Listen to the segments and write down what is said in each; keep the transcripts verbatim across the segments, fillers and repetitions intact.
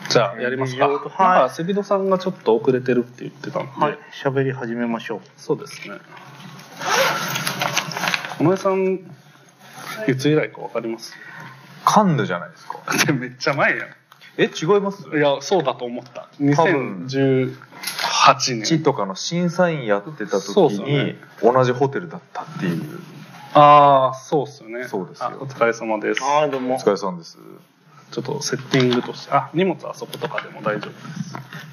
じゃあやりますか。はい。なんかセビドさんがちょっと遅れてるって言ってたんで、 はい、喋り始めましょう。 そうですね。尾上さんいつ以来かわかります？ カンヌじゃないですか。 めっちゃ前やん。 え、違います？ いや、そうだと思った。にせんじゅうはちねん地とかの審査員やってた時に同じホテルだったっていう。 ああ、そうっすよね。 そうですよ。 お疲れ様です。 あーどうも。 お疲れ様です。 ちょっとセッティングとして、あ、荷物あそことかでも大丈夫です。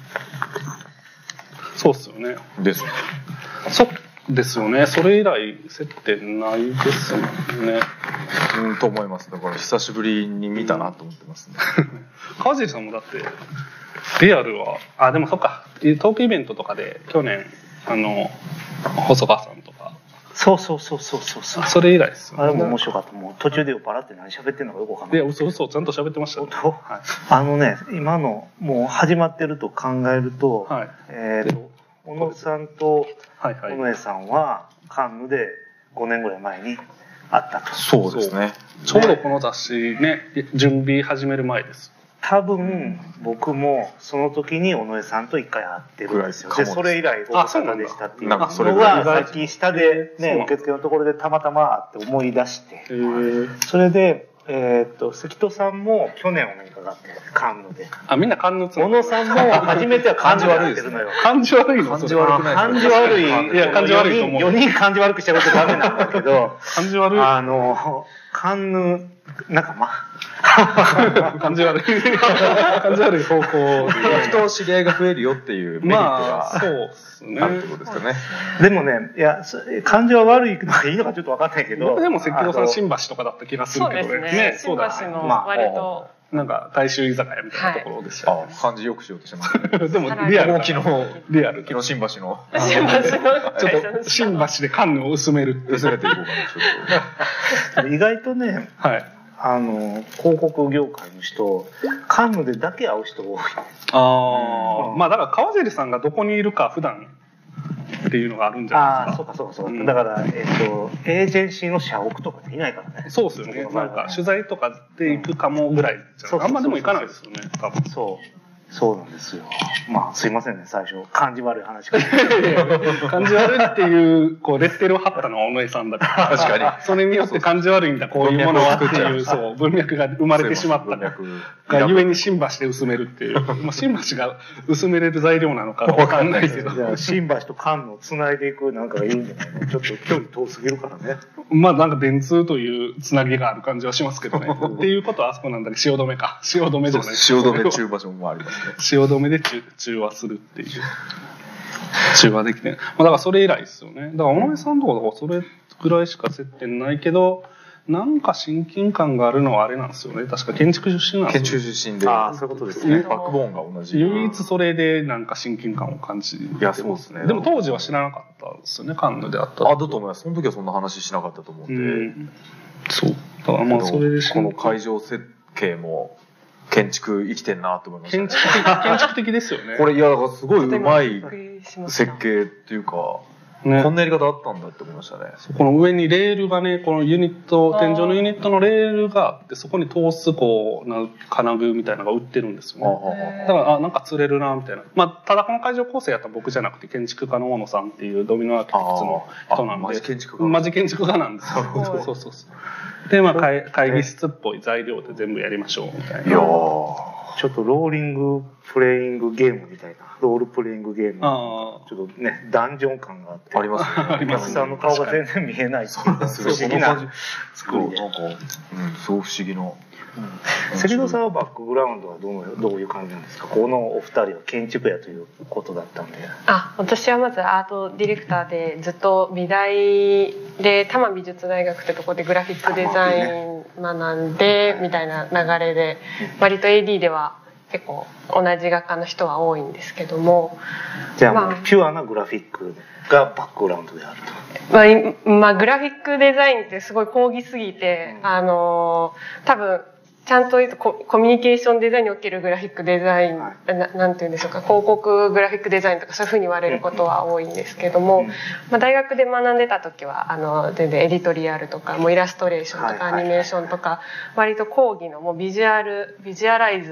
そうっすよね。 ですね。 そうですよね。それ以来接点ないですもんね。 うんと思います。だから久しぶりに見たなと思ってますね。 川尻さんもだってリアルは、あ、でもそっか、トークイベントとかで去年あの細川さんとか。 そうそうそうそうそうそう。 それ以来ですよね。 あれも面白かった。もう途中で酔っ払って何喋ってんのかよくわかんない。 いや、嘘嘘ちゃんと喋ってましたね。 本当？はい。あのね、今のもう始まってると考えると、 はい、 えっと小野さんとはいはい、 尾上さんはカンヌでごねんぐらい前に会ったと。 そうですね。 ちょうどこの雑誌ね、準備始める前です。 多分僕もその時に尾上さんと一回会ってるんですよ。でそれ以来ご無沙汰でしたっていうのがさっき下でね受付のところでたまたま会って思い出して、それでえっと関戸さんも去年お目にかかってカンヌで、 あ、みんなカンヌつ小野さんも初めては漢字悪いですのよ。 漢字悪いの？ 漢字悪くない。 漢字悪い。 いや、漢字悪いと思う。 よにん漢字悪くしちゃうとダメなんだけど、 漢字悪い。 あのカンヌ仲間。 感じ悪い感じ悪い方向で人知り合いが増えるよっていうメリットが、 まあ、そうですね。 あるってことですかね。 でもね、いや感情は悪いのがいいのかちょっと分かんないけど、 僕でも関戸さん新橋とかだった気がするけどね。 そうですね。新橋の割と、 なんか大衆居酒屋みたいなところでした、ね。 はい、あ、漢字よくしようとしてますね。 でもリアル。 昨日リアル。 昨日新橋の。 新橋の。 ちょっと新橋でカンヌを薄める。 薄めていこうかなちょっと。 意外とね。 はい。 あの広告業界の人カンヌでだけ会う人多い。 ああ、うん、まあだから川尻さんがどこにいるか普段っていうのがあるんじゃないですか。 ああ、そうかそうかそうか、うん、だからえっ、ー、とエージェンシーの社屋とかでいないからね。 そうですよね。なんか取材とかで行くかもぐらいじゃ、うん、あんまでも行かないですよね。多分。 そう。そうなんですよ。まあすいませんね最初感じ悪い話から感じ悪いっていうこうレッテルを貼ったのは尾上さんだから。 確かに。 それによって感じ悪いんだこういうものはっていうそう文脈が生まれてしまったがゆえに新橋で薄めるっていう。まあ新橋が薄めれる材料なのかわかんないけど。 じゃあ新橋と関のつないでいくなんかがいいんじゃないの。ちょっと距離遠すぎるからね。 まあなんか電通というつなぎがある感じはしますけどね。っていうことはあそこなんだけど汐留か汐留じゃない。 汐留中場所もあります。 汐留で 中, 中和するっていう中和できて、まあ、だからそれ以来ですよね。だから尾上さんとかだからそれぐらいしか接点ないけどなんか親近感があるのはあれなんですよね。確か建築出身なんですよ。 建築出身で。 ああそういうことですね。 バックボーンが同じ。 唯一それでなんか親近感を感じてます。 いやそうですね。 でも当時は知らなかったですよね。カンヌであった。 あだと思います。その時はそんな話しなかったと思うんで。うん、 そう。だからまあそれでこの会場設計も。建築生きてんなと思いました、ね、 建築的建築的ですよね。 これいやだからすごいうまい設計っていうか、ね、こんなやり方あったんだって思いましたね。 この上にレールがねこのユニット天井のユニットのレールがあってそこに通すこうな金具みたいなのが売ってるんですよね。だからあなんか釣れるなみたいな。まあただこの会場構成やったら僕じゃなくて建築家の大野さんっていうドミノアーキテクツの人なんで。 マジ建築家。 マジ建築家なんですよ。そうそうそう。でまあ会会議室っぽい材料で全部やりましょうみたいな。 いやちょっとローリングプレイングゲームみたいなロールプレイングゲームあちょっとねダンジョン感があってありますね。 ありますお客さんの顔が全然見えないっていう不思議な作りでなんか、うん、すごい不思議な。 関戸さんはバックグラウンドはどのどういう感じなんですか。このお二人は建築やということだったんで。 あ私はまずアートディレクターでずっと美大で多摩美術大学ってとこでグラフィックデザイン学んでみたいな流れで割と エーディー では結構同じ学科の人は多いんですけどもじゃあ、まあ、ピュアなグラフィックがバックグラウンドであると。 まあ、まあ、グラフィックデザインってすごい講義すぎて、うん、あの多分ちゃんと言うと コ, コミュニケーションデザインにおけるグラフィックデザイン、はい、な, なんて言うんでしょうか広告グラフィックデザインとかそういうふうに言われることは多いんですけども、うんまあ、大学で学んでた時はあの全然エディトリアルとかもうイラストレーションとかアニメーションとか割と講義のもうビジュアルビジュアライズ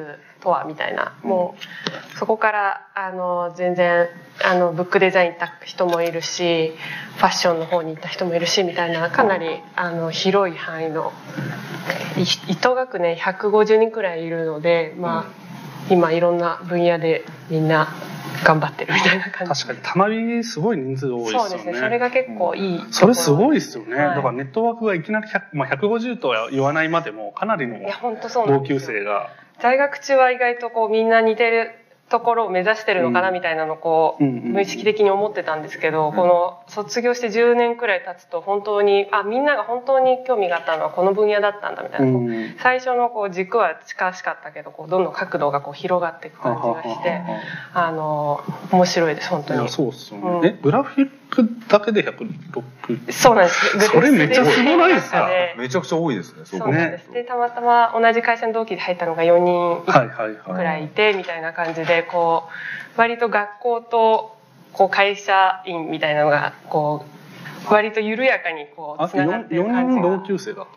とはみたいな、もうそこからあの全然あのブックデザイン行った人もいるしファッションの方に行った人もいるしみたいな、かなりあの広い範囲のいと学年ひゃくごじゅうにんくらいいるので、まあ、今いろんな分野でみんな頑張ってるみたいな感じ。 確かにたまびすごい人数多いですよね。 そうですね、それが結構いい、うん、 それすごいですよね、 はい、 だからネットワークがいきなりひゃく、まあ、ひゃくごじゅうとは言わないまでもかなりの同級生が。 在学中は意外とこうみんな似てるところを目指してるのかなみたいなのをこう無意識的に思ってたんですけど、この卒業してじゅうねんくらい経つと本当にあみんなが本当に興味があったのはこの分野だったんだみたいな、こう最初のこう軸は近しかったけどこうどんどん角度がこう広がっていく感じがしてあの面白いです本当に。 いやそうですよね、うん、えグラフィックだけでひゃくろく？ そうなんです。 それめっちゃすごないですか？ めちゃくちゃ多いですね。 そうなんです。でたまたま同じ会社の同期で入ったのがよにんくらいいてみたいな感じで、こう割と学校とこう会社員みたいなのがこう割と緩やかにこうつながってる感じが。 よにん同級生だった。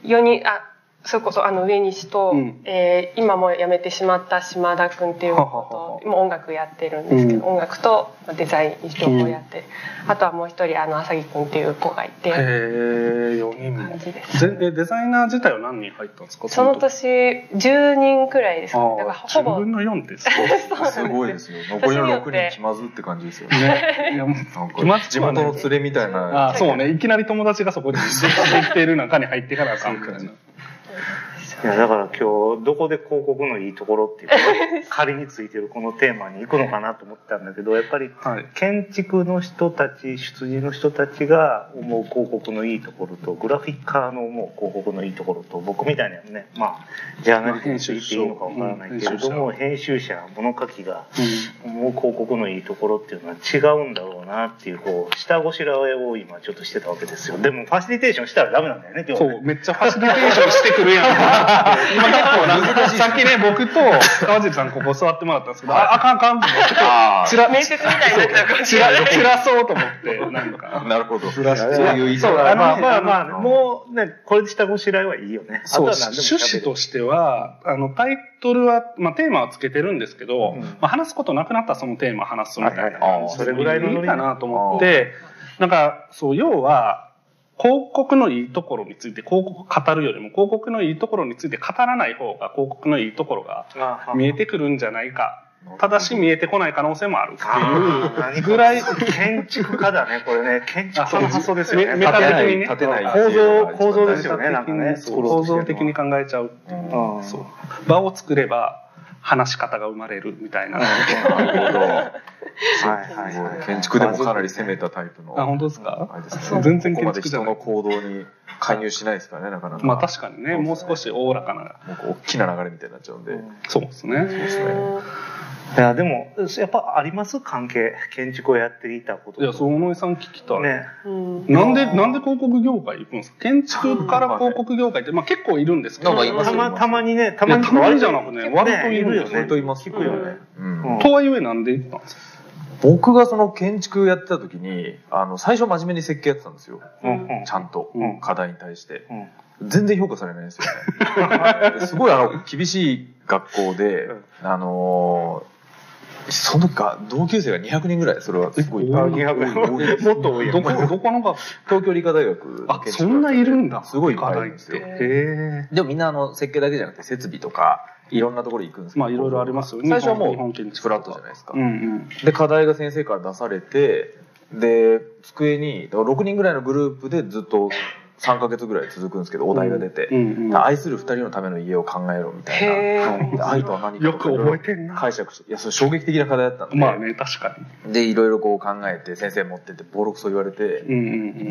よにんあそれこそあの上西と、うん、えー、今も辞めてしまった島田君っていう子と今音楽やってるんですけど、うん、音楽とデザイン両方やって、うん、あとはもう一人あの浅木君っていう子がいて。へえよにんも。デザイナー自体は何人入ったんですか？ その年じゅうにんくらいですかね。だからほぼじゅうぶんのよんです。 すごいですよ。残りのろくにん気まずって感じですよね。いやなんか地元の連れみたいな。 あそうね、いきなり友達がそこでできている中に入ってからかみたいな。 いやだから今日どこで広告のいいところっていうか仮についてるこのテーマに行くのかなと思ったんだけど、やっぱり建築の人たち出自の人たちが思う広告のいいところとグラフィッカーの思う広告のいいところと、僕みたいなねまあジャーナリストと言っていいのかわからないけれども編集者物書きが思う広告のいいところっていうのは違うんだろうなっていうこう下ごしらえを今ちょっとしてたわけですよ。でもファシリテーションしたらダメなんだよね今日ね。 そうめっちゃファシリテーションしてくるやん。今結構難しい。さっきね僕と川尻さんここ座ってもらったんですけど、ああかんあかんと思ってちら面接みたいになっちゃう感じ。 ちらそうと思ってなんかなるほど。 そういう意図がまあまあまあもうねこれで下ごしらえはいいよね。 そう趣旨としてはあのタイトルはまあテーマはつけてるんですけど、まあ話すことなくなったらそのテーマ話すみたいなそれぐらいのいいかなと思って、なんかそう要は。広告のいいところについて広告を語るよりも広告のいいところについて語らない方が広告のいいところが見えてくるんじゃないか。ただし見えてこない可能性もあるっていうぐらい。 建築家だねこれね。建築家の発想ですよね。 メタ的にね。 立てない構造構造ですよね。なんかね構造的に考えちゃうっていう。そう場を作れば話し方が生まれるみたいな。なるほど。 はいはいはい、建築でもかなり攻めたタイプの。 あ、本当ですか？ あれですね。 全然建築じゃない。ここまで人の行動に介入しないですからね、なかなか。 まあ確かにね、もう少しおおらかな。 大きな流れみたいになっちゃうんで。 そうですね。そうですね。 いやでもやっぱあります関係建築をやっていたこと。 いやそう小野井さん聞きたい。 ね。 なんでなんで広告業界行くんですか？建築から広告業界ってまあ結構いるんですけど。 たまたまにねたまにたまにじゃなくね割といるよね。 割といます。 聞くよね。 とはいえなんで行ったんですか？ 僕がその建築やってた時にあの最初真面目に設計やってたんですよ、うん、ちゃんと、うん、課題に対して、うん、全然評価されないんですよねすごいあの厳しい学校で、うん、あのー、その時か同級生がにひゃくにんぐらい。それはすごいにひゃくにんもっと多いよ。 どこどこの学校？ 東京理科大学の建築。あ、そんないるんだ。 すごいいっぱいいるんですよ。へでもみんなあの設計だけじゃなくて設備とかいろんなところ行くんですけど、 まあいろいろありますよね。 最初はもうフラットじゃないですか。 うんうん、 で課題が先生から出されて、で机にろくにんぐらいのグループでずっとさんかげつぐらい続くんですけど、お題が出て、うんうん、愛するふたりのための家を考えろみたいな、愛とは何かよく覚えてんな解釈して、いやそれ衝撃的な課題だったんで、 まあね確かに。でいろいろこう考えて先生持ってってボロクソ言われて、うんうんうん、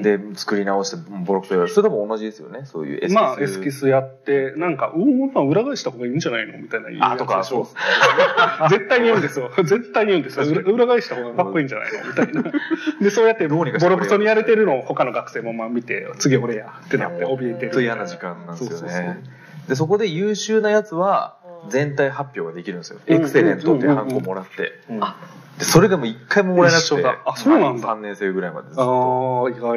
で作り直してボロクソ言われて、それでも同じですよね。そういうエスキス、 まあエスキスやってなんかうんまあ裏返した方がいいんじゃないのみたいな言うやつでしょ。 あとかそう絶対に言うんですよ。絶対に言うんですよ。裏返した方がかっこいいんじゃないのみたいな。でそうやってボロクソにやれてるのを他の学生もまあ見て次俺やってなって。 ずっと嫌な時間なんですよね。でそこで優秀なやつは全体発表ができるんですよ。エクセレントっていうハンコもらって、でそれでも一回ももらえなくて、 あそうなんだ。 さんねん生ぐらいまでずっと。ああ意外。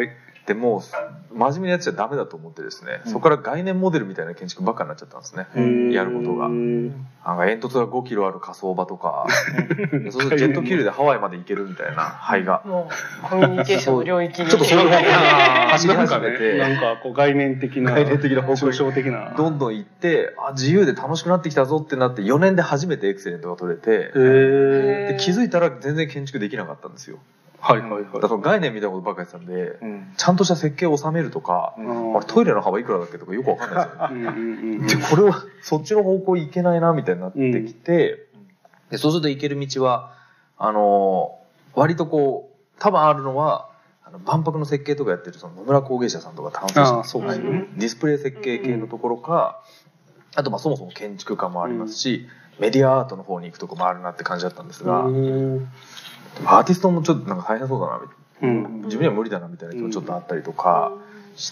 でもう真面目にやっちゃダメだと思ってですね、うん、そこから概念モデルみたいな建築ばっかになっちゃったんですね、やることが。なんか煙突がごキロある火葬場とかそうするとジェット気流でハワイまで行けるみたいな灰がもうコミュニケーションの領域にちょっとそういう方向に走り始めて、 なんかこう概念的な概念的な方向抽象的などんどん行って、あ自由で楽しくなってきたぞってなってよねんで初めてエクセレントが取れて、で気づいたら全然建築できなかったんですよ。 はいはいはい。 だからその概念みたいなことばっかりやってたんで、うん、ちゃんとした設計を収めるとか、うん、あれトイレの幅いくらだっけとかよくわかんないですよね。でこれはそっちの方向行けないなみたいになってきて、うん、でそうすると行ける道はあの割とこう多分あるのはあの万博の設計とかやってるその野村工芸社さんとか担当してる、ね、ディスプレイ設計系のところか、うん、あとまあそもそも建築家もありますし、うん、メディアアートの方に行くとこもあるなって感じだったんですが。うんアーティストもちょっとなんか大変そうだなみたいな、うん、自分には無理だなみたいな気もちょっとあったりとかして、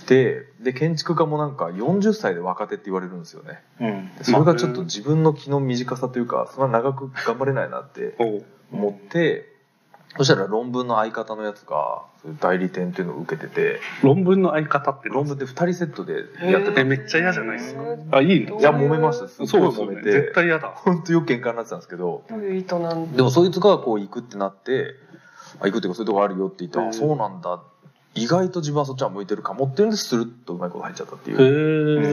で建築家もなんかよんじゅっさいで若手って言われるんですよね、うん、それがちょっと自分の気の短さというかそんな長く頑張れないなって思って、そしたら論文の相方のやつが代理店っていうのを受けてて、 論文の相方って論文ってふたりセットでやっててめっちゃ嫌じゃないですか。あいいの？ いや揉めました。すごい揉めて、ね、 絶対嫌だ。 本当よく喧嘩になってたんですけど、 どういう意図なんだ。 でもそいつがこう行くってなって、あ行くっていうかそういうとこあるよって言って、あそうなんだ。意外と自分はそっちは向いてるかもっていうんでスルッとうまいこと入っちゃったっていう、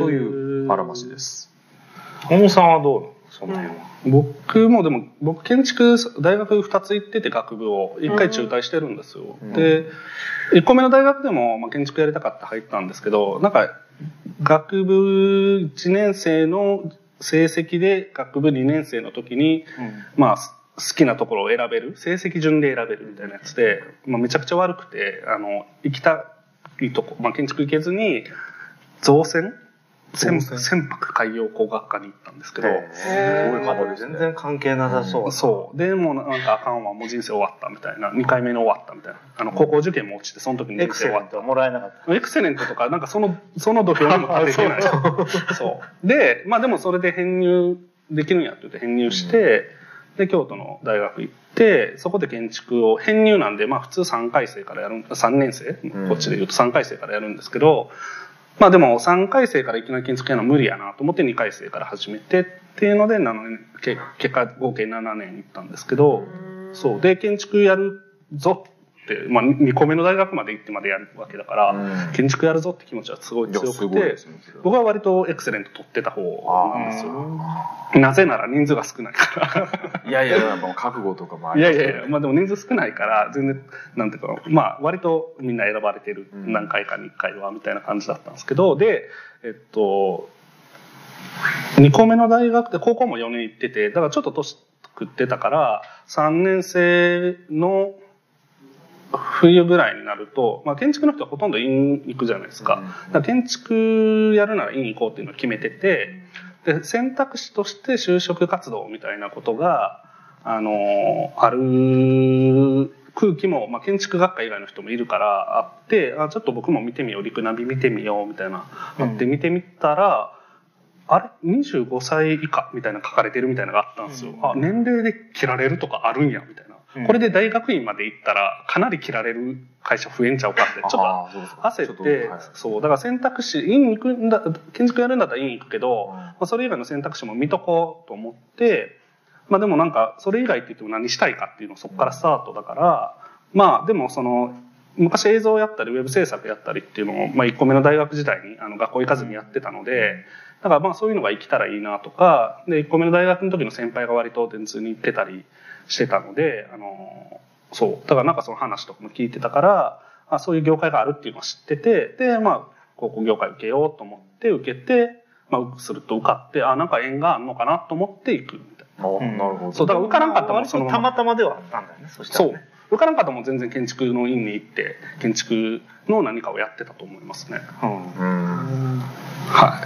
そういうあらましです。 小野さんはどうなの？その辺は。 僕もでも僕建築大学ふたつ行ってて学部をいっかい中退してるんですよ、うん、でいっこめの大学でもまあ建築やりたかった入ったんですけど、なんか学部いちねん生の成績で学部にねん生の時に、うん、まあ好きなところを選べる成績順で選べるみたいなやつで、まあ、めちゃくちゃ悪くてあの行きたいとこ、まあ、建築行けずに造船船舶海洋工学科に行ったんですけど、 全然関係なさそう、 うん、そうでもうなんかあかんわもう人生終わったみたいなにかいめの終わったみたいなあの高校受験も落ちてその時に人生終わったもらえなかったエクセレントとかなんかそのその土俵にも立ててないそうでまあでもそれで編入できるんやって言って編入して、うん、で京都の大学行ってそこで建築を編入なんでまあ普通さんかい生からやるさんねん生こっちで言うとさんかい生からやるんですけど、まあでもさんかい生からいきなり建築やるの無理やなと思ってにかい生から始めてっていうのでななねん結果合計ななねん行ったんですけど、そうで建築やるぞって、まあ、にこめの大学まで行ってまでやるわけだから建築やるぞって気持ちはすごい強くて、僕は割とエクセレント取ってた方なんですよ。なぜなら人数が少ないからいやいやもう覚悟とかもあります、ね、いやいやいやまあでも人数少ないから全然なんていうかまあ割とみんな選ばれてる、うん、何回かにいっかいはみたいな感じだったんですけど、でえっとにこめの大学で高校もよねん行っててだからちょっと年食ってたからさんねん生の冬ぐらいになると、まあ、建築の人はほとんど院行くじゃないですか。だから建築やるなら院行こうっていうのを決めてて、で選択肢として就職活動みたいなことがあのある空気も、まあ、建築学科以外の人もいるからあってあちょっと僕も見てみよう陸ナビ見てみようみたいなあって見てみたら、うん、あれにじゅうごさい以下みたいな書かれてるみたいなのがあったんですよ、うん、あ年齢で切られるとかあるんやみたいな。これで大学院まで行ったらかなり切られる会社増えんちゃうかってちょっと焦ってそうだから選択肢院行くんだ建築やるんだったら院行くけど、まあ、それ以外の選択肢も見とこうと思ってまあでもなんかそれ以外って言っても何したいかっていうのそこからスタートだからまあでもその昔映像やったりウェブ制作やったりっていうのをまあいっこめの大学時代にあの学校行かずにやってたのでだからまあそういうのが生きたらいいなとかでいっこめの大学の時の先輩が割と電通に行ってたりしてたので、あの、そう。だからなんかその話とかも聞いてたから、あそういう業界があるっていうのは知ってて、で、まあ、高校業界受けようと思って受けて、まあ、すると受かって、あなんか縁があるのかなと思って行くみたいな。 あ、なるほど。 そう、だから受からんかったもんそのたまたまではあったんだよね、そしたらね。そう。 受からんかったもん全然建築の院に行って、建築の何かをやってたと思いますね。うん。うんはい。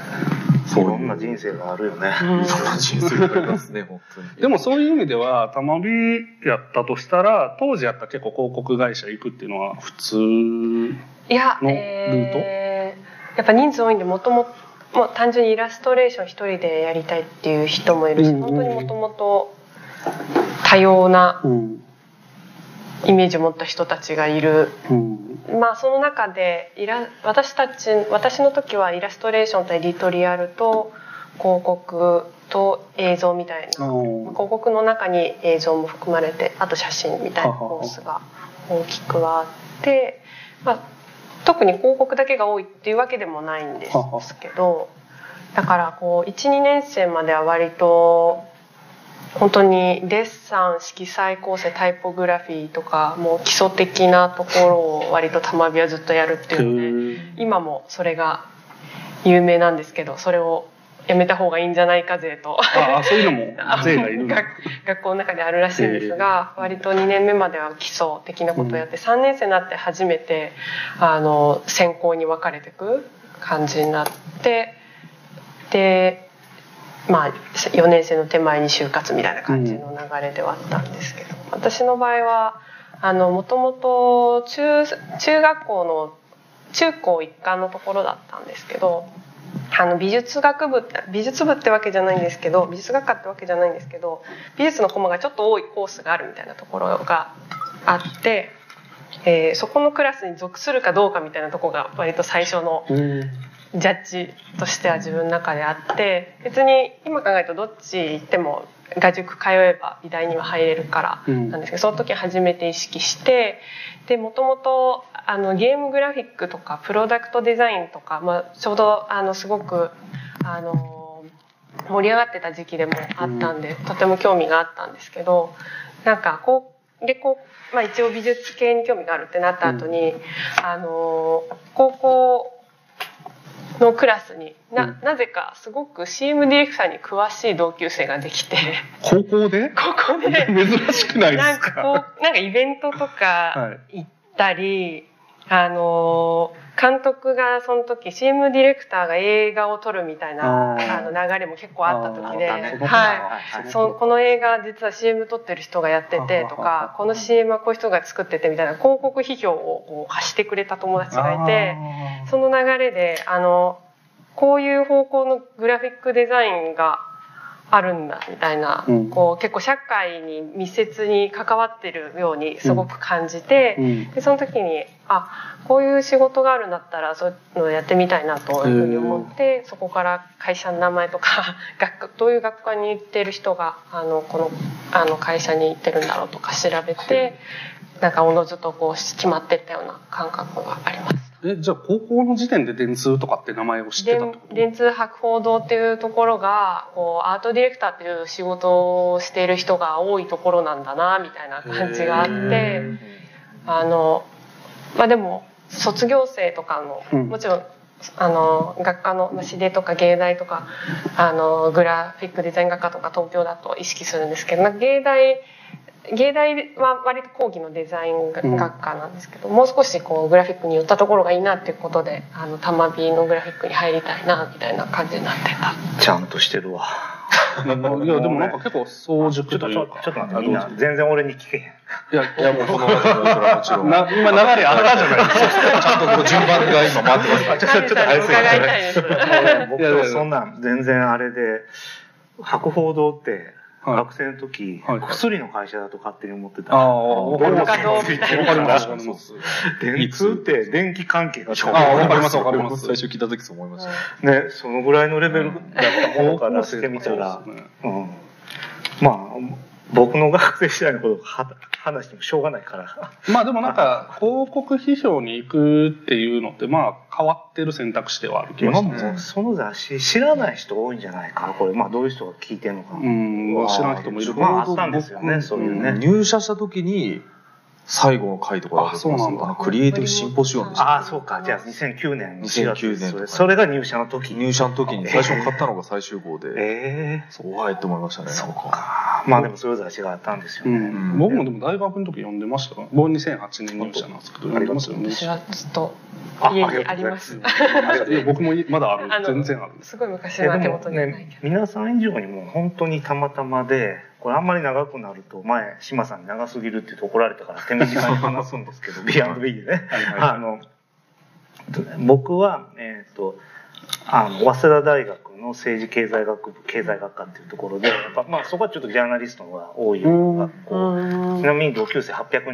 いろんな人生があるよね。いろんな人生がありますね、本当に。 でもそういう意味では、たまびやったとしたら、当時やったら結構広告会社行くっていうのは普通のルート？ いや、えー、やっぱ人数多いんで、もともと、もう単純にイラストレーション一人でやりたいっていう人もいるし、うんうん、本当にもともと多様なイメージを持った人たちがいる、 うん、 まあその中でイラ私たち私の時はイラストレーションとエディトリアルと広告と映像みたいな、広告の中に映像も含まれて、あと写真みたいなコースが大きくはあって、まあ、特に広告だけが多いっていうわけでもないんですけど、だからこう いちにねん生までは割と本当にデッサン、色彩構成、タイポグラフィーとかもう基礎的なところを割とたまびはずっとやるっていうので、今もそれが有名なんですけど、それをやめた方がいいんじゃないか税とああそういうのも税がいる学, 学校の中であるらしいんですが、割とにねんめまでは基礎的なことをやって、さんねん生になって初めてあの専攻に分かれていく感じになって、でまあよねん生の手前に就活みたいな感じの流れではあったんですけど、私の場合はあのもともと中中学校の中高一貫のところだったんですけど、あの美術学部美術部ってわけじゃないんですけど、美術学科ってわけじゃないんですけど、美術のコマがちょっと多いコースがあるみたいなところがあって、えー、そこのクラスに属するかどうかみたいなところが割と最初のジャッジとしては自分の中であって、別に今考えるとどっち行っても画塾通えば美大には入れるからなんですけど、その時初めて意識して、でもともとあのゲームグラフィックとかプロダクトデザインとか、まあ、ちょうどあのすごくあの盛り上がってた時期でもあったんで、とても興味があったんですけど、なんかこうでこう、まあ、一応美術系に興味があるってなった後に、あの高校のクラスに な, なぜかすごく シーエム ディレクターに詳しい同級生ができて、 高校で高校で珍しくないですか？ なんかこうなんかイベントとか行ったり、はい、あの監督がその時 シーエム ディレクターが映画を撮るみたいなあの流れも結構あった時で、ね、はい、そこの映画実は シーエム 撮ってる人がやっててとか、この シーエム はこういう人が作っててみたいな広告批評をこう発してくれた友達がいて、その流れであのこういう方向のグラフィックデザインがあるんだみたいな、うん、こう結構社会に密接に関わってるようにすごく感じて、うん、でその時にあこういう仕事があるんだったらそういうのをやってみたいなというふうに思って、そこから会社の名前とか学どういう学科に行ってる人があのこのあの会社に行ってるんだろうとか調べて、なんかおのずとこう決まってったような感覚があります。 えじゃあ高校の時点で電通とかって名前を知ってたってこと？ 電通博報堂っていうところがこうアートディレクターっていう仕事をしている人が多いところなんだなみたいな感じがあって、あのまあでも卒業生とかの、うん、もちろんあの学科の指定とか芸大とかあのグラフィックデザイン学科とか東京だと意識するんですけど、芸大芸大は割と講義のデザイン学科なんですけど、うん、もう少しこうグラフィックに寄ったところがいいなっていうことで、あのたまびのグラフィックに入りたいなみたいな感じになってた。 ちゃんとしてるわ。 いやでもなんか結構早熟というか。 ちょっと待ってみんな全然俺に聞けへん。いやいやもうそのそれはもちろん。な今流れあったじゃないですか。ちゃんとこう順番が今回ってます。 ちょっとちょっとあれですよね。僕はそんなん全然あれで博報堂って。はい、学生の時、はい、薬の会社だと勝手に思ってた。 ああ、わかります。わかります。 電通って電気関係がああ、わかります、わかります。 最初聞いた時そう思いました。 ね、そのぐらいのレベルだったものからしてみたら、うん、まあ、僕の学生時代のことを話してもしょうがないから。 まあでもなんか、広告批評に行くっていうのって、まあ変わってる選択肢ではある気がします。 今もその雑誌知らない人多いんじゃないかな、これ。まあどういう人が聞いてるのか。 うん、知らない人もいる。 まああったんですよね、そういうね。 入社した時に、最後の回とかだと思うんですよ。クリエイティブシンポジウムでした。 ああ、そうか。じゃあにせんきゅうねんのしがつ。 にせんきゅうねん。 それが入社の時。 入社の時に最初に買ったのが最終号で。 ええ。 そうはいって思いましたね。 そうか。まあでもそういう雑誌があったんですよね。 僕もでも大学の時読んでましたから。僕にせんはちねん入社なんですけど、読んでますよね。 私はずっと家にあります。 僕もまだある。全然ある。 すごい昔の手元にないけど。 皆さん以上にも本当にたまたまで、これあんまり長くなると、前、島さんに長すぎるって言って怒られたから手短に話すんですけど、ビーアンドビー でね。あの、僕は、えっと、あの、早稲田大学の政治経済学部、経済学科っていうところで、やっぱまあそこはちょっとジャーナリストが多い学校。ちなみに同級生はっぴゃくにん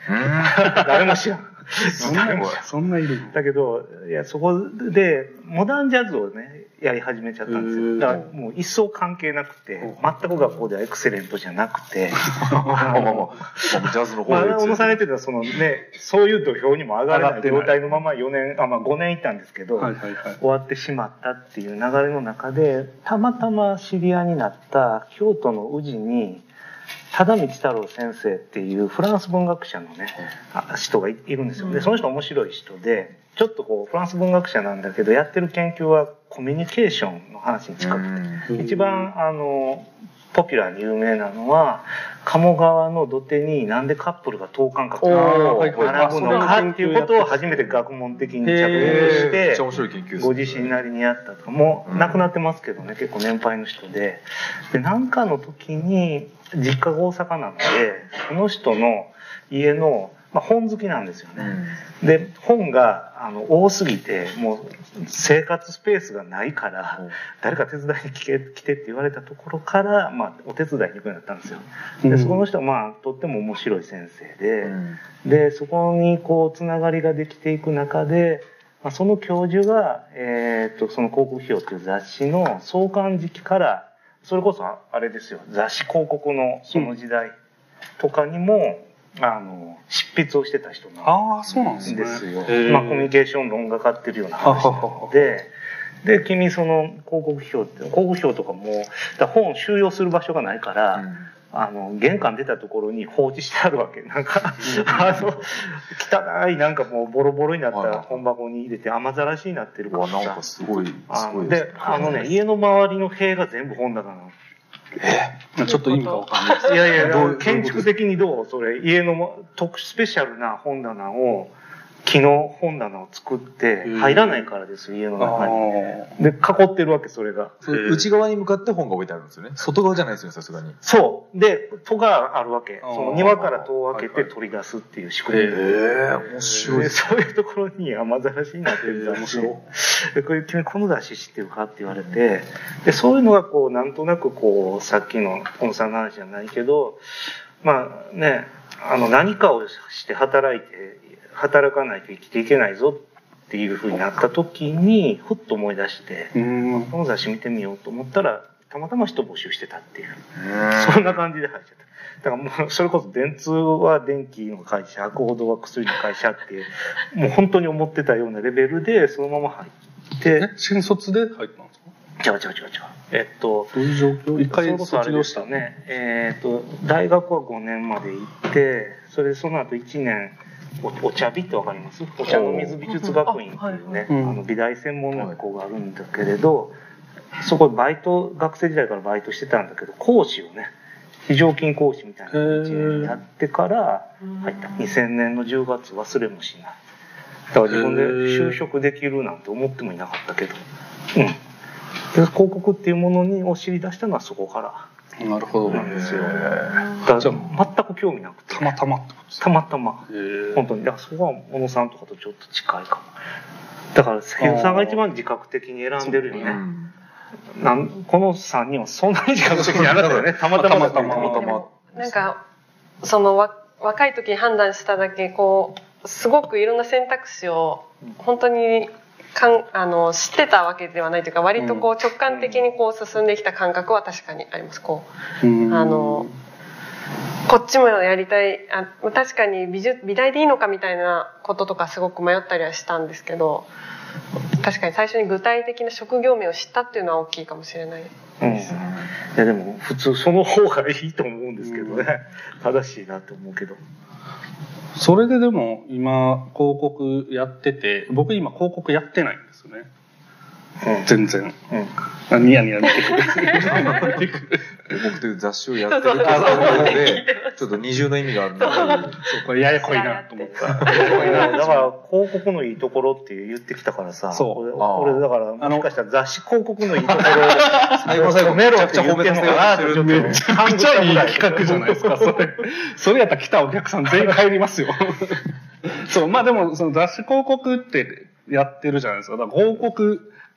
誰も知らん。 そんな、そんないるの？ だけど、いや、そこで、モダンジャズをね、やり始めちゃったんですよ。だからもう一層関係なくて、全く学校ではエクセレントじゃなくて、 まあまあまあ、ジャズの方で。まあ、小野さん言ってた、そのね、そういう土俵にも上がれない状態のままよねん、あ、まあごねんいったんですけど、はいはいはい、終わってしまったっていう流れの中で、たまたま知り合いになった京都の宇治に、忠道太郎先生っていうフランス文学者のね、人がいるんですよ。で、その人面白い人で、ちょっとこう、フランス文学者なんだけど、やってる研究はコミュニケーションの話に近くて、一番、あの、ポピュラーに有名なのは、鴨川の土手になんでカップルが等間隔で並ぶのかっていうことを初めて学問的に着目して、ご自身なりにやったとか、もう亡くなってますけどね、結構年配の人で。で、なんかの時に、実家が大阪なので、その人の家の、まあ、本好きなんですよね。うん、で、本があの多すぎて、もう生活スペースがないから、うん、誰か手伝いに来て来てって言われたところから、まあ、お手伝いに行くようになったんですよ。で、そこの人は、まあ、とっても面白い先生で、うん、で、そこにこう、つながりができていく中で、まあ、その教授が、えっと、その広告費用っていう雑誌の創刊時期から、それこそあれですよ、雑誌広告のその時代とかにも、うん、あの執筆をしてた人なんですよ。まあコミュニケーション論がかってるような話なので、で君その広告費用って広告費用とかもだ本を収容する場所がないから。うん、あの玄関出たところに放置してあるわけ。なんかあの汚いなんかもうボロボロになった本箱に入れて雨ざらしになってるからさ。 なんかすごいすごいですね。で、あのね家の周りの塀が全部本棚なの。 えちょっと意味がわかんないです。 いやいや建築的にどうそれ家の特スペシャルな本棚を木の本棚を作って入らないからですよ、家の中に。で、囲ってるわけ、それが。 内側に向かって本が置いてあるんですよね。外側じゃないですよね、さすがに。 そう。で、戸があるわけ。その庭から戸を開けて取り出すっていう仕組み。へぇ面白い。 そういうところに雨ざらしになってる雑誌を。で、これ、君この雑誌知ってるかって言われて、で、そういうのがこう、なんとなくこう、さっきの小野さんの話じゃないけど、まあね、あの、何かをして働いて、働かないと生きていけないぞっていう風になった時にふっと思い出してこの雑誌見てみようと思ったらたまたま人募集してたっていうそんな感じで入っちゃっただからもうそれこそ電通は電気の会社博報堂は薬の会社っていうもう本当に思ってたようなレベルでそのまま入って新卒で入ったんですか？ 違う違う違う違うえっとどういう状況？一回卒業したねえっと大学はごねんまで行ってそれでその後いちねんお, お茶美ってわかります？お茶の水美術学院っていうね、あの美大専門の学校があるんだけれど、そこでバイト、学生時代からバイトしてたんだけど、講師をね、非常勤講師みたいな一年やってから入った。にせんねんのじゅうがつ忘れもしない。だから自分で就職できるなんて思ってもいなかったけど、うん。で広告っていうものにを知り出したのはそこから。 なるほどなんですよ。だから全く興味なくて。 たまたまってことですか？ たまたま。本当に。だからそこは小野さんとかとちょっと近いかも。だから声優さんが一番自覚的に選んでるよね。なんこのさんにんはそんなに自覚的に選んだよね。たまたまたまたま。 なんかそのわ若い時に判断しただけこうすごくいろんな選択肢を本当にかんあの知ってたわけではないというか割とこう直感的にこう進んできた感覚は確かにあります。こう、うん、あのこっちもやりたいあ確かに 美, 術美大でいいのかみたいなこととかすごく迷ったりはしたんですけど確かに最初に具体的な職業名を知ったっていうのは大きいかもしれないです。うん、いやでも普通その方がいいと思うんですけどね、うん、正しいなと思うけど。 それででも今広告やってて僕今広告やってないんですよね、うん、全然、うん、ニヤニヤ見てくる僕という雑誌をやってるのでちょっと二重の意味があるなそうこれややこいなと思っただから広告のいいところって言ってきたからさそう俺だからもしかしたら雑誌広告のいいところ最後の最後めろって言ってんのかなってちょっとめちゃくちゃいい企画じゃないですかそれそれやったら来たお客さん全員帰りますよそうまあでもその雑誌広告ってやってるじゃないですかだから広告っ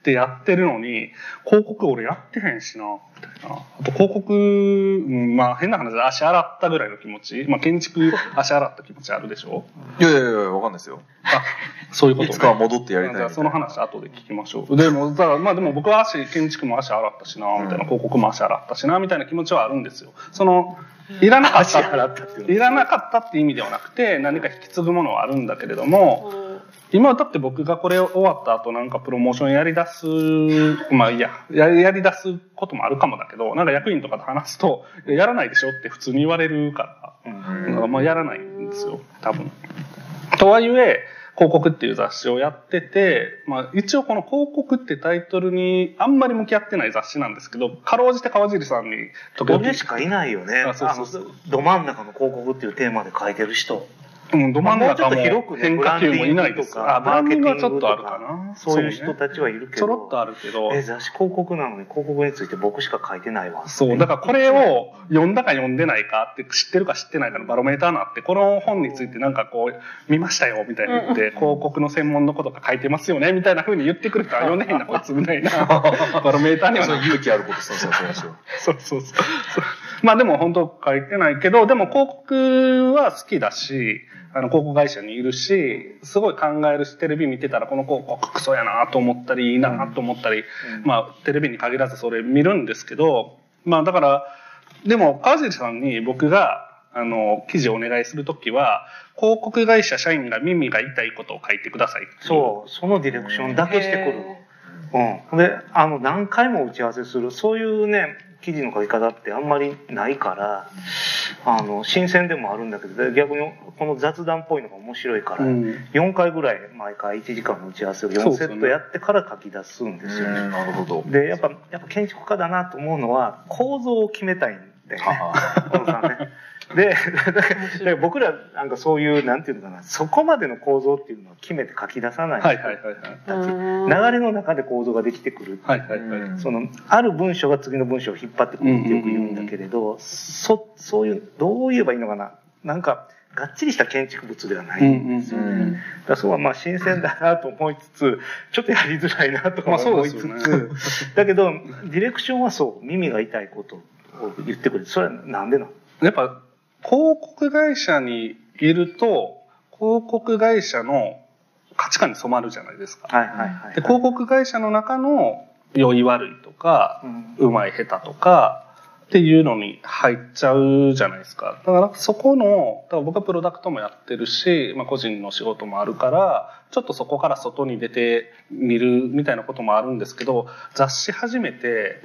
ってやってるのに、広告俺やってへんしな、みたいな。あと広告、うん、まあ変な話で足洗ったぐらいの気持ち。まあ建築足洗った気持ちあるでしょ？ いやいやいや、わかんないですよ。 あ、そういうこと、ね。 いつかは戻ってやりたいみたいな。 じゃあその話後で聞きましょう。でも、だからまあでも僕は足、建築も足洗ったしな、みたいな、広告も足洗ったしな、みたいな気持ちはあるんですよ。その、いらなかった。 洗ったっていういらなかったって意味ではなくて、何か引き継ぐものはあるんだけれども、今だって僕がこれ終わった後なんかプロモーションやり出す、まあいいや、やり、やり出すこともあるかもだけど、なんか役員とかと話すと、やらないでしょって普通に言われるから、うん、まあやらないんですよ、多分。とはいえ、広告っていう雑誌をやってて、まあ一応この広告ってタイトルにあんまり向き合ってない雑誌なんですけど、かろうじて川尻さんに時々。俺しかいないよね。 あ、そうそうそう。 ど真ん中の広告っていうテーマで書いてる人。 うん、ど真ん中も変化球もいないですか。 マーケティングはちょっとあるかな。 そういう人たちはいるけど。 ちょろっとあるけど。 え、雑誌広告なのに広告について僕しか書いてないわ。 そう。だからこれを読んだか読んでないかって知ってるか知ってないかのバロメーターになって、この本についてなんかこう、見ましたよみたいな言って、広告の専門のことが書いてますよねみたいな風に言ってくる人は読んでへんなこいつみたいなバロメーターにはなって。 勇気あることそうそうそうそうそう。まあでも本当書いてないけど、でも広告は好きだし、あの広告会社にいるし、すごい考えるし、テレビ見てたらこの広告クソやなと思ったり、いいなと思ったり、うん、まあテレビに限らずそれ見るんですけど、まあだから、でも川尻さんに僕が、あの、記事をお願いするときは、広告会社社員が耳が痛いことを書いてください。 そう、そのディレクションだけしてくるの。うん。で、あの、何回も打ち合わせする、そういうね、記事の書き方ってあんまりないから、あの、新鮮でもあるんだけど、逆にこの雑談っぽいのが面白いから、うん、よんかいぐらい毎回いちじかんの打ち合わせをよんセットやってから書き出すんですよね。 なるほど。 で、やっぱ、やっぱ建築家だなと思うのは、構造を決めたいんだよね。小野さんね。で、で僕らなんかそういう、なんていうのかな、そこまでの構造っていうのを決めて書き出さない人たち、流れの中で構造ができてくる。はいはいはい、その、ある文章が次の文章を引っ張ってくるってよく言うんだけれど、そ、そういう、どう言えばいいのかな、なんか、がっちりした建築物ではないんですよね。うんうん、だからそこはまあ新鮮だなと思いつつ、ちょっとやりづらいなとか思いつつ、まあね、だけど、ディレクションはそう、耳が痛いことを言ってくれる。それはなんでなの？ やっぱ、広告会社にいると、広告会社の価値観に染まるじゃないですか。 はいはいはい、はい。 で、広告会社の中の良い悪いとか、うま、ん、い下手とかっていうのに入っちゃうじゃないですか。だからそこの、だから僕はプロダクトもやってるし、まあ個人の仕事もあるから、ちょっとそこから外に出てみるみたいなこともあるんですけど、雑誌始めて、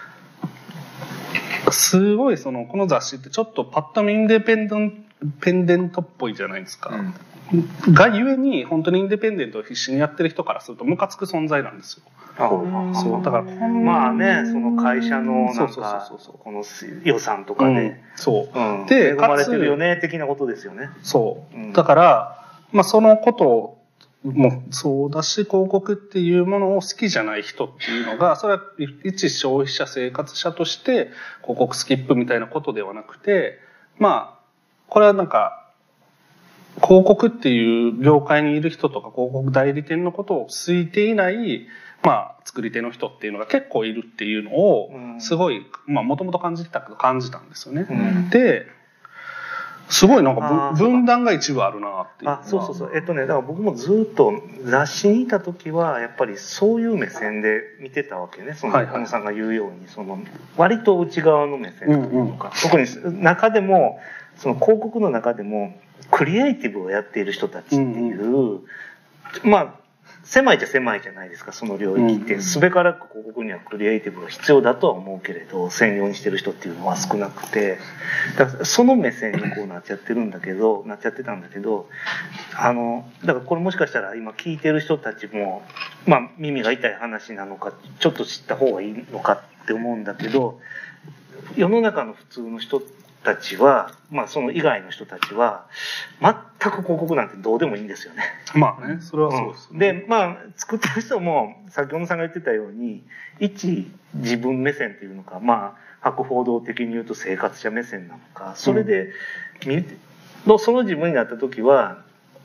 すごいそのこの雑誌ってちょっとパッと見インデペンデンペンデントっぽいじゃないですか、うん、がゆえに本当にインデペンデントを必死にやってる人からするとムカつく存在なんですよ。ああ、そうだからまあね、その会社のなんかこの予算とかで、うん、 そう、 うん、で恵まれてるよね的なことですよね。 そう、うん、だからまあそのことをもうそうだし、広告っていうものを好きじゃない人っていうのが、それは一消費者生活者として広告スキップみたいなことではなくて、まあ、これはなんか、広告っていう業界にいる人とか広告代理店のことを好いていない、まあ、作り手の人っていうのが結構いるっていうのを、すごい、まあ、もともと感じてたけど感じたんですよね。うん、で、すごいなんか分断が一部あるなっていう。 あ、そうそうそう。えっとね、だから僕もずっと雑誌にいた時は、やっぱりそういう目線で見てたわけね。その、小野さんが言うように、その、割と内側の目線というか、うんうん、特に中でも、その広告の中でも、クリエイティブをやっている人たちっていう、うんうん、まあ、狭いじゃ狭いじゃないですか、その領域って。すべからく広告にはクリエイティブが必要だとは思うけれど、専用にしてる人っていうのは少なくて、だからその目線にこうなっちゃってるんだけど、なっちゃってたんだけど、あの、だからこれもしかしたら今聞いてる人たちも、まあ耳が痛い話なのか、ちょっと知った方がいいのかって思うんだけど、世の中の普通の人たちは、まあその以外の人たちは、全く広告なんてどうでもいいんですよね。 まあね、それはそうですね。うん、で、まあ作ってる人も、先ほどさんが言ってたように、一自分目線っていうのか、まあ博報堂的に言うと生活者目線なのか、それで、うん、その自分になった時は、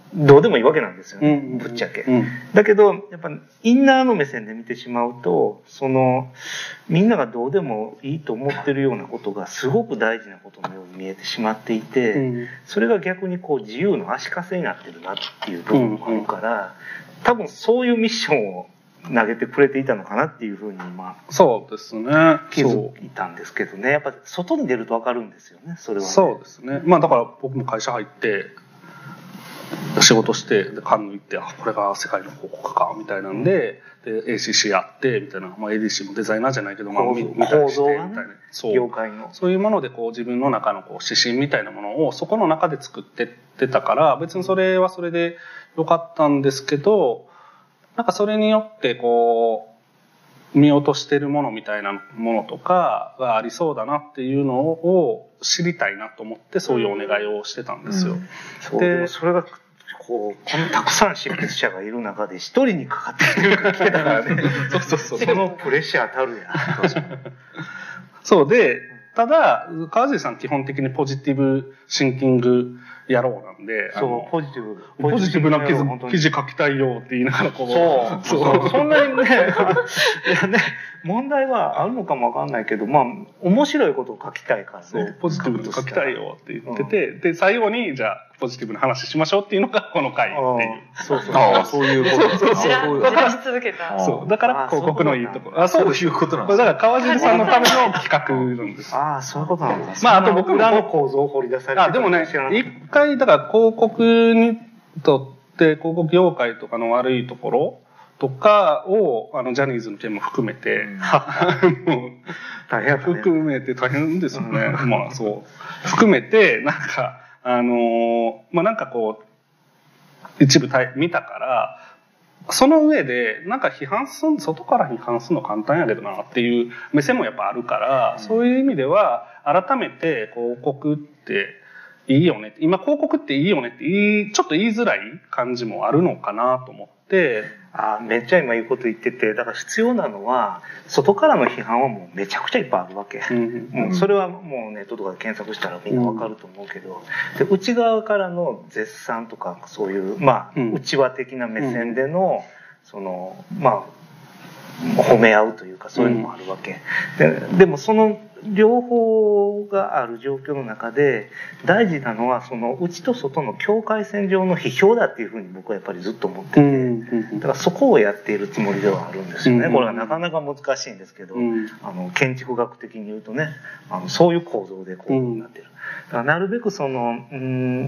どうでもいいわけなんですよね、うん、ぶっちゃけ、うん、だけどやっぱインナーの目線で見てしまうとそのみんながどうでもいいと思ってるようなことがすごく大事なことのように見えてしまっていて、うん、それが逆にこう自由の足かせになってるなっていう部分もあるから、うん、多分そういうミッションを投げてくれていたのかなっていうふうに今そうですね気づいたんですけどね。やっぱ外に出ると分かるんですよねそれはね。 そうですね。まあだから僕も会社入って仕事してでカンヌ行ってあこれが世界の広告かみたいなんで、うん、で エーシーシー やってみたいな、まあ、エーディーシー もデザイナーじゃないけど、まあ、見たりしてみたいな、そう業界のそういうものでこう自分の中のこう指針みたいなものをそこの中で作ってってたから別にそれはそれでよかったんですけどなんかそれによってこう見落としてるものみたいなものとかがありそうだなっていうのを知りたいなと思ってそういうお願いをしてたんですよ。うん、 そうでもそれがこうこのたくさん執筆者がいる中で一人にかかってきてたからねそうそうそうそのプレッシャーたるやそうでただ川尻さん基本的にポジティブシンキング野郎なんでそうポジティブポジティブな記事記事書きたいよって言いながらこうそうそうそんなにねいやね問題はあるのかもわかんないけどまあ面白いことを書きたいからねそうポジティブに書きたいよって言ってて、うん、で最後にじゃあポジティブな話しましょうっていうのがこの回っていうそうそうああそういうことそうそうだからし続けたそうだから広告のいいところあそういうことなんですだから川尻さんのための企画なんですああそういうことなんです、 まああと僕裏の構造を掘り出されてあでもね一回だから広告にとって広告業界とかの悪いところとかをあのジャニーズの件も含めて、うん、もう大変、ね、 含めて大変ですよね、うん、まあそう含めてなんかあのー、まあなんかこう一部見たからその上でなんか批判すん外から批判するの簡単やけどなっていう目線もやっぱあるから、うん、そういう意味では改めて広告っていいよね今広告っていいよねって言いちょっと言いづらい感じもあるのかなと思ってあめっちゃ今言うこと言っててだから必要なのは外からの批判はもうめちゃくちゃいっぱいあるわけ、うん、もうそれはもうネットとかで検索したらみんなわかると思うけど、うん、で内側からの絶賛とかそういうまあ、うん、内輪的な目線での、うん、そのまあ褒め合うというかそういうのもあるわけ、うん、で, でもその両方がある状況の中で大事なのはその内と外の境界線上の批評だっていうふうに僕はやっぱりずっと思ってて、うん、だからそこをやっているつもりではあるんですよね、うん、これはなかなか難しいんですけど、うん、あの建築学的に言うとねあのそういう構造でこうなってる、だからなるべくその、うん、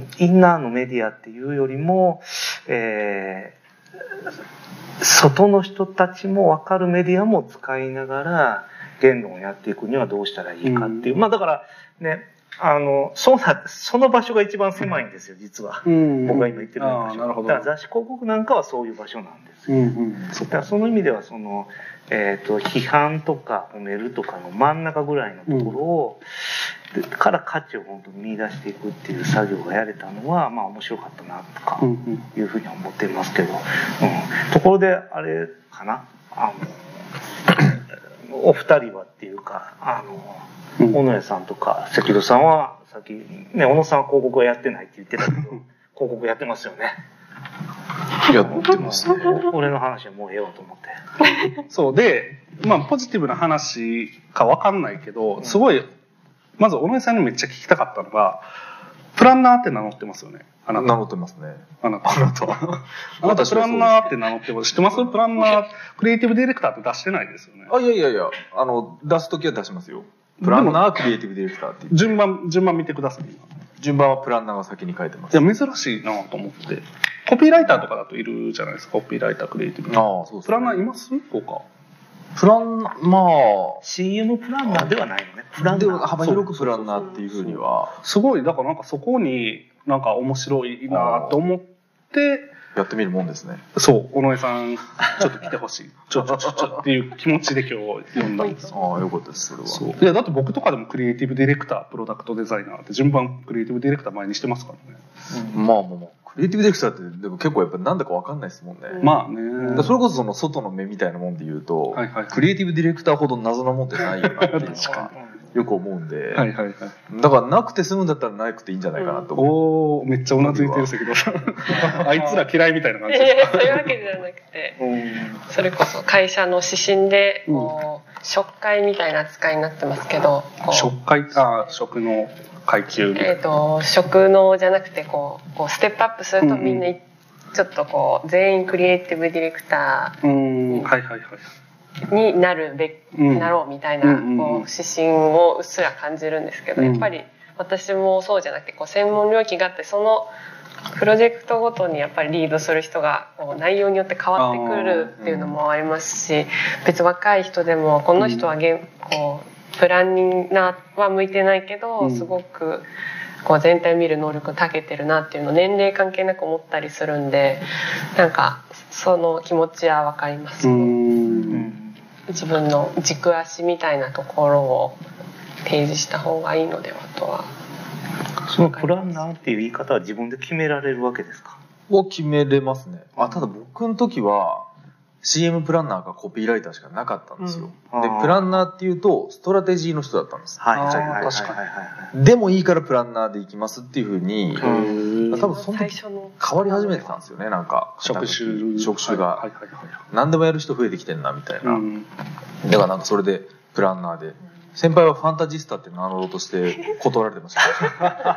インナーのメディアっていうよりも、えー、外の人たちも分かるメディアも使いながら言論をやっていくにはどうしたらいいかっていう、うん、まあだからねあのそうなその場所が一番狭いんですよ実は、うん、僕が今言ってる場所だから雑誌広告なんかはそういう場所なんですよ、うんうん、だからその意味ではその、えー、と批判とか褒めるとかの真ん中ぐらいのところを、うん、から価値を本当に見出していくっていう作業がやれたのはまあ面白かったなとかいうふうには思っていますけど、うん、ところであれかなあのお二人はっていうかあの、うん、尾上さんとか関戸さんはさっきね小野さんは広告はやってないって言ってたけど広告やってますよね。 やってますね。 俺の話はもうええわと思って。 そうでまあポジティブな話か分かんないけどすごいまず尾上さんにめっちゃ聞きたかったのがプランナーって名乗ってますよね。あなた名乗ってますね。 あなた。あなた。あなたプランナーって名乗ってます。知ってます？プランナー、クリエイティブディレクターって出してないですよね。 あ、いやいやいや、あの、出すときは出しますよ。プランナー、クリエイティブディレクターっていう。 順番、順番見てください。 順番はプランナーが先に書いてます。 いや、珍しいなと思って。コピーライターとかだといるじゃないですか。コピーライター、クリエイティブ。 ああ、そうですね。 プランナーいますこうか。 プランナー、まあ。 シーエム プランナーではないのね。プランナー。 でも幅広くプランナーっていうふうには。 すごい、だからなんかそこに、なんか面白いなと思ってやってみるもんですね。 そう尾上さんちょっと来てほしいちょちょちょちょっていう気持ちで今日読んだんです。 ああよかったですそれは。 そういやだって僕とかでもクリエイティブディレクタープロダクトデザイナーって順番クリエイティブディレクター前にしてますからね、 うん、まあまあまあクリエイティブディレクターってでも結構やっぱなんだか分かんないですもんね、 うん、まあねそれこそその外の目みたいなもんで言うと、はいはい、クリエイティブディレクターほど謎なもんってないよなっていうのはよく思うんで、 はいはいはい。 だからなくて済むんだったらなくていいんじゃないかなと思う。 おお、めっちゃうなずいてる関戸さん。あいつら嫌いみたいな感じですか。 そういうわけじゃなくて、それこそ会社の指針でこう食会みたいな扱いになってますけど、 食会、ああ、食の階級。 えっと食のじゃなくてこうこうステップアップするとみんなちょっとこう全員クリエイティブディレクターになるべなろうみたいなこう指針をうっすら感じるんですけど、やっぱり私もそうじゃなくてこう専門領域があって、そのプロジェクトごとにやっぱりリードする人がこう内容によって変わってくるっていうのもありますし、別に若い人でもこの人はげんこうプランニングは向いてないけどすごくこう全体を見る能力が長けてるなっていうのを年齢関係なく思ったりするんで、なんかその気持ちは分かります。自分の軸足みたいなところを提示した方がいいのではとは。 そのプランナーっていう言い方は自分で決められるわけですか？ を決めれますね。あ、ただ僕の時は シーエム プランナーかコピーライターしかなかったんですよ。うん、でプランナーっていうとストラテジーの人だったんです。 はいはいはいはい、 確かに。でもいいからプランナーで行きますっていうふうに、多分その時変わり始めてたんですよね。なんか職種職種が何でもやる人増えてきてんなみたいな。だからなんかそれでプランナーで。先輩はファンタジスタって名乗ろうとして断られてました。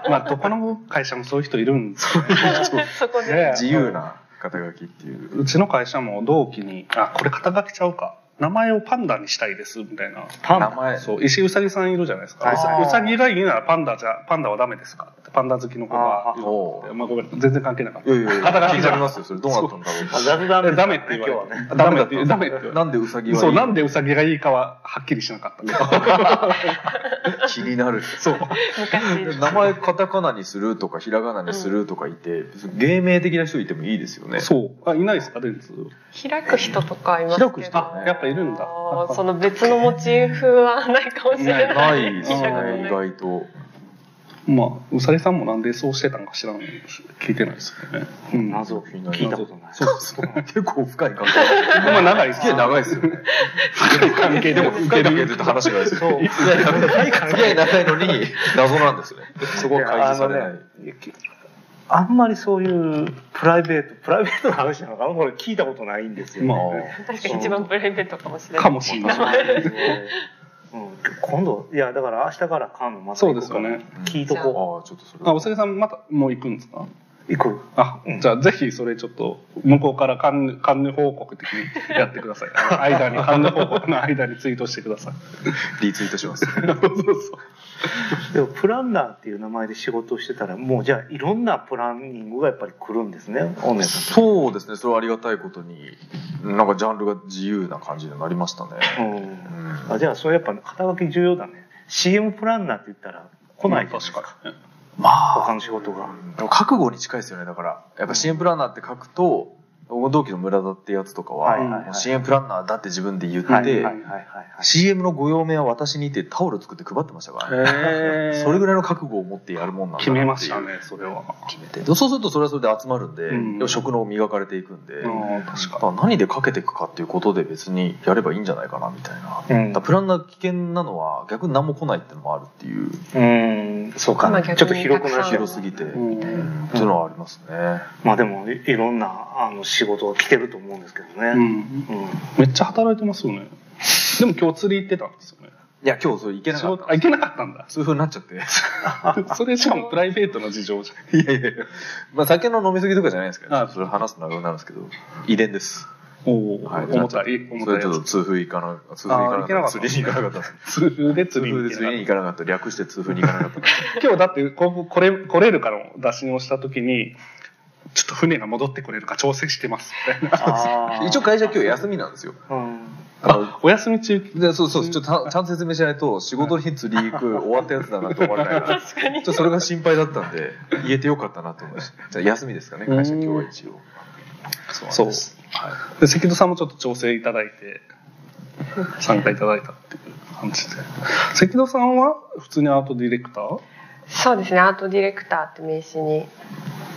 まあどこの会社もそういう人いるんですよね。 そこで自由な肩書きっていう。 うちの会社も同期に、あ、これ肩書きちゃうか。名前をパンダにしたいですみたいな。 名前。 そう、石井うさぎさんいるじゃないですか。うさぎがいいならパンダじゃ、パンダはダメですかってパンダ好きの子が。まあごめん、全然関係なかった。 いやいやいや、肩書きじゃありますよ。それどうなったんだろう。 ダメダメって言われて。 ダメだって。 ダメって。 なんでうさぎがいい？ そう、なんでうさぎがいいかははっきりしなかったけど。 気になる。 そう。 名前カタカナにするとかひらがなにするとかいて、芸名的な人いてもいいですよね。 そう。あ、いないですか、レンズ。 開く人とかいますけど。 開く人やっぱいるんだ。 その別のモチーフはないかもしれない。 ないですね、意外と。 まあ、うさぎさんもなんでそうしてたのか知らない、聞いてないですよね。 うん、謎聞いたことない。 そうそう。結構深い関係。 まあ長いです。 すげえ長いですよね。 深い関係でも深い関係で話がないですよ。そう。深い長いのに謎なんですね。そこは開示されない。 あんまりそういうプライベート、プライベートな話なのかな、これ聞いたことないんですよ。 まあ、 確かに一番プライベートかもしれない。 かもしれない。 うん、今度、いや、だから明日からカンのまたそうですよね。 聞いとこう。あ、ちょっとそれ。 あ、おさぎさんまたもう行くんですか？ 行く。 あ、うん、じゃあぜひそれちょっと向こうからカンヌ、カンヌ報告的にやってください。間に、カンヌ報告の間にツイートしてください。 リツイートします。そうそうそう。でもプランナーっていう名前で仕事をしてたら、もうじゃあいろんなプランニングがやっぱり来るんですね、大根さん。 そうですね、それはありがたいことに、なんかジャンルが自由な感じになりましたね。 うん。あ、じゃあそれやっぱ肩書き重要だね。シーエム プランナーって言ったら来ないじゃないですか。まあ、他の仕事が。 覚悟に近いですよね、だから。やっぱ シーエム プランナーって書くと、同期の村田ってやつとかは、シーエム プランナーだって自分で言って、シーエム のご用命は私にってタオル作って配ってましたからね。それぐらいの覚悟を持ってやるもんなんだなっていう。 決めましたね、それは。 決めて。そうするとそれはそれで集まるんで、うん、職能磨かれていくんで、確か何でかけていくかっていうことで別にやればいいんじゃないかなみたいな。うん、だプランナー危険なのは逆に何も来ないっていうのもあるっていう。 うん、そうか、ね。ちょっと広くな広すぎて、うん、っていうのはありますね。 まあでもいろんなあの仕事が来てると思うんですけどね。うんうん、 めっちゃ働いてますよね。でも今日釣り行ってたんですよね。 いや、今日それ行けなかった。 あ、行けなかったんだ。 そういう風になっちゃって。 それしかもプライベートの事情じゃん。 いやいやいや。まあ酒の飲み過ぎとかじゃないですけど、それ話すと長くなるんですけど、遺伝です。 おお、はい、重たい。 重たい。それちょっと痛風行かな、痛風行かなかった。釣りに行かなかった。 痛風で釣りに行かなかった。略して痛風に行かなかった。 今日だってここれ来れるかの打診をした時に。ちょっと船が戻ってくれるか調整してますみたいな。一応会社今日休みなんですよ。うん、 あのお休み中で、そうそう、ちょっとちゃんと説明しないと仕事に釣り行く終わったやつだなと思われないから。確かに。ちょっとそれが心配だったんで言えてよかったなと思いました。じゃあ休みですかね、会社今日は一応。 そうです。はい。で関戸さんもちょっと調整いただいて参加いただいたっていう感じで。関戸さんは普通にアートディレクター？ そうですね、アートディレクターって名刺に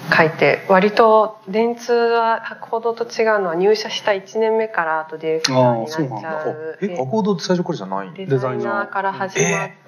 書いて、割と電通は博報堂と違うのは入社したいちねんめからアートディレクターになっちゃう。 え、博報堂って最初からじゃないんデザイナーから始まって、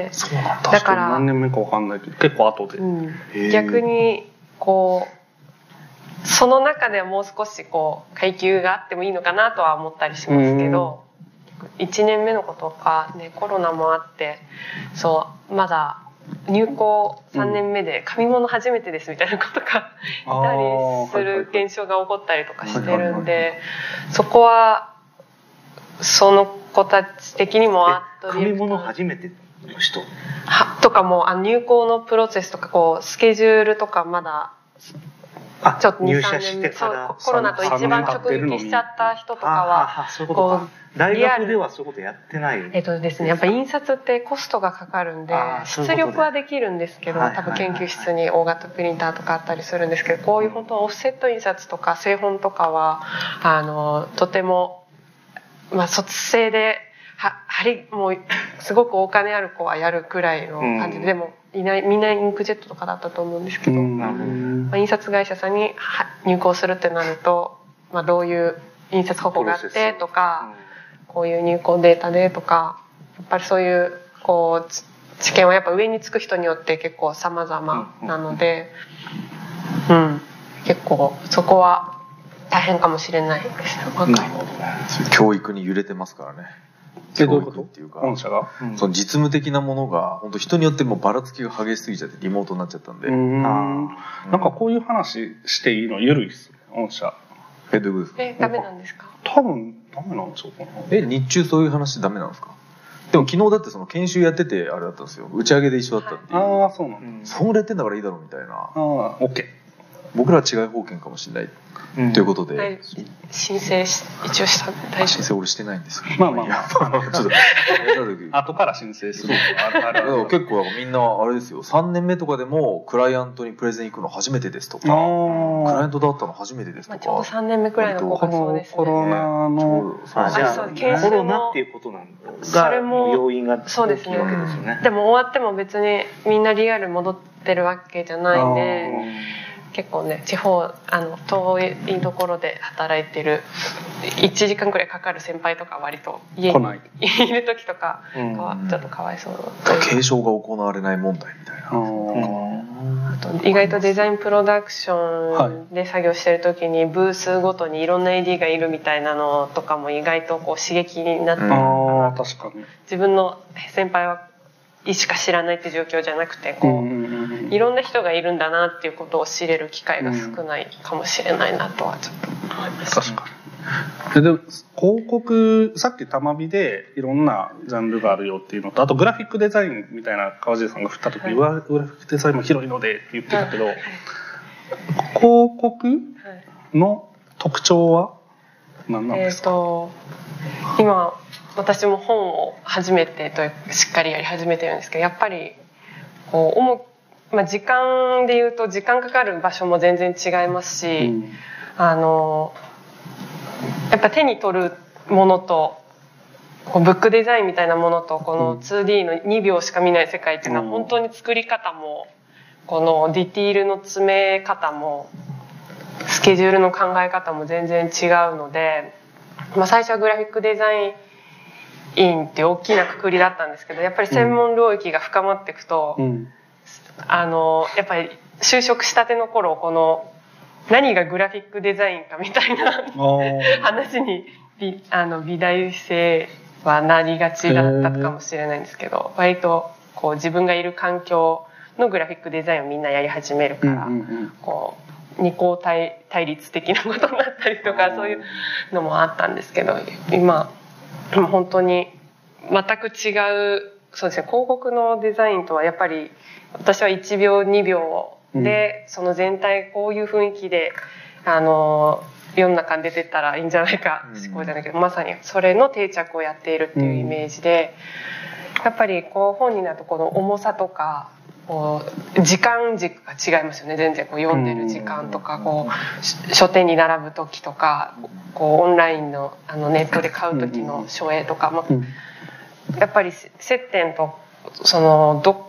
そうなんだ。 だから何年目かわかんないけど結構後で、 うん、逆にこうその中ではもう少しこう階級があってもいいのかなとは思ったりしますけど、いちねんめのことか、ね、コロナもあってそうまだ入校さんねんめで紙物初めてですみたいなことがいたりする現象が起こったりとかしてるんで、そこはその子たち的にもアートディレクター紙物初めての人はとかもあ入校のプロセスとかこうスケジュールとかまだちょっとにさんねんめそうコロナと一番直撃しちゃった人とかはこう大学ではそういうことやってない。 えっとですねやっぱ印刷ってコストがかかるんで出力はできるんですけど、多分研究室に大型プリンターとかあったりするんですけど、こういう本当オフセット印刷とか製本とかはあのとてもまあ卒生では針もうすごくお金ある子はやるくらいの感じで、でもいないみんなインクジェットとかだったと思うんですけど、まあ、印刷会社さんに入稿するってなると、まあ、どういう印刷方法があってとか、こういう入稿データでとか、やっぱりそういうこう知見はやっぱ上につく人によって結構様々なので、うん、結構そこは大変かもしれないですね。若い教育に揺れてますからね。教育っていうか、 御社が、 うん、その実務的なものが本当人によってもばらつきが激しすぎちゃってリモートになっちゃったんで、 うんなんかこういう話していいの緩いっすね、御社。 えどういうことですか？えダメなんですか？ 多分ダメなんでしょうかな。 え日中そういう話ダメなんですか？でも昨日だってその研修やっててあれだったんですよ。打ち上げで一緒だったっていう。 ああそうなんだ。 そんぐらいやってんだからいいだろうみたいな。 ああオッケー。 僕らは違い保険かもしれない、うん、ということで、 はい、申請し一応した大丈夫。 申請俺してないんですよ。 まあまあまあちょっと後から申請するあるある結構みんなあれですよ、さんねんめとかでもクライアントにプレゼン行くの初めてですとか、クライアントだったの初めてですとか、 まあ、ちょうどさんねんめくらいの子がそうですね。 コロナのあじゃあコロナっていうことなんだそれも要因がそうですね。でも終わっても別にみんなリアル戻ってるわけじゃないんで、結構ね地方あの遠いところで働いてるいちじかんくらいかかる先輩とか割と家にいる時とかはちょっとかわいそうな、 継承が行われない問題みたいな。 あと意外とデザインプロダクションで作業してる時にブースごとにいろんな エーディー がいるみたいなのとかも意外とこう刺激になってるのかな。 あ確かに自分の先輩はいしか知らないって状況じゃなくてこういろんな人がいるんだなっていうことを知れる機会が少ないかもしれないなとはちょっと思いました。 確かに。でも広告さっきたまびでいろんなジャンルがあるよっていうのと、あとグラフィックデザインみたいな川尻さんが振った時に、はい、グラフィックデザインも広いのでって言ってたけど、はい、広告の特徴は何なんですか？えーと今私も本を初めてとしっかりやり始めてるんですけど、やっぱりこう重、まあ、時間で言うと時間かかる場所も全然違いますし、うん、あのやっぱ手に取るものとこうブックデザインみたいなものとこの ツーディー のにびょうしか見ない世界っていうのは本当に作り方もこのディティールの詰め方もスケジュールの考え方も全然違うので、まあ、最初はグラフィックデザイン院って大きなくくりだったんですけど、やっぱり専門領域が深まっていくと、うん、あのやっぱり就職したての頃この何がグラフィックデザインかみたいな話に美あの美大生はなりがちだったかもしれないんですけど、割とこう自分がいる環境のグラフィックデザインをみんなやり始めるから、うんうんうん、こう二項対対立的なことになったりとかそういうのもあったんですけど、今本当に全く違う、そうですね、広告のデザインとはやっぱり私はいちびょうにびょうで、うん、その全体こういう雰囲気であの世の中に出てったらいいんじゃないか、思考じゃないけどまさにそれの定着をやっているっていうイメージで、やっぱりこう本になるとこの重さとかこう時間軸が違いますよね。全然こう読んでる時間とかこう書店に並ぶ時とかこうオンラインの、あのネットで買う時の書影とかもやっぱり接点とそのど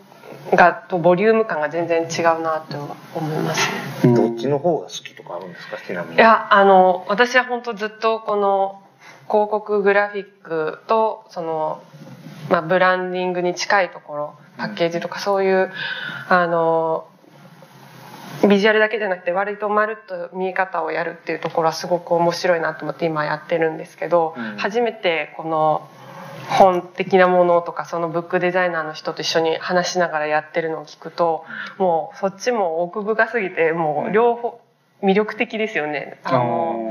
がとボリューム感が全然違うなと思いますね。どっちの方が好きとかあるんですか、ちなみに。 いや、あの、私は本当ずっとこの広告グラフィックと、その、まあ、ブランディングに近いところ、パッケージとかそういう、あの、ビジュアルだけじゃなくて割とまるっと見え方をやるっていうところはすごく面白いなと思って今やってるんですけど、うん、初めてこの本的なものとかそのブックデザイナーの人と一緒に話しながらやってるのを聞くと、もうそっちも奥深すぎてもう両方魅力的ですよね。あの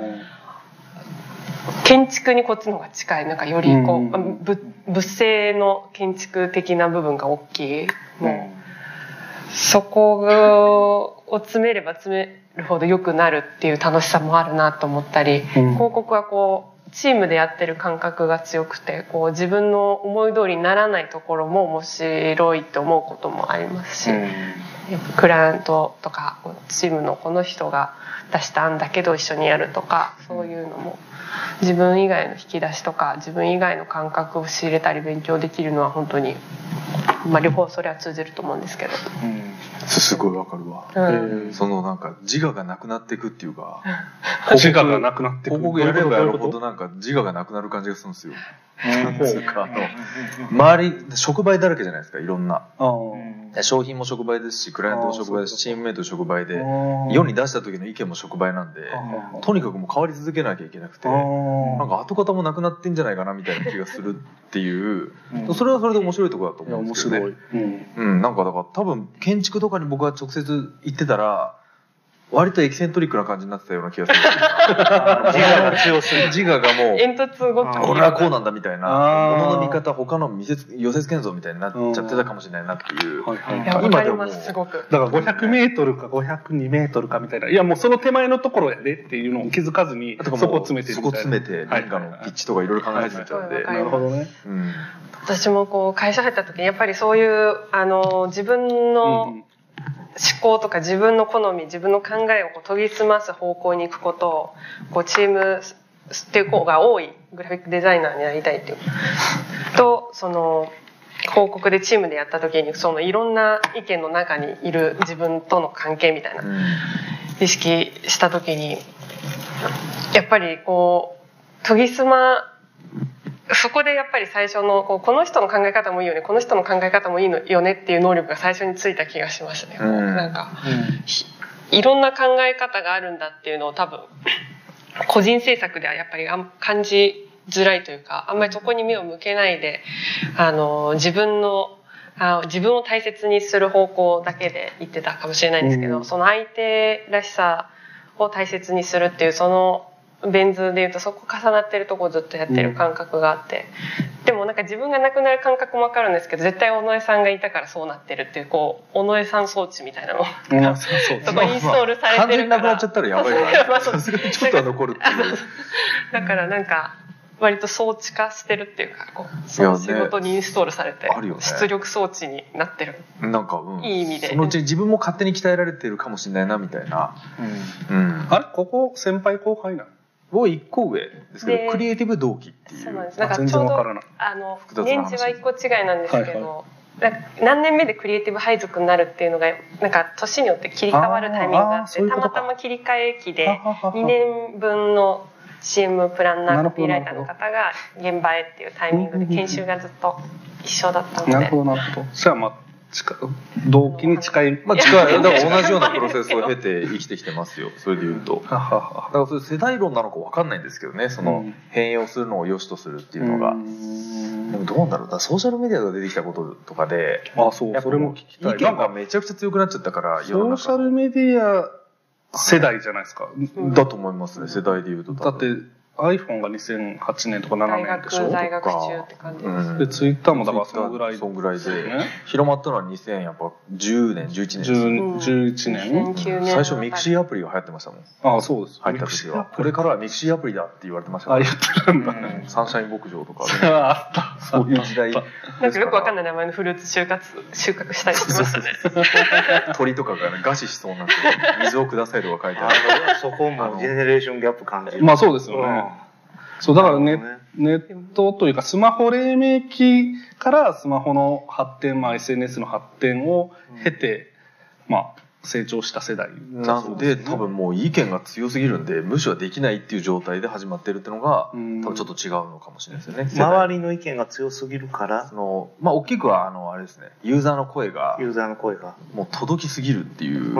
建築にこっちの方が近い、なんかよりこう、うん、物性の建築的な部分が大きい。もうそこを詰めれば詰めるほど良くなるっていう楽しさもあるなと思ったり、うん、広告はこうチームでやってる感覚が強くて、こう自分の思い通りにならないところも面白いって思うこともありますし、うん、やっぱクライアントとかチームのこの人が出した案だけど一緒にやるとか、そういうのも自分以外の引き出しとか自分以外の感覚を仕入れたり勉強できるのは本当に、まあ、両方それは通じると思うんですけど、 うん、すごいわかるわ、うん、そのなんか自我がなくなっていくっていうか自我がなくなっていく、 広告やればやるほどなんか自我がなくなる感じがするんですよ。なんつうかあの周り触媒だらけじゃないですか、いろんな商品も触媒ですしクライアントも触媒ですしチームメイト触媒で世に出した時の意見も触媒なんで、とにかくもう変わり続けなきゃいけなくて、なんか跡形もなくなってんじゃないかなみたいな気がするっていう、それはそれで面白いところだと思うんですけどね。うん、なんかだから多分建築とかに僕が直接行ってたら割とエキセントリックな感じになってたような気がする。自我が強すぎる。自我がもう、 煙突ごとこれはこうなんだみたいな、ものの見方、他の未説、予説建造みたいになっちゃってたかもしれないなっていう。 今でももう、だからごひゃくメートルかごひゃくにメートルかみたいな、いやもうその手前のところやでっていうのを気づかずに、そこを詰めてるみたいな。 そこ詰めて、何かのピッチとかいろいろ考え始めちゃうんで。 なるほどね。 私もこう会社入った時にやっぱりそういう、あの、自分の、思考とか自分の好み自分の考えをこう研ぎ澄ます方向に行くことをこうチームっていう子が多いグラフィックデザイナーになりたいっていうと、その広告でチームでやった時にそのいろんな意見の中にいる自分との関係みたいな意識した時にやっぱりこう研ぎ澄まそこでやっぱり最初のこうこの人の考え方もいいよねこの人の考え方もいいのよねっていう能力が最初についた気がしましたね。うん、なんか、うん、いろんな考え方があるんだっていうのを多分個人制作ではやっぱり感じづらいというかあんまりそこに目を向けないであの自分のあ自分を大切にする方向だけで言ってたかもしれないんですけど、うん、その相手らしさを大切にするっていうそのベン図でいうとそこ重なってるとこをずっとやってる感覚があって、うん、でもなんか自分がなくなる感覚もわかるんですけど絶対尾上さんがいたからそうなってるっていうこう尾上さん装置みたいなのがそこインストールされてるから、まあまあ、完全になくなっちゃったらやばいからさすがにちょっとは残るっていうだからなんか割と装置化してるっていうかこうその仕事にインストールされて出力装置になってる、 なんか、うん、 いい意味でそのうち自分も勝手に鍛えられてるかもしれないなみたいな、 うんうん、あれここ先輩後輩なのをいっこ上ですけどクリエイティブ同期っていう。 そうなんです。なんかちょうどあの年次はいっこ違いなんですけど、はいはい、何年目でクリエイティブ配属になるっていうのがなんか年によって切り替わるタイミングがあってたまたま切り替え期でにねんぶんの シーエム プランナーコピーライターの方が現場へっていうタイミングで研修がずっと一緒だったので。 なるほどなるほど。じゃあまあ同期に近い、 まあ近い、だから同じようなプロセスを経て生きてきてますよ。それで言うと、だからそれ世代論なのか分かんないんですけどね。その変容するのを良しとするっていうのが、でもどうなんだろう。だソーシャルメディアが出てきたこととかで、 あ、そう、それも聞きたい。 意見がめちゃくちゃ強くなっちゃったから、 ソーシャルメディア世代じゃないですか。 だと思いますね。世代で言うと。 だって iPhone がにせんはちねんとかななねんでしょ。 大学中って感じです、うん、 で Twitter もだからそのぐらいそのぐらいで、ね、広まったのはにせんやっぱじゅうねんじゅういちねんです、 うん、じゅういちねん、 うん、最初ミクシーアプリが流行ってましたもん。 ああそうです。 入った時はこれからはミクシーアプリだって言われてましたね。あ言ってたんだ、 うん、サンシャイン牧場とか、 ね、あったそういう時代なんかよくわかんない名前のフルーツ収穫収穫したりしてましたね。 鳥とかが、ね、餓死しそうになって水をくださいとか書いてある。 そこもジェネレーションギャップ感じる。 まあそうですよね、うん、そうだからネッネットというかスマホ黎明期からスマホの発展、まあ、エスエヌエス の発展を経て、まあ成長した世代なので、多分もう意見が強すぎるんで無視はできないっていう状態で始まってるっていうのが多分ちょっと違うのかもしれないですよね。 周りの意見が強すぎるからそのまあ大きくはあのあれですね、ユーザーの声がユーザーの声がもう届きすぎるっていう、 うん、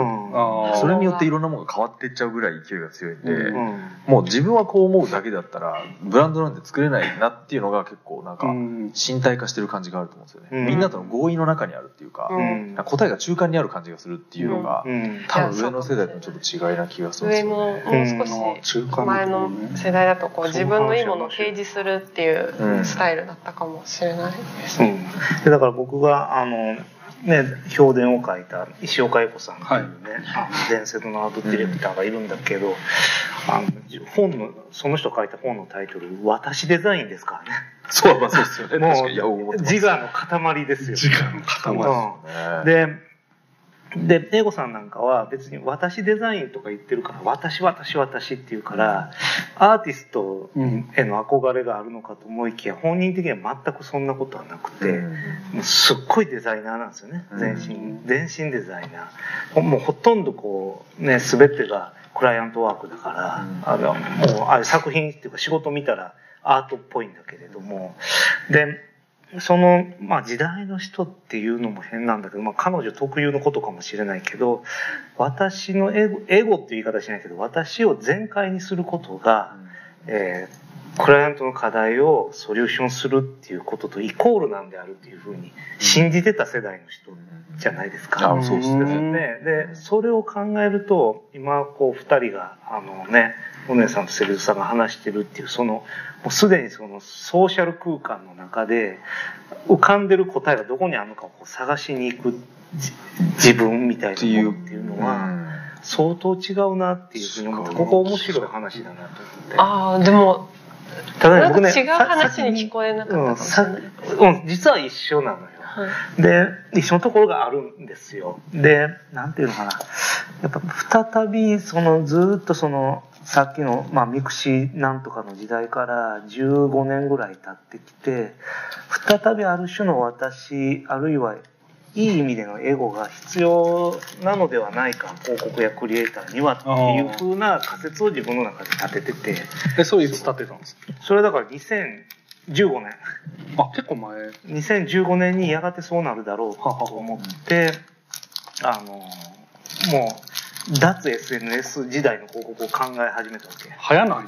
それによっていろんなものが変わっていっちゃうぐらい勢いが強いんで、 うん、 もう自分はこう思うだけだったらブランドなんて作れないなっていうのが結構なんか身体化してる感じがあると思うんですよね、うん、みんなとの合意の中にあるっていうか、うん、答えが中間にある感じがするっていうのが、うん、多分上の世代とちょっと違いな気がするんですよね。 上ももう少し前の世代だとこう自分のいいものを掲示するっていうスタイルだったかもしれないですね。 うん、でだから僕があのね、評伝を書いた石岡恵子さんというね、はい、伝説のアートディレクターがいるんだけど、うん、あの本のその人書いた本のタイトル「私デザイン」ですからね。 そう、まあそうですよね。 もう自我の塊ですよ。 自我の塊、 うん、でで、英語さんなんかは別に私デザインとか言ってるから、私私私って言うから、アーティストへの憧れがあるのかと思いきや、本人的には全くそんなことはなくて、もうすっごいデザイナーなんですよね。全身、全身デザイナー。もうほとんどこう、ね、全てがクライアントワークだから、あの、もうあれ作品っていうか仕事見たらアートっぽいんだけれども、で、その、まあ時代の人っていうのも変なんだけど、まあ彼女特有のことかもしれないけど、私のエゴ、エゴっていう言い方しないけど、私を全開にすることが、うん、えー、クライアントの課題をソリューションするっていうこととイコールなんであるっていうふうに信じてた世代の人じゃないですか。 あ、そうですね。 で、それを考えると、今こう二人が、あのね、お姉さんとセリフさんが話してるっていう、その、もうすでにそのソーシャル空間の中で浮かんでる答えがどこにあるのかを探しに行く自分みたいなものっていうのは相当違うなっていうふうに思って、ここ面白い話だなと思って。 ああ、でも、ただね、僕ね、違う話に聞こえなかったかもしれない。 うん、実は一緒なのよ。はい、で、一緒のところがあるんですよ。で、なんていうのかな。やっぱ再びそのずっとそのさっきの、まあ、ミクシーなんとかの時代からじゅうごねんぐらい経ってきて、再びある種の私、あるいはいい意味でのエゴが必要なのではないか、広告やクリエイターにはっていう風な仮説を自分の中で立ててて。 え、それいつ立てたんですか？ それだからにせんじゅうごねん。 あ、結構前。 にせんじゅうごねんにやがてそうなるだろうと思って、あの、もう、脱 エスエヌエス 時代の広告を考え始めたわけ。 早ない？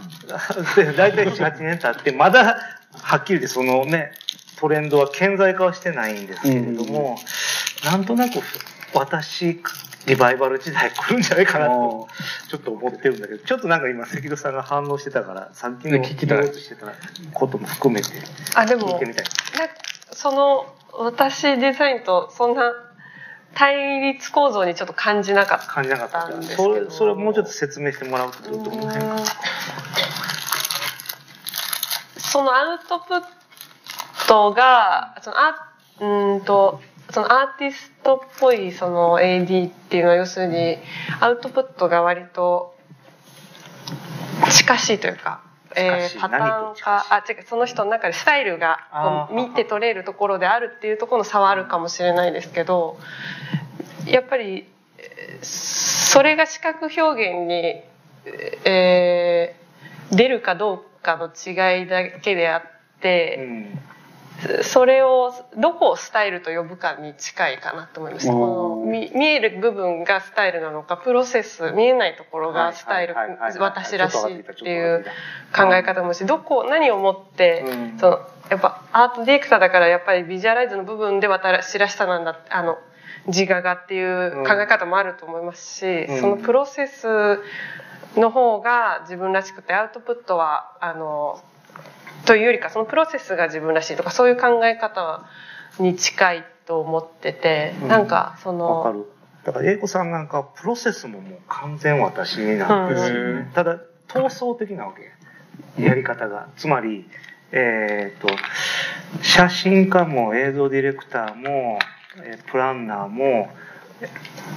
で、大体ななはちねん経って、まだはっきりでそのね、トレンドは顕在化はしてないんですけれども、うん、なんとなく私、リバイバル時代来るんじゃないかなと、ちょっと思ってるんだけど、ちょっとなんか今、関戸さんが反応してたから、さっきの聞きたいしてたことも含めて、 あ、でも、 聞いてみたい。 その、私デザインとそんな、対立構造にちょっと感じなかった感じなかったんですけど、それそれをもうちょっと説明してもらうとどう思いませんか？ そのアウトプットがそのあうんとそのアーティストっぽいその エーディー っていうのは要するにアウトプットが割と近しいというか。えー、パターン化、あ、違う、その人の中でスタイルがこう見て取れるところであるっていうところの差はあるかもしれないですけど、やっぱりそれが視覚表現に、えー、出るかどうかの違いだけであって、うん、それをどこをスタイルと呼ぶかに近いかなと思います。この 見, 見える部分がスタイルなのか、プロセス見えないところがスタイル、私らしいっていう考え方もし、どこ何をもって、うん、そのやっぱアートディレクターだからやっぱりビジュアライズの部分で私らしさなんだ、あの自我がっていう考え方もあると思いますし、うん、そのプロセスの方が自分らしくて、アウトプットはあのというよりかそのプロセスが自分らしいとか、そういう考え方に近いと思ってて、うん、なんかそのわかる。だから英子さんなんかプロセスももう完全私なんですよね、うん、ただ闘争的なわけ、やり方が、つまりえーと写真家も映像ディレクターもプランナーも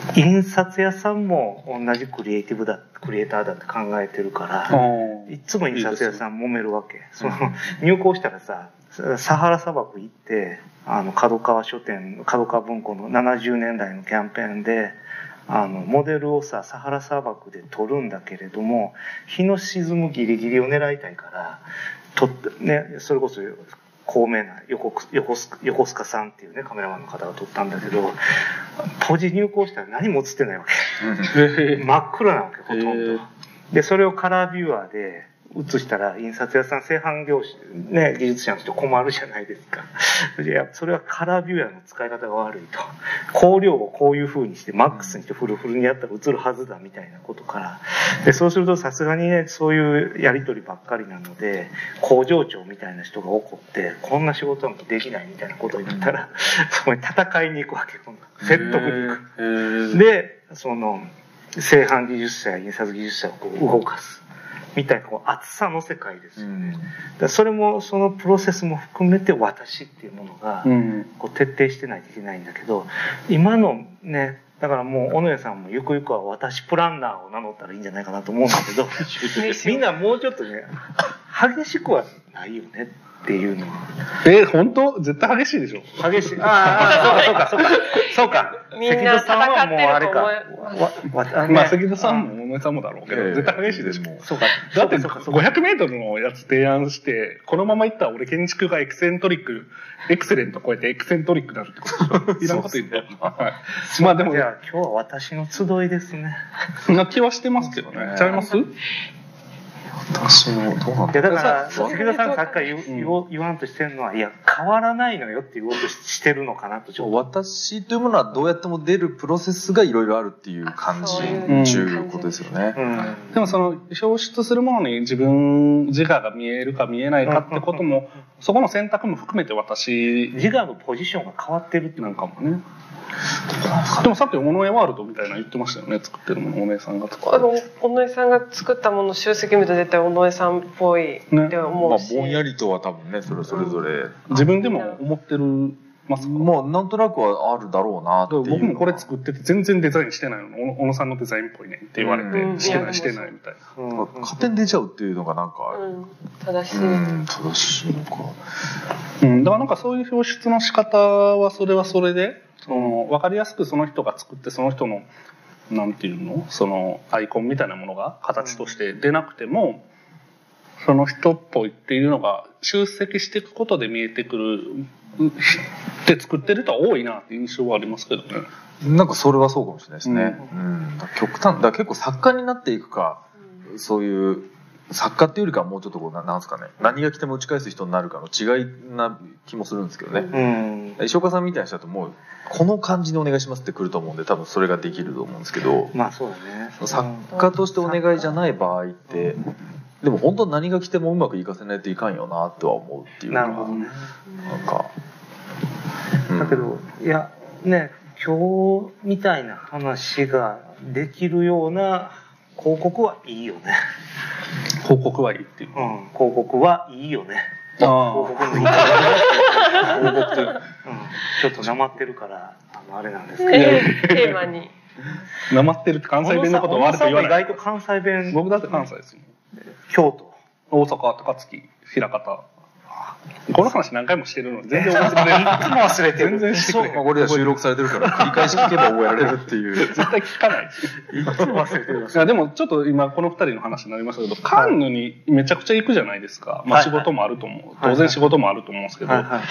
印刷屋さんも同じクリエイティブだクリエイターだって考えてるからいつも印刷屋さん揉めるわけ。その入稿したらさサハラ砂漠行ってあの角川書店角川文庫のななじゅうねんだいのキャンペーンであのモデルをさサハラ砂漠で撮るんだけれども日の沈むギリギリを狙いたいから撮って、ね、それこそ高名な横横須横須賀さんっていうねカメラマンの方が撮ったんだけどポジ入稿したら何も写ってないわけ真っ暗なわけほとんどでそれをカラービューアーで写したら印刷屋さん製版業種、ね、技術者の人困るじゃないですか。いやそれはカラービューアーの使い方が悪いと光量をこういう風にしてマックスにしてフルフルにやったら映るはずだみたいなことからでそうするとさすがにねそういうやり取りばっかりなので工場長みたいな人が怒ってこんな仕事はもうできないみたいなことになったらそこに戦いに行くわけ今度説得に行くでその製版技術者や印刷技術者をこう動かすみたいなこう厚さの世界ですよね。だそれもそのプロセスも含めて私っていうものがこう徹底してないといけないんだけど今のねだからもう尾上さんもゆくゆくは私プランナーを名乗ったらいいんじゃないかなと思うんだけどみんなもうちょっとね激しくはないよねっていうのはえ本当絶対激しいでしょ激しいああそうかそうかそうかみんな戦ってると思うまあ関戸さんも尾上さんもだろうけど絶対激しいでしょそうかだってごひゃくメートルのやつ提案してこのままいったら俺建築がエクセントリックエクセレント超えてエクセントリックになるってことでしょいらんこと言ってまあでもじゃあ今日は私の集いですねな気はしてますけどねちゃいます私もどうなんだだから関田さんがさっきから言う、言わんとしてるのはいや変わらないのよって言おうとしてるのかなとちょっと私というものはどうやっても出るプロセスがいろいろあるっていう感じということですよね、 うんうん、でもその表出するものに自分自我が見えるか見えないかってこともそこの選択も含めて私自我のポジションが変わってるってなんかもねでもさっき尾上ワールドみたいな言ってましたよね作ってるもの尾上さんが作ってる尾上さんが作ったもの集積見ると絶対尾上さんっぽいって思うし、 ねまあ、ぼんやりとは多分ねそれそれぞれ、 うん、自分でも思ってるますかまあなんとなくはあるだろうなっていう僕もこれ作ってて全然デザインしてないの小野さんのデザインっぽいねって言われて、うん、してないしてないみたいな、 うん、勝手に出ちゃうっていうのがなんか、 うん、正しい、 うん、正しいのか、 うん、だからなんかそういう表出の仕方はそれはそれでその分かりやすくその人が作ってその人のなんていうのそのアイコンみたいなものが形として出なくても、うん、その人っぽいっていうのが集積していくことで見えてくるって作ってる人は多いなって印象はありますけどね。 なんかそれはそうかもしれないですね、うんうん、だ極端だ結構作家になっていくか、うん、そういう作家っていうよりかはもうちょっとこう な, なんですかね何が来ても打ち返す人になるかの違いな気もするんですけどね、うん、石岡さんみたいな人だともうこの感じにお願いしますってくると思うんで多分それができると思うんですけど、 まあそうだね、 作家としてお願いじゃない場合ってでも本当に何が来てもうまくいかせないといかんよなとは思うっていうのがなるほどねなんか、 うん、だけどいやね今日みたいな話ができるような広告はいいよね広告はいいっていう、 うん、広告はいいよねあ広告のいい広告って、うん、ちょっとなまってるからあのあれなんですけど、 えー、テーマになまってるって関西弁のことを悪く言わない意外と関西弁僕だって関西ですよ、 京都大阪高槻枚方この話何回もしてるので全然覚えてくれない。いつも忘れてる。全然してくれない。 これは収録されてるから繰り返し聞けば覚えられるっていう。 絶対聞かないし。いつも忘れてる。いやでもちょっと今この二人の話になりましたけど、カンヌにめちゃくちゃ行くじゃないですか。まあ仕事もあると思う。当然仕事もあると思うんですけど。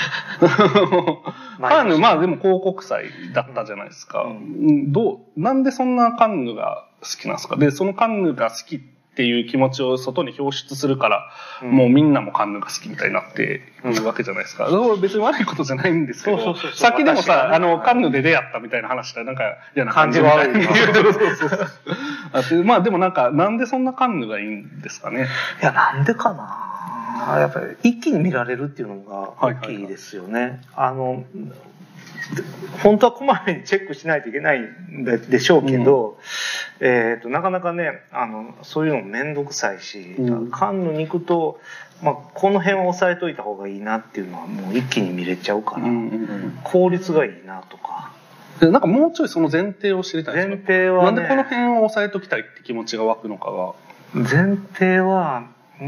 カンヌまあでも広告祭だったじゃないですか。どうなんでそんなカンヌが好きなんですか。でそのカンヌが好きっていう気持ちを外に表出するから、うん、もうみんなもカンヌが好きみたいになっているわけじゃないですか。うん、別に悪いことじゃないんですけど、さっきでもさ、ね、あの、カンヌで出会ったみたいな話したらなんか嫌な感じが悪い。まあでもなんか、なんでそんなカンヌがいいんですかね。 いや、なんでかな。やっぱり一気に見られるっていうのが大きいですよね。はいはいはい、あの、本当はこまめにチェックしないといけないんでしょうけど、うん、えーと、なかなかねあのそういうのも面倒くさいし、うん、カンヌに行くと、まあ、この辺は押さえといた方がいいなっていうのはもう一気に見れちゃうから、うんうんうん、効率がいいなとか、 なんかもうちょいその前提を知りたいです。前提は、 ね、なんでこの辺を押さえときたいって気持ちが湧くのかが。 前提は、うー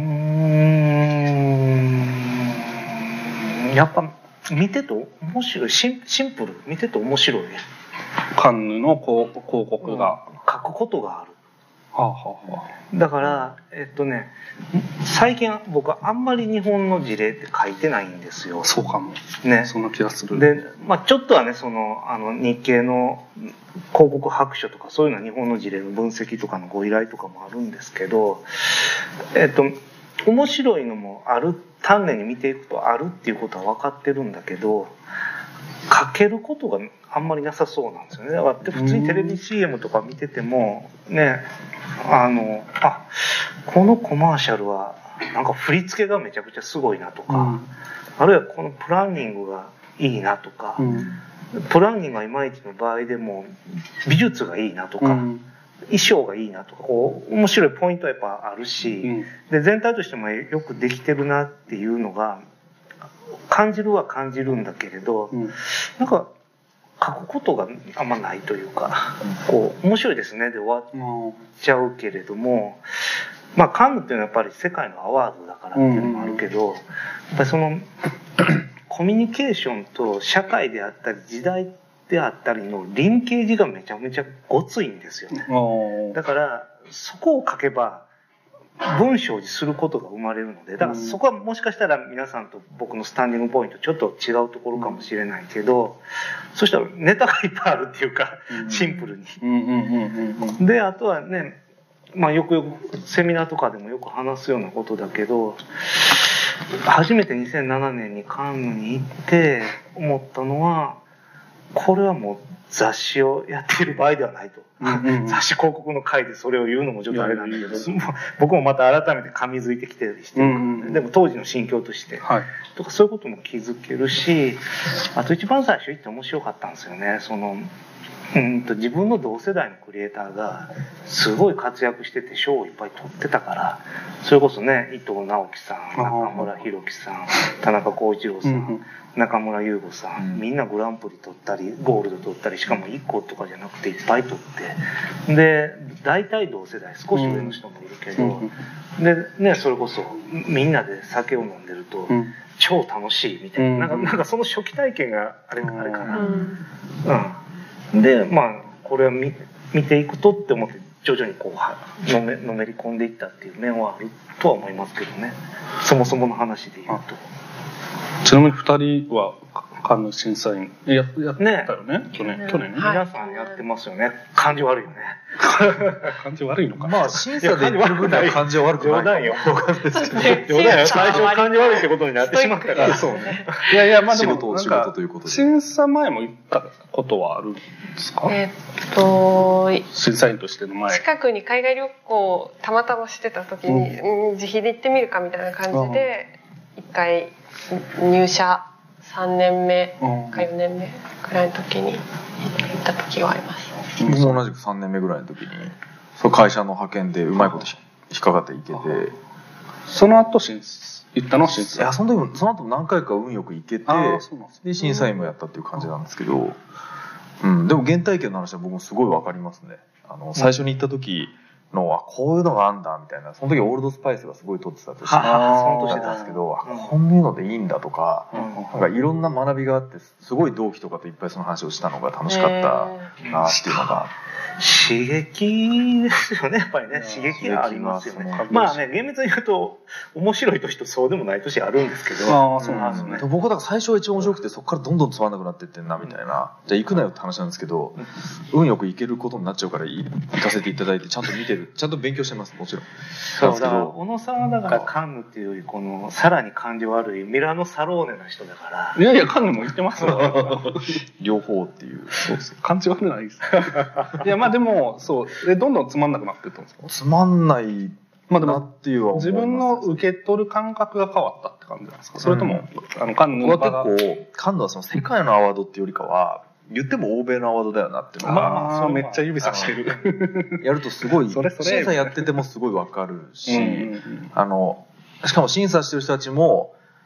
ん、やっぱ見てと面白い、シン、シンプル、見てと面白い。 カンヌの広告が、 うん、書くことがある。 はあはあはあ、だから、えっとね、最近僕はあんまり日本の事例って書いてないんですよ。 そうかも。 ね。 そんな気がする。 で、まあちょっとはね、その、あの、日経の広告白書とかそういうのは日本の事例の分析とかのご依頼とかもあるんですけど、えっと、面白いのもある、丹念に見ていくとあるっていうことは分かってるんだけど、書けることがあんまりなさそうなんですよね。だから普通にテレビ シーエム とか見ててもね、あのあこのコマーシャルはなんか振り付けがめちゃくちゃすごいなとか、うん、あるいはこのプランニングがいいなとか、うん、プランニングがいまいちの場合でも美術がいいなとか、うん、衣装がいいなとか、こう面白いポイントはやっぱあるし、うん、で全体としてもよくできてるなっていうのが感じるは感じるんだけれど、うん、なんか書くことがあんまないというか、こう面白いですねで終わっちゃうけれども、まあカンヌっていうのはやっぱり世界のアワードだからっていうのもあるけど、やっぱりそのコミュニケーションと社会であったり時代であったりのリンケージがめちゃめちゃごついんですよね。だからそこを書けば文章にすることが生まれるので、だからそこはもしかしたら皆さんと僕のスタンディングポイントちょっと違うところかもしれないけど、そしたらネタがいっぱいあるっていうか、シンプルに。で、あとはね、まあよくよくセミナーとかでもよく話すようなことだけど、初めてにせんななねんにカンヌに行って思ったのは、これはもう雑誌をやっている場合ではないと。雑誌広告の回でそれを言うのもちょっとあれなんだけど、僕もまた改めて噛みづいてきてしてる、うんうん、でも当時の心境として、はい、とかそういうことも気づけるし、あと一番最初行って面白かったんですよね。そのうんと自分の同世代のクリエイターがすごい活躍してて賞をいっぱい取ってたから、それこそね、伊藤直樹さん、中村弘樹さん、田中浩一郎さん、うんうん、中村優吾さん、みんなグランプリ取ったりゴールド取ったり、しかもいっことかじゃなくていっぱい取って、で大体同世代、少し上の人もいるけど、でね、それこそみんなで酒を飲んでると超楽しいみたいな、なんかなんかその初期体験があれあれかな、うん、でまあこれを 見, 見ていくとって思って徐々にこうのめのめり込んでいったっていう面はあるとは思いますけどね、そもそもの話で言うと。 ちなみにふたりはカンヌ審査員や, やったよね、去年、去年ね、 皆さんやってますよね。感じ悪いよね。 感じ悪いのか。 まあ審査で言る分には感じは悪くない。 冗談よ。冗談よ。最初感じ悪いってことになってしまったから。 そうね。いやいや、まあでも仕事仕事ということで。 審査前も行ったことはあるんですか？ えっと審査員としての前。 近くに海外旅行をたまたましてた時に、うん、自費で行ってみるかみたいな感じで一回入社さんねんめかよねんめくらいの時に行った時があります。 僕も同じくさんねんめぐらいの時にその会社の派遣でうまいこと引っかかっていけて、 その後審行ったの審査。 いやその時もその後も何回か運よく行けて、で審査員もやったっていう感じなんですけど、うん、でも原体験の話は僕もすごい分かりますね。あの最初に行った時のあこういうのがあんだみたいな、その時オールドスパイスがすごい取ってたとして、その年なんですけど、うん、こういうのでいいんだとか、うん、なんかいろんな学びがあってすごい同期とかといっぱいその話をしたのが楽しかったなっていうのが。 刺激ですよね、やっぱりね。刺激がありますよね。まあね、厳密に言うと面白い年とそうでもない年あるんですけど。 ああ、そうなんですね。うん、僕だから最初は一番面白くてそこからどんどんつまんなくなってってんなみたいな。うん、じゃあ行くなよって話なんですけど、うん、運よく行けることになっちゃうから行かせていただいてちゃんと見てる、ちゃんと勉強してます、もちろん。 そうだから小野さんはだからカンヌっていうよりこのさらに感じ悪いミラノサローネの人だから。 いやいやカンヌも行ってますよ。 両方っていう。 そうです。感じ悪くないです。いやまあでもそうでどんどんつまんなくなっていったんですか？ つまんないまあでもっていうは自分の受け取る感覚が変わったって感じなんですか？それとも、うん、あのカンヌの場が結構カンヌはその世界のアワードっていうよりかは言っても欧米のアワードだよなっていうのが、 まあそうめっちゃ指さしてるやるとすごいそれそれ審査やっててもすごいわかるし、うんうんうん、あのしかも審査してる人たちも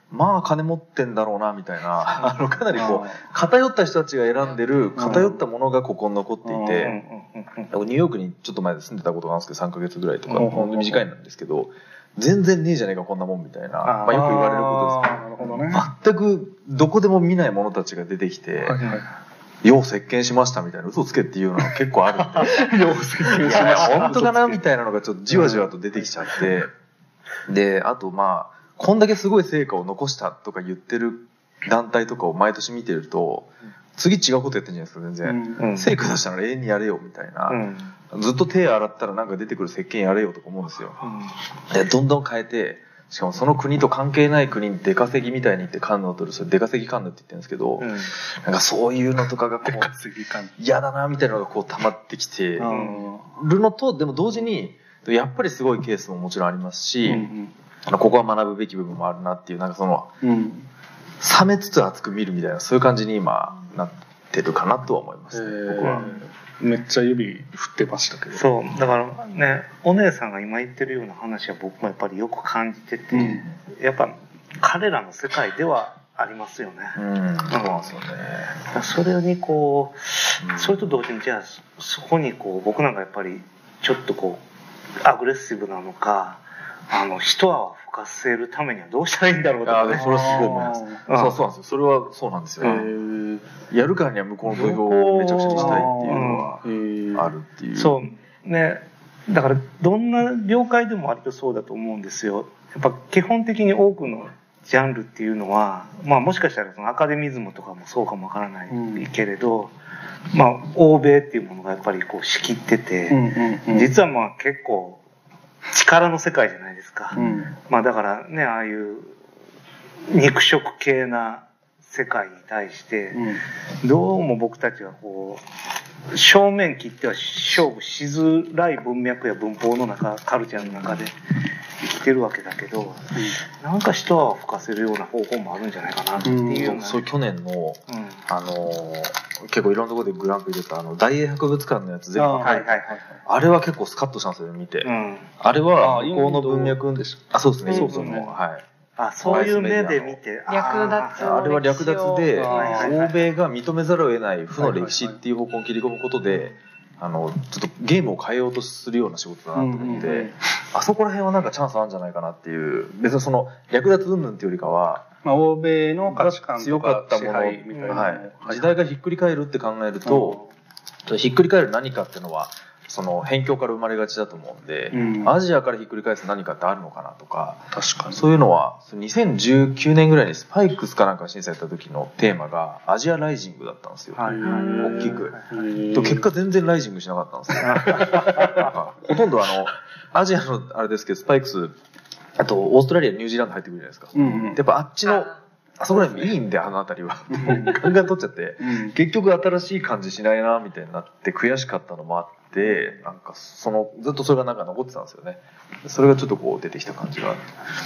まあ金持ってんだろうなみたいな、あのかなりこう偏った人たちが選んでる偏ったものがここに残っていて、ニューヨークにちょっと前で住んでたことがあるんですけどさんかげつぐらいとか本当に短いんですけど、全然ねえじゃねえかこんなもんみたいな、まあ、よく言われることですね。全くどこでも見ない者たちが出てきて、よう席巻しましたみたいな嘘つけっていうのが結構あるんでよう席巻しました本当かなみたいなのがちょっとじわじわと出てきちゃって、であとまあこんだけすごい成果を残したとか言ってる団体とかを毎年見てると、次違うことやってんじゃないですか全然、うん、成果出したら永遠にやれよみたいな、うん、ずっと手洗ったらなんか出てくる石鹸やれよとか思うんですよ、うん、でどんどん変えて、しかもその国と関係ない国に出稼ぎみたいに言ってカンヌを取る、それ出稼ぎカンヌって言ってるんですけど、うん、なんかそういうのとかがこう嫌だなみたいなのがこう溜まってきてるのと、でも同時にやっぱりすごいケースももちろんありますし、うんうん、あのここは学ぶべき部分もあるなっていう、なんかその、うん、冷めつつ熱く見るみたいな、そういう感じに今なってるかなとは思いますね、僕は。 めっちゃ指振ってましたけど。 そうだからね、お姉さんが今言ってるような話は僕もやっぱりよく感じてて、うん、やっぱ彼らの世界ではありますよね。うん、そうなんですよね。それにこう、うん、それと同時にじゃあそこにこう僕なんかやっぱりちょっとこうアグレッシブなのか、あの一泡吹かせるためにはどうしたらいいんだろうとか、ね、 それはすごい思います。そうそうなんですよ。それはそうなんですよ。やるからには向こうの土俵をめちゃくちゃにしたいっていうのはあるっていう。 そうね。だからどんな業界でも割とそうだと思うんですよ。やっぱ基本的に多くのジャンルっていうのは、まあもしかしたらそのアカデミズムとかもそうかもわからないけれど、うん、まあ欧米っていうものがやっぱりこう仕切ってて、うんうんうん、実はまあ結構力の世界じゃないですか、うん、まあだからね、ああいう肉食系な世界に対して、うん、どうも僕たちはこう正面切っては勝負しづらい文脈や文法の中、カルチャーの中で生きてるわけだけど、うん、なんか一泡吹かせるような方法もあるんじゃないかなっていうような、うん、 そう去年の、うん、あの結構いろんなところでグランプリ出たあの大英博物館のやつ全部、はいはいはい、あれは結構スカッとしたんですよね見て、うん、あれは向こうの文脈です。あ、そうですね、そうですね、はい。 あ、そういう目で見て、 略奪あれは略奪で欧米が認めざるを得ない負の歴史っていう方向に切り込むことで、あのちょっとゲームを変えようとするような仕事だなと思って、うんうんうん、あそこら辺はなんかチャンスあるんじゃないかなっていう、別にその略奪云々っていうよりかは、 まあ、欧米の価値観とか支配みたいな、 はい、時代がひっくり返るって考えると、うん、ひっくり返る何かっていうのはその辺境から生まれがちだと思うんで、うん、アジアからひっくり返す何かってあるのかなとか、 確かにそういうのはにせんじゅうきゅうねんぐらいにスパイクスかなんか審査やった時のテーマがアジアライジングだったんですよ、はい、大きく。と結果全然ライジングしなかったんですよなんかほとんどあのアジアのあれですけどスパイクス、あとオーストラリアニュージーランド入ってくるじゃないですか、うんうん、やっぱあっちのあそこら辺いいんで、あの辺りはガンガン取っちゃって、うん、結局新しい感じしないなみたいになって悔しかったのもあって、なんかそのずっとそれがなんか残ってたんですよね。それがちょっとこう出てきた感じが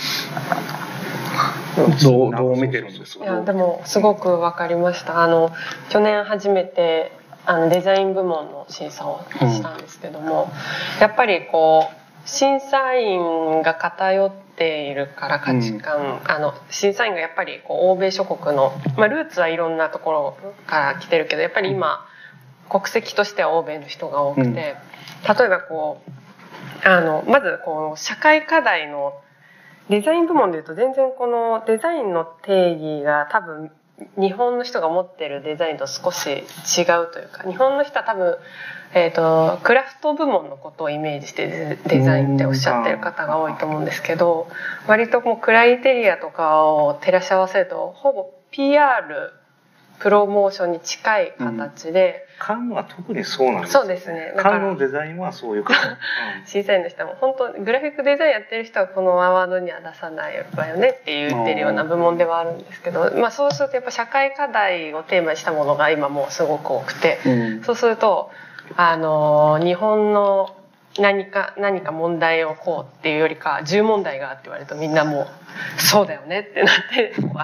どう、どう見てるんですか？ いやでもすごく分かりました。あの去年初めてあのデザイン部門の審査をしたんですけども、うん、やっぱりこう審査員が偏っているから価値観、うん、あの審査員がやっぱりこう欧米諸国の、まあ、ルーツはいろんなところから来てるけどやっぱり今国籍としては欧米の人が多くて、うん、例えばこうあのまずこう社会課題のデザイン部門でいうと全然このデザインの定義が多分日本の人が持ってるデザインと少し違うというか、日本の人は多分えーと、クラフト部門のことをイメージしてデザインっておっしゃってる方が多いと思うんですけど、割ともうクライテリアとかを照らし合わせるとほぼ ピーアール プロモーションに近い形で、 うん、カンヌは特にそうなんですよね。 そうですね。 カンヌのデザインはそういう感じ、うん、 審査員の人も本当グラフィックデザインやってる人はこのアワードには出さないわよねって言ってるような部門ではあるんですけど、まあ、そうするとやっぱ社会課題をテーマにしたものが今もうすごく多くて、うん、そうするとあの日本の何か何か問題をこうっていうよりかじゅう問題があって言われるとみんなもうそうだよねってなってこう上がっていく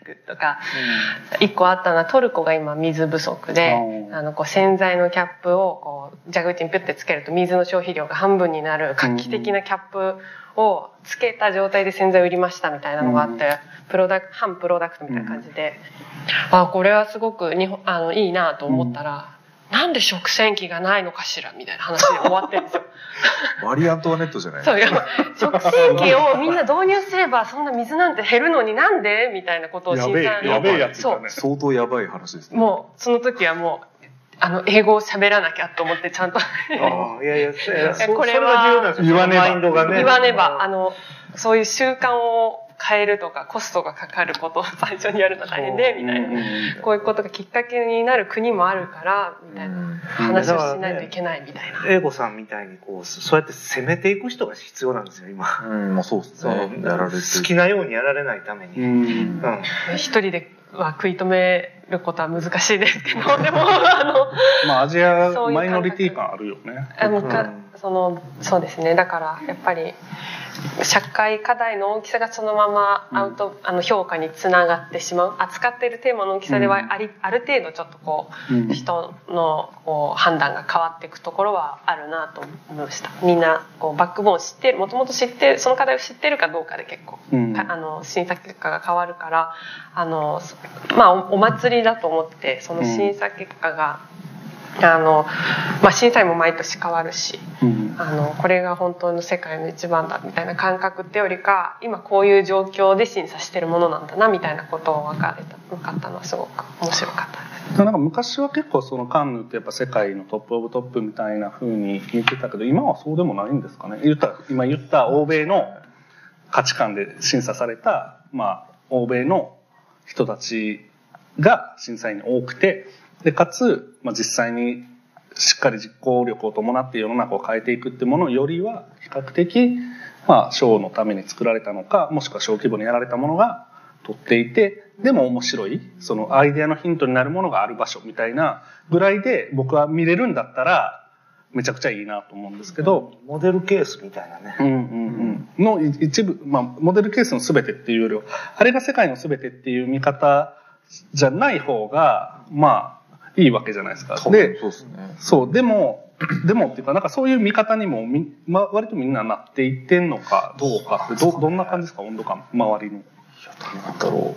くとか、うん、一個あったのはトルコが今水不足で、あのこう洗剤のキャップをこう蛇口にピュッてつけると水の消費量が半分になる画期的なキャップをつけた状態で洗剤を売りましたみたいなのがあって、プロダク反プロダクトみたいな感じで、うん、あこれはすごく日本あのいいなと思ったら、うん、なんで食洗機がないのかしらみたいな話で終わってるんですよ。 マリー・アントワネットじゃない。 そういや食洗機をみんな導入すればそんな水なんて減るのになんでみたいなことを審査やべえやつだね。 相当やばい話ですね。 もうその時はもうあの英語を喋らなきゃと思ってちゃんとあいやいやこれは言わねば言わねばあのそういう習慣を変えるとかコストがかかることを最初にやるの大変でみたいな、こういうことがきっかけになる国もあるからみたいな話をしないといけないみたいな。 英子さんみたいにこうそうやって攻めていく人が必要なんですよ今。 うん、まあそうですね。 やられて好きなようにやられないために。うん。 一人では食い止めることは難しいですけど、でもあのまあアジアマイノリティ感あるよね。 あのかそのそうですね。だからやっぱり。社会課題の大きさがそのままアウト、うん、あの評価につながってしまう、扱っているテーマの大きさではあり、うん、ある程度ちょっとこう、うん、人のこう判断が変わっていくところはあるなと思いました。みんなこうバックボーン知ってる、もともと知ってる、その課題を知ってるかどうかで結構、うん、あの審査結果が変わるから、あのまあ お, お祭りだと思ってその審査結果が、うん、あのまあ、審査員も毎年変わるし、うん、あのこれが本当の世界の一番だみたいな感覚ってよりか今こういう状況で審査してるものなんだなみたいなことを分かれた分かったのはすごく面白かったです。 なんか昔は結構そのカンヌってやっぱ世界のトップオブトップみたいな風に見てたけど今はそうでもないんですかね。言った今言った欧米の価値観で審査された、まあ、欧米の人たちが審査員に多くてでかつ、まあ、実際にしっかり実行力を伴って世の中を変えていくってものよりは比較的、まあ、ショーのために作られたのかもしくは小規模にやられたものが取っていてでも面白いそのアイデアのヒントになるものがある場所みたいなぐらいで僕は見れるんだったらめちゃくちゃいいなと思うんですけど、 モデルケースみたいなね、 うんうんうん、の一部、まあ、モデルケースの全てっていうよりはあれが世界の全てっていう見方じゃない方がまあいいわけじゃないですか。で、そうですね。そう、でも、でもっていうか、なんかそういう見方にもみ、ま、割とみんななっていってんのかどうかって、ど、どんな感じですか、温度感、周りの。いや、 どうなんだろ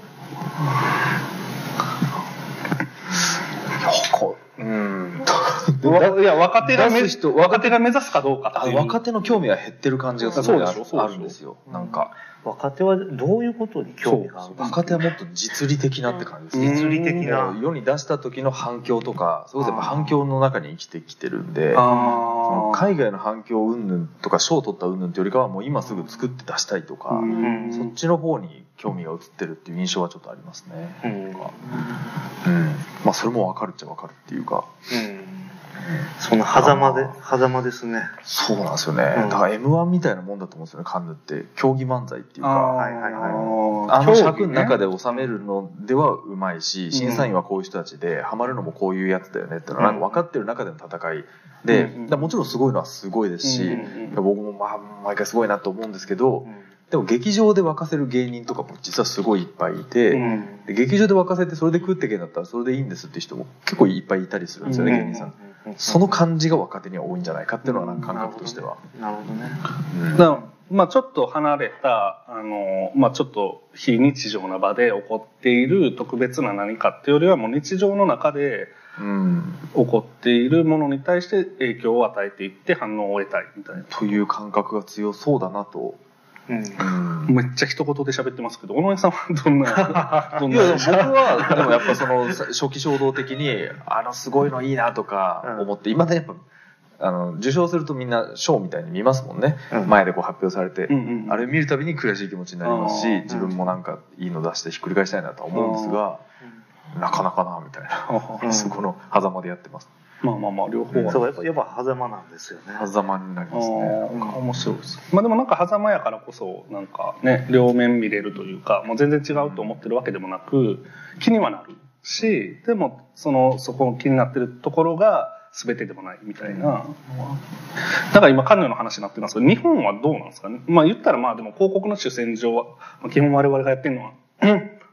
う。うん。 いや、若手が目指す人、若手が目指すかどうかっていう。 若手の興味は減ってる感じがすごいあるんですよ。なんか。 若手はどういうことに興味があるんですか？ 若手はもっと実利的なって感じです。 実利的な。 世に出した時の反響とか、そうですね、反響の中に生きてきてるんで、その海外の反響云々とか賞を取った云々ってよりかはもう今すぐ作って出したいとか、そっちの方に興味が移ってるっていう印象はちょっとありますね。うん。うん、まあそれも分かるっちゃ分かるっていうか。うんその狭間で、狭間ですね。 そうなんですよね。うん、だから エムワン みたいなもんだと思うんですよね、カンヌって。競技漫才っていうか。はいはいはい。あの尺の中で収めるのではうまいし、審査員はこういう人たちで、ハマるのもこういうやつだよねってのは、なんか分かってる中での戦いで、うん、もちろんすごいのはすごいですし、うん、僕もまあ毎回すごいなと思うんですけど、うんでも劇場で沸かせる芸人とかも実はすごいいっぱいいて、うん、で劇場で沸かせてそれで食ってけんだったらそれでいいんですっていう人も結構いっぱいいたりするんですよね、うん、芸人さん。その感じが若手には多いんじゃないかっていうのは感覚としては。 なるほどね。 うん、だからまあちょっと離れたあのまあちょっと非日常な場で起こっている特別な何かっていうよりはもう日常の中で起こっているものに対して影響を与えていって反応を得たいみたいな。 という感覚が強そうだなと。 うん、めっちゃ一言で喋ってますけど、小野さんはどんな、どんな。 いや、僕は、でもやっぱその、初期衝動的に、あの、すごいのいいなとか思って、今でやっぱ、あの、受賞するとみんな賞みたいに見ますもんね。うん、前でこう発表されて、うんうんうん。あれ見るたびに悔しい気持ちになりますし、自分もなんかいいの出してひっくり返したいなとは思うんですが、なかなかな、みたいな。そこの狭間でやってます。 まあまあまあ両方は、 そうやっぱやっぱ狭間なんですよね。 狭間になりますね。 面白いです。まあでもなんか狭間やからこそなんかね両面見れるというか、もう全然違うと思ってるわけでもなく気にはなるし、でもそのそこ気になってるところが全てでもないみたいな。だから今カンヌの話になってますけど、日本はどうなんですかね。まあ言ったらまあでも広告の主戦場は基本我々がやってるのは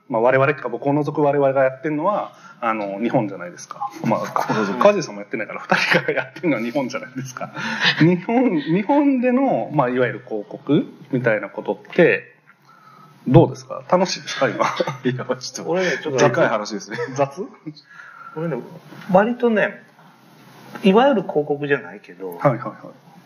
まあ我々か僕を除く我々がやってるのはあの日本じゃないですか。まあ川地さんもやってないからふたりがやってるのは日本じゃないですか。日本日本でのまあいわゆる広告みたいなことってどうですか？楽しいですか今？ いやちょっと俺ねちょっとでかい話ですね。 雑？ 俺ね割とねいわゆる広告じゃないけど、 はいはいはい、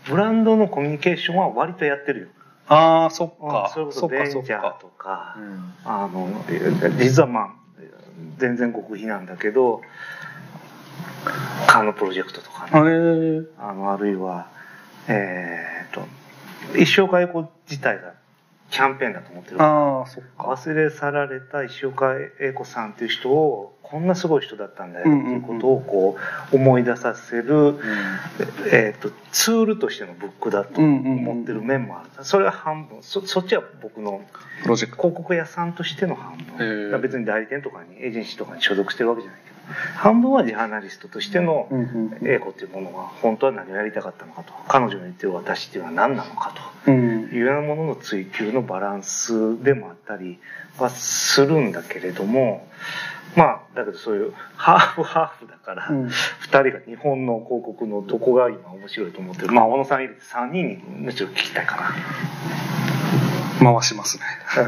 ブランドのコミュニケーションは割とやってるよ。 ああそっか。 そういうことベンチャーとか、 うん、 あの実はまあ全然極秘なんだけどカーのプロジェクトとかね、あのあるいはえー、っと石岡英子自体がキャンペーンだと思ってる。 ああそっか。 忘れ去られた石岡英子さんっていう人をこんなすごい人だったんだよっていうことをこう思い出させる、うん、えー、とツールとしてのブックだと思ってる面もある。それは半分 そ, そっちは僕のプロジェクト広告屋さんとしての半分。別に代理店とかにエージェンシーとかに所属してるわけじゃないけど、半分はジャーナリストとしての英子っていうものが本当は何をやりたかったのかと、彼女の言ってる私っていうのは何なのかというようなものの追求のバランスでもあったりはするんだけれども、まあだけどそういうハーフハーフだから、うん、ふたりが日本の広告のどこが今面白いと思ってる、まあ小野さん入れてさんにんにむしろ聞きたいかな。回しますね。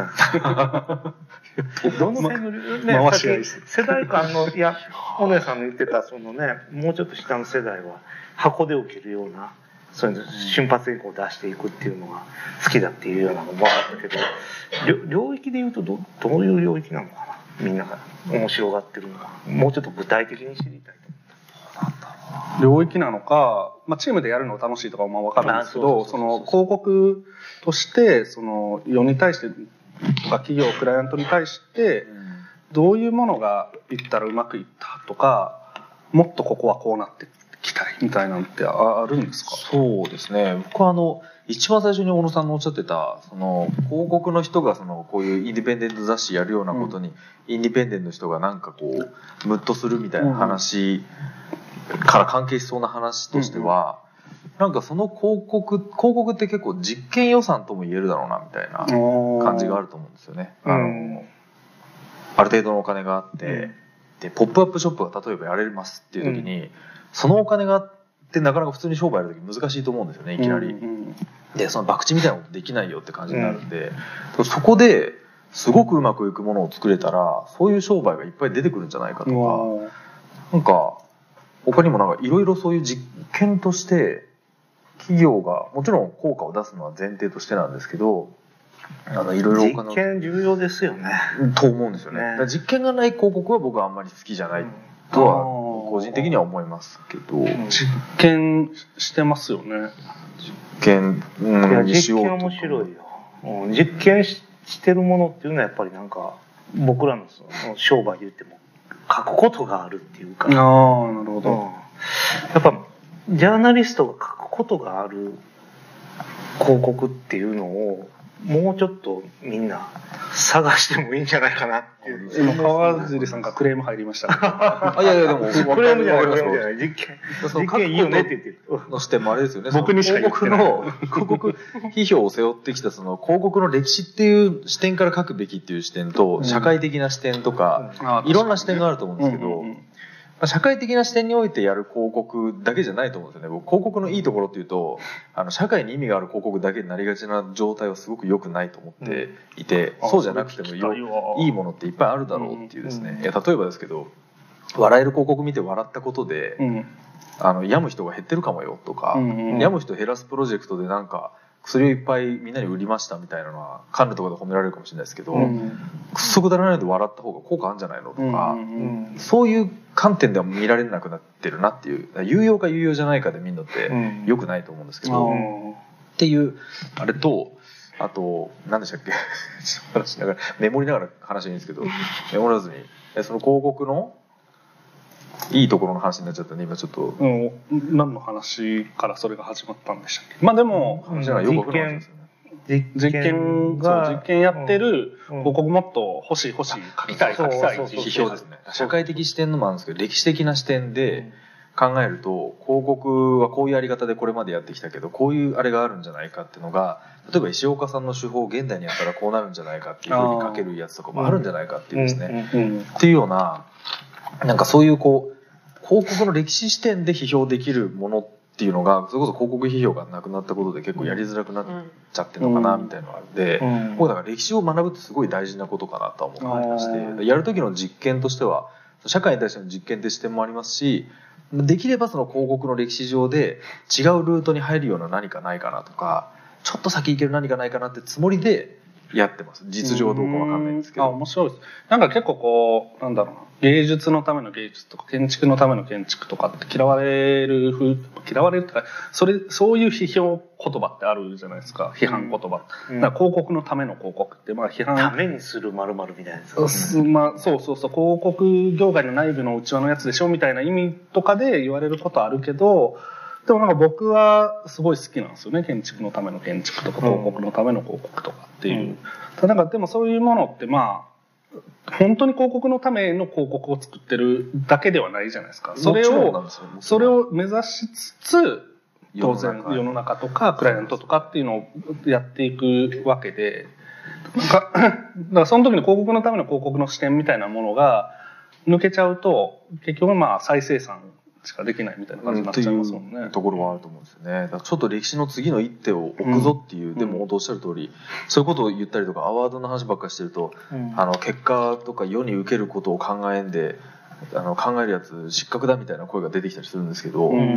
うん、どの辺の、ね、 回し合い世代間のいや小野さんの言ってたそのねもうちょっと下の世代は箱で受けるようなそういう瞬発力を出していくっていうのが好きだっていうようなのもあったけど、領域で言うと ど, どういう領域なのかな。みんなが面白がってるのはもうちょっと具体的に知りたいと。領域なのか、まあ、チームでやるの楽しいとかも分かるんですけど、その広告としてその世に対してとか企業クライアントに対してどういうものがいったらうまくいったとか、もっとここはこうなってきたいみたいなのってあるんですか？ そうですね。僕はあの一番最初に小野さんのおっしゃってたその広告の人がそのこういうインディペンデント雑誌やるようなことに、うん、インディペンデントの人がなんかこうムッとするみたいな話から関係しそうな話としては、うん、なんかその広告広告って結構実験予算とも言えるだろうなみたいな感じがあると思うんですよね。あの、うん、ある程度のお金があって、うん、でポップアップショップが例えばやれますっていう時に、うん、そのお金があってなかなか普通に商売やる時難しいと思うんですよねいきなり。うんうん、でその博打みたいなことできないよって感じになるんで、うん、そこですごくうまくいくものを作れたらそういう商売がいっぱい出てくるんじゃないかとか、なんか他にもなんかいろいろそういう実験として企業がもちろん効果を出すのは前提としてなんですけど、あのいろいろ実験重要ですよねと思うんですよね。ね、実験がない広告は僕はあんまり好きじゃないとは個人的には思いますけど、うん、 実験してますよね。 実験、うん、 いや実験面白いよ、うん、実験 し, してるものっていうのはやっぱりなんか僕らのその商売で言っても書くことがあるっていうか、 ああなるほど、うん、 やっぱジャーナリストが書くことがある広告っていうのをもうちょっとみんな探してもいいんじゃないかなっていう。 今川尻さんがクレーム入りました、ね、 あいやいやでもクレームじゃないクレームじゃない実験実験いいよねって言ってるの視点もあれですよね。 僕にしか言ってない。 広告の広告批評を背負ってきたその広告の歴史っていう視点から書くべきっていう視点と、うん、社会的な視点とか、うん、いろんな視点があると思うんですけど、うんうんうん社会的な視点においてやる広告だけじゃないと思うんですよね。僕広告のいいところっていうとあの社会に意味がある広告だけになりがちな状態はすごく良くないと思っていて、うん、そうじゃなくてもいいものっていっぱいあるだろうっていうですね、うんうん、いや例えばですけど笑える広告見て笑ったことで、うん、あの病む人が減ってるかもよとか、うんうん、病む人減らすプロジェクトでなんか薬をいっぱいみんなに売りましたみたいなのはカンヌとかで褒められるかもしれないですけど、うん、くっそくだらないで笑った方が効果あるんじゃないのとか、うんうん、そういう観点では見られなくなってるなっていう有用か有用じゃないかで見るのって良くないと思うんですけど、うん、っていうあれとあと何でしたっけ話しながらメモりながら話していいんですけどメモらずにその広告のいいところの話になっちゃったね今ちょっと、 うん、何の話からそれが始まったんでしたっけ。まあでも、 うん、じゃあよくわかる話ですよね。 実験が実験やってる広告もっと欲しい欲しい書きたい書きたい批評ですね。社会的視点のもあるんですけど歴史的な視点で考えると広告はこういうやり方でこれまでやってきたけどこういうあれがあるんじゃないかっていうのが例えば石岡さんの手法を現代にやったらこうなるんじゃないかっていうふうに書けるやつとかもあるんじゃないかっていうですね、うんうんうん、っていうようななんかそういうこう広告の歴史視点で批評できるものっていうのがそれこそ広告批評がなくなったことで結構やりづらくなっちゃってるのかなみたいなのがあるんで、うんうん、僕だから歴史を学ぶってすごい大事なことかなとは思ってましてやる時の実験としては社会に対しての実験って視点もありますしできればその広告の歴史上で違うルートに入るような何かないかなとかちょっと先行ける何かないかなってつもりでやってます。実情どうかわかんないんですけど。 あ、面白いです。なんか結構こうなんだろうな芸術のための芸術とか建築のための建築とかって嫌われる嫌われるとかそれそういう批評言葉ってあるじゃないですか批判言葉、うん、だから広告のための広告ってまあ批判ためにする〇〇みたいなやつ、まあ、そうそうそう広告業界の内部の内輪のやつでしょみたいな意味とかで言われることあるけどでもなんか僕はすごい好きなんですよね建築のための建築とか広告のための広告とかっていう、うん、ただなんかでもそういうものってまあ本当に広告のための広告を作ってるだけではないじゃないですか。それをそれを目指しつつ当然世の中とかクライアントとかっていうのをやっていくわけでなんかだからその時に広告のための広告の視点みたいなものが抜けちゃうと結局まあ再生産しかできないみたいな感じになっちゃいますもんね。 っていうところはあると思うんですよね。だからちょっと歴史の次の一手を置くぞっていう、うん、でもおっしゃる通り、そういうことを言ったりとかアワードの話ばっかりしてると、うん、あの結果とか世に受けることを考えんであの考えるやつ失格だみたいな声が出てきたりするんですけど、うん、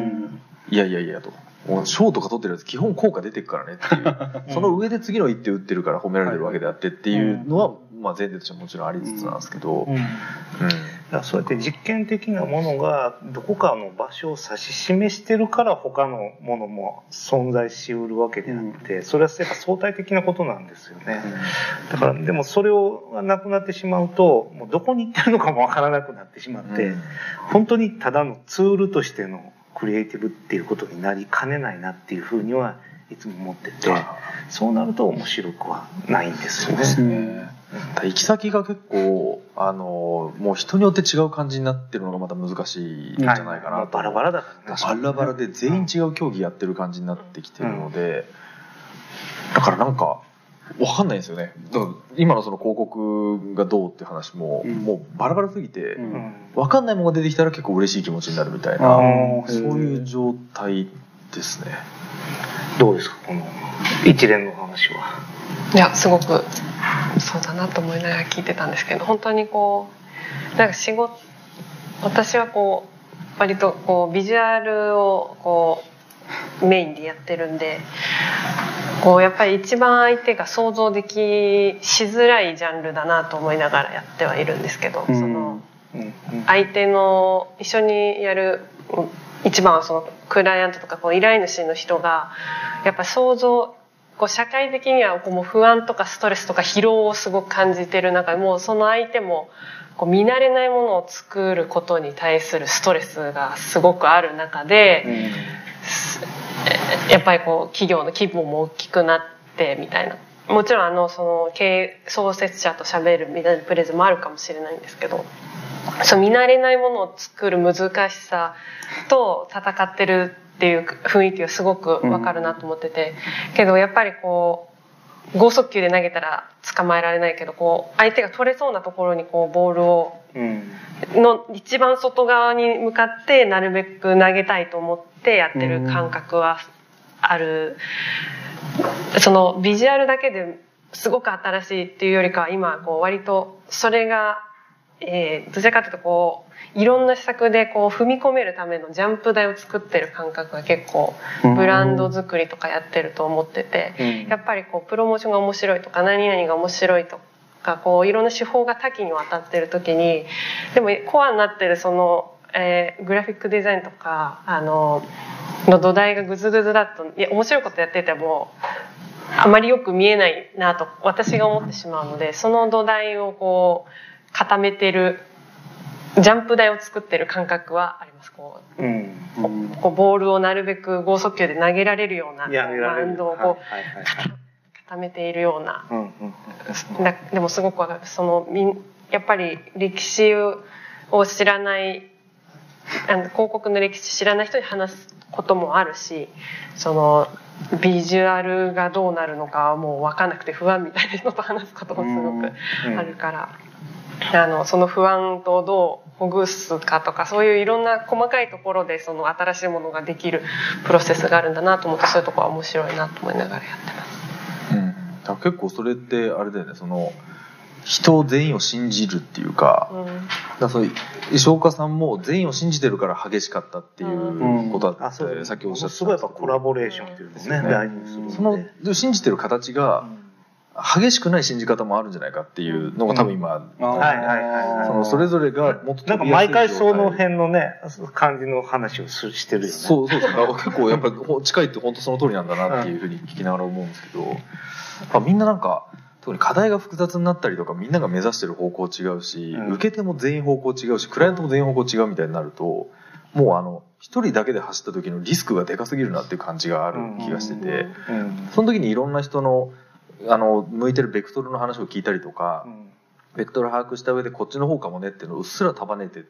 いやいやいやと。もう賞とか取ってるやつ基本効果出てくからねっていうその上で次の一手打ってるから褒められてるわけであってっていうのは、まあ、前提としてはもちろんありつつなんですけど、うんうん、だからそうやって実験的なものがどこかの場所を指し示してるから他のものも存在しうるわけであってそれはやっぱ相対的なことなんですよね。だからでもそれをなくなってしまうともうどこに行ってるのかもわからなくなってしまって本当にただのツールとしてのクリエイティブっていうことになりかねないなっていうふうにはいつも思っててそうなると面白くはないんですよね。そうですね。 行き先が結構あのもう人によって違う感じになってるのがまた難しいんじゃないかなと、はい、 バラバラだからね。 バラバラで全員違う競技やってる感じになってきてるので、うん、だからなんか分かんないんですよね。だから今のその広告がどうっていう話も、うん、もうバラバラすぎて、うん、分かんないものが出てきたら結構嬉しい気持ちになるみたいな、うん、そういう状態ですね。 どうですかこの一連の話は。 いやすごくそうだなと思いながら聞いてたんですけど本当にこうなんか仕事私はこう割とこうビジュアルをこうメインでやってるんでこうやっぱり一番相手が想像できしづらいジャンルだなと思いながらやってはいるんですけど、うん、その相手の一緒にやる一番はそのクライアントとかこう依頼主の人がやっぱ想像こう社会的にはこうもう不安とかストレスとか疲労をすごく感じてる中でもうその相手もこう見慣れないものを作ることに対するストレスがすごくある中で、うん、やっぱりこう企業の規模も大きくなってみたいなもちろんあのその経営創設者と喋るみたいなプレゼンもあるかもしれないんですけどそう見慣れないものを作る難しさと戦ってるっていう雰囲気がすごくわかるなと思ってて、うん、けどやっぱりこう剛速球で投げたら捕まえられないけどこう相手が取れそうなところにこうボールをの一番外側に向かってなるべく投げたいと思ってやってる感覚はある、うん、そのビジュアルだけですごく新しいっていうよりかは今こう割とそれが、えー、どちらかというとこういろんな施策でこう踏み込めるためのジャンプ台を作ってる感覚が結構ブランド作りとかやってると思ってて、やっぱりこうプロモーションが面白いとか何々が面白いとかこういろんな手法が多岐にわたってる時にでもコアになってるその、えー、グラフィックデザインとかあのの土台がグズグズだといや面白いことやっててもあまりよく見えないなと私が思ってしまうのでその土台をこう固めてるジャンプ台を作ってる感覚はあります。こう、うん、こうボールをなるべく剛速球で投げられるようなバウンドをこう固めているような、うんうんうん、だでもすごくそのやっぱり歴史を知らないあの広告の歴史知らない人に話すこともあるし、そのビジュアルがどうなるのかはもう分かんなくて不安みたいな人と話すこともすごくあるから、あのその不安とどうほぐすかとか、そういういろんな細かいところでその新しいものができるプロセスがあるんだなと思って、そういうところは面白いなと思いながらやってます。 うん、だ結構それってあれだよね、その人全員を信じるっていうか、うん、だその石岡さんも全員を信じてるから激しかったっていうことだって、うん、さっきおっしゃってたんですけど、 すごいやっぱコラボレーションっていうのね、大事にするんで、 その信じてる形が、うん、激しくない信じ方もあるんじゃないかっていうのが多分今、そのそれぞれがもっとなんか毎回その辺のね感じの話をしてるよね。 そうそうそう。だから結構やっぱり近いって本当その通りなんだなっていうふうに聞きながら思うんですけど、やっぱみんななんか特に課題が複雑になったりとか、みんなが目指してる方向違うし、うん、受け手も全員方向違うし、クライアントも全員方向違うみたいになると、もうあの一人だけで走った時のリスクがでかすぎるなっていう感じがある気がしてて、うんうん、その時にいろんな人のあの向いてるベクトルの話を聞いたりとか、うん、ベクトル把握した上でこっちの方かもねっていうのをうっすら束ねてって、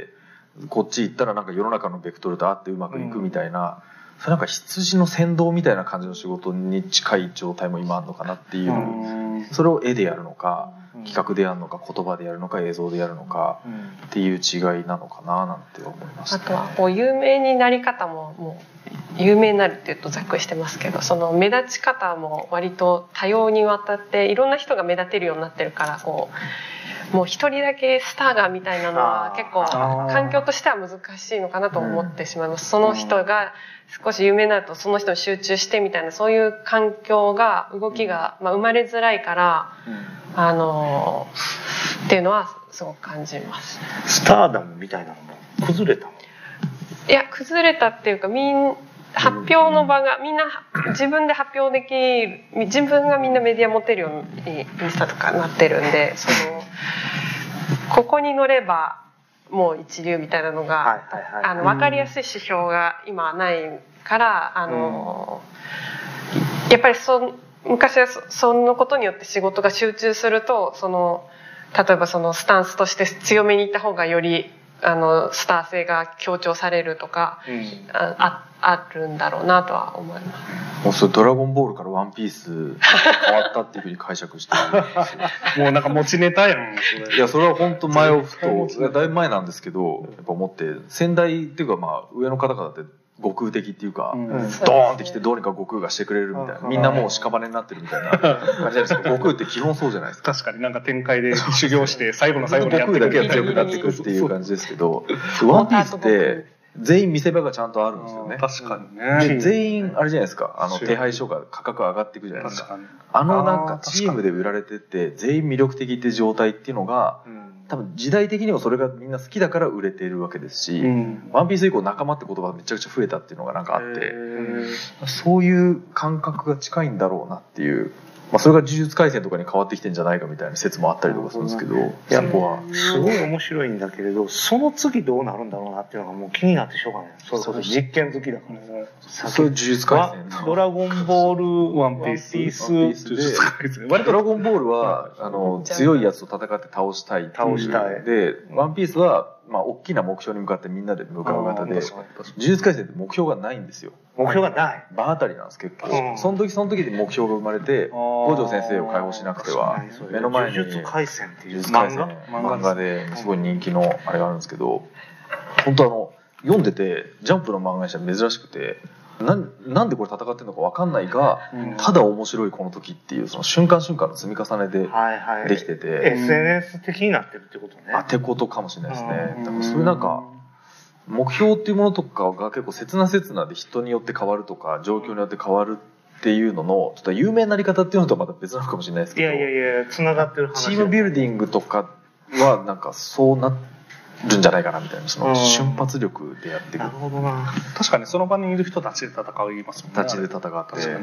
こっち行ったらなんか世の中のベクトルと合ってうまくいくみたいな、うん、それなんか羊の先導みたいな感じの仕事に近い状態も今あるのかなっていう、うん、それを絵でやるのか、うん、企画でやるのか、言葉でやるのか、映像でやるのかっていう違いなのかななんて思います、ね、 あとはこう有名になり方ももう有名になるっていうとざっくりしてますけど、その目立ち方も割と多様にわたっていろんな人が目立てるようになってるから、こうもう一人だけスターがみたいなのは結構環境としては難しいのかなと思ってしまいます。その人が少し有名になるとその人に集中してみたいな、そういう環境が動きが、まあ、生まれづらいから、あのっていうのはすごく感じます。 スターダムみたいなのも崩れたの？ いや崩れたっていうか、みん発表の場がみんな自分で発表できる、自分がみんなメディア持てるようにインスタとかなってるんで、そのここに乗ればもう一流みたいなのが、あの分かりやすい指標が今はないから、あのやっぱりそ昔は そ, そのことによって仕事が集中すると、その例えばそのスタンスとして強めにいった方がよりあのスター性が強調されるとか、うん、あ, あるんだろうなとは思います。 もうそれドラゴンボールからワンピース変わったっていうふうに解釈してるんですよ。 もうなんか持ちネタやん。 いやそれは本当前をふとだいぶ前なんですけど、やっぱ思って先代っていうかまあ上の方々って悟空的っていうか、うん、ドーンってきてどうにか悟空がしてくれるみたいな、みんなもう屍になってるみたいな感じなんですけど、悟空って基本そうじゃないですか。 確かになんか展開で修行して最後の最後にやってくる。悟空だけが強くなっていくっていう感じですけど、ワンピースって全員見せ場がちゃんとあるんですよね。 確かにね。 で全員あれじゃないですか、あの手配書が価格上がっていくじゃないですか。あのなんかチームで売られてて全員魅力的って状態っていうのが、多分時代的にもそれがみんな好きだから売れているわけですし、うん、ワンピース以降仲間って言葉がめちゃくちゃ増えたっていうのがなんかあって、そういう感覚が近いんだろうなっていう、まあ、それが呪術廻戦とかに変わってきてんじゃないかみたいな説もあったりとかするんですけど、 そこはすごい面白いんだけれど、その次どうなるんだろうなっていうのがもう気になってしょうがない。それこそ実験好きだからさ、それ呪術廻戦ドラゴンボールワンピースピースで、割とドラゴンボールはあの強いやつと戦って倒したい倒したいで、ワンピースはまあ大きな目標に向かってみんなで向かう方で、呪術廻戦って目標がないんですよ。 目標がない。 場当たりなんです結構。うん、その時その時で目標が生まれて、五条先生を解放しなくては目の前に呪術廻戦っていう漫画漫画ですごい人気のあれがあるんですけど、本当あの読んでてジャンプの漫画にしては珍しくて。な, なんでこれ戦ってるのか分かんないが、うん、ただ面白いこの時っていうその瞬間瞬間の積み重ねでできてて、はいはい、 エスエヌエス 的になってるってことね。 あてことかもしれないですね。だからそれなんか目標っていうものとかが結構切な切なで人によって変わるとか状況によって変わるっていうののちょっと有名なり方っていうのとはまた別なのかもしれないですけど、 いやいやいやつながってる話。 チームビルディングとかはなんかそうなってるんじゃないかなみたいな、その瞬発力でやっていく。 なるほどな。 確かにその場にいる人たちで戦いますもんね。 たちで戦って、うん、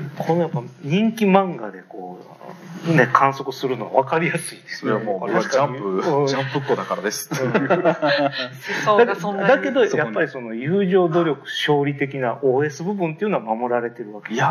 このやっぱ人気漫画でこうね観測するのは分かりやすいですね。それはもうジャンプジャンプっ子だからです。 だけどやっぱりその友情努力勝利的な オーエス 部分っていうのは守られてるわけ。 いや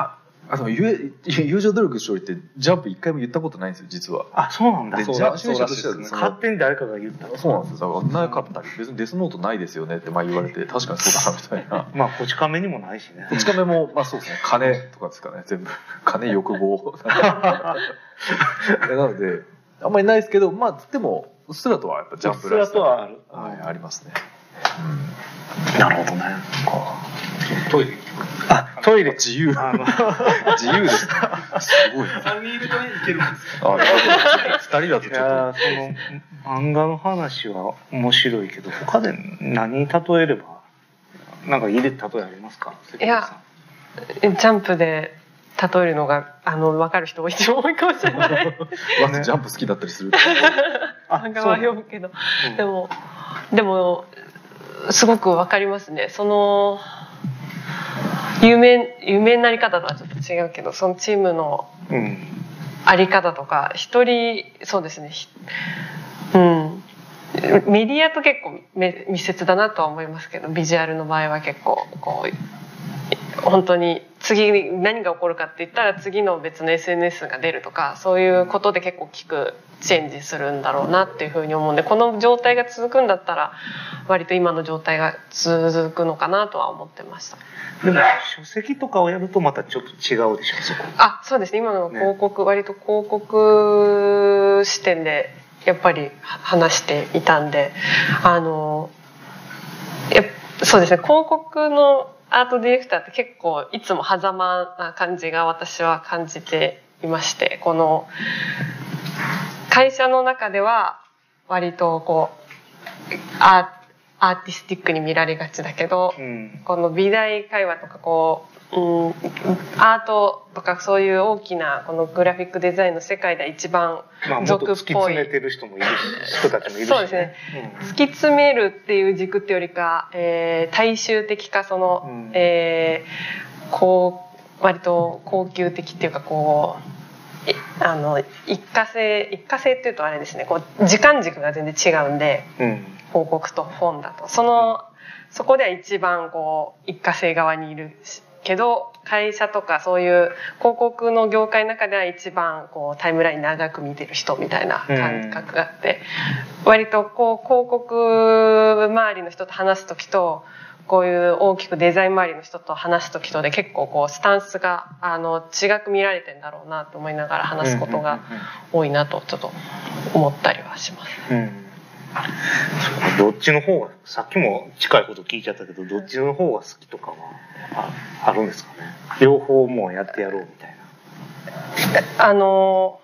あの友情努力しといてジャンプ一回も言ったことないんですよ実は。 あ、そうなんだ。 で、ジャンプとしては勝手に誰かが言った。 そうなんですよ。だからなかったり、別にデスノートないですよねって前言われて、確かにそうだなみたいな。 まあこち亀にもないしね。 こち亀もまあそうですね。金とかですかね、全部。金欲望。なのであんまりないですけど、まあでもうっすらとはやっぱジャンプらしさ。うっすらとはある。 はい、ありますね。 なるほどね。 トイレ。 あ、トイレ自由。自由ですね。すごい。 さんにんいるとね、いけるんですか。 あ、なるほど。ふたりだとちょっと。 いや、その漫画の話は面白いけど、他で何に例えれば、なんかいいで例えありますか。 いや、ジャンプで例えるのがあの分かる人多いと思うかもしれない。 まずジャンプ好きだったりする。 漫画は読むけど、でもでもすごく分かりますね。その有名有名になり方とはちょっと違うけど、そのチームのあり方とか、一人そうですね。うん。メディアと結構密接だなとは思いますけど、ビジュアルの場合は結構こう本当に次に何が起こるかって言ったら次の別の エスエヌエス が出るとか、そういうことで結構大きくチェンジするんだろうなっていうふうに思うんで、この状態が続くんだったら割と今の状態が続くのかなとは思ってました。 でも書籍とかをやるとまたちょっと違うでしょ、そこ。 あ、そうですね。今の広告、ね、割と広告視点でやっぱり話していたんで、あのやそうですね、広告のアートディレクターって結構いつも狭間な感じが私は感じていまして、この会社の中では割とこうアーティスティックに見られがちだけど、うん、この美大会話とかこう、うん、アートとかそういう大きなこのグラフィックデザインの世界で一番俗っぽい、まあ、もっと突き詰めてる人もいる人たちもいるし、ね、そうですね、うん、突き詰めるっていう軸っていうよりか、えー、大衆的かその、うん、えー、こう割と高級的っていうかこうあの一過性一過性っていうとあれですね、こう時間軸が全然違うんで、うん、広告と本だとそのそこでは一番こう一過性側にいるけど、会社とかそういう広告の業界の中では一番こうタイムライン長く見てる人みたいな感覚があって、うん、割とこう広告周りの人と話す時とこういう大きくデザイン周りの人と話す時とで結構こうスタンスがあの違く見られてんだろうなと思いながら話すことが多いなとちょっと思ったりはします。うん、 どっちの方が、さっきも近いこと聞いちゃったけど、どっちの方が好きとかは あ, あるんですかね。両方もうやってやろうみたいな。あの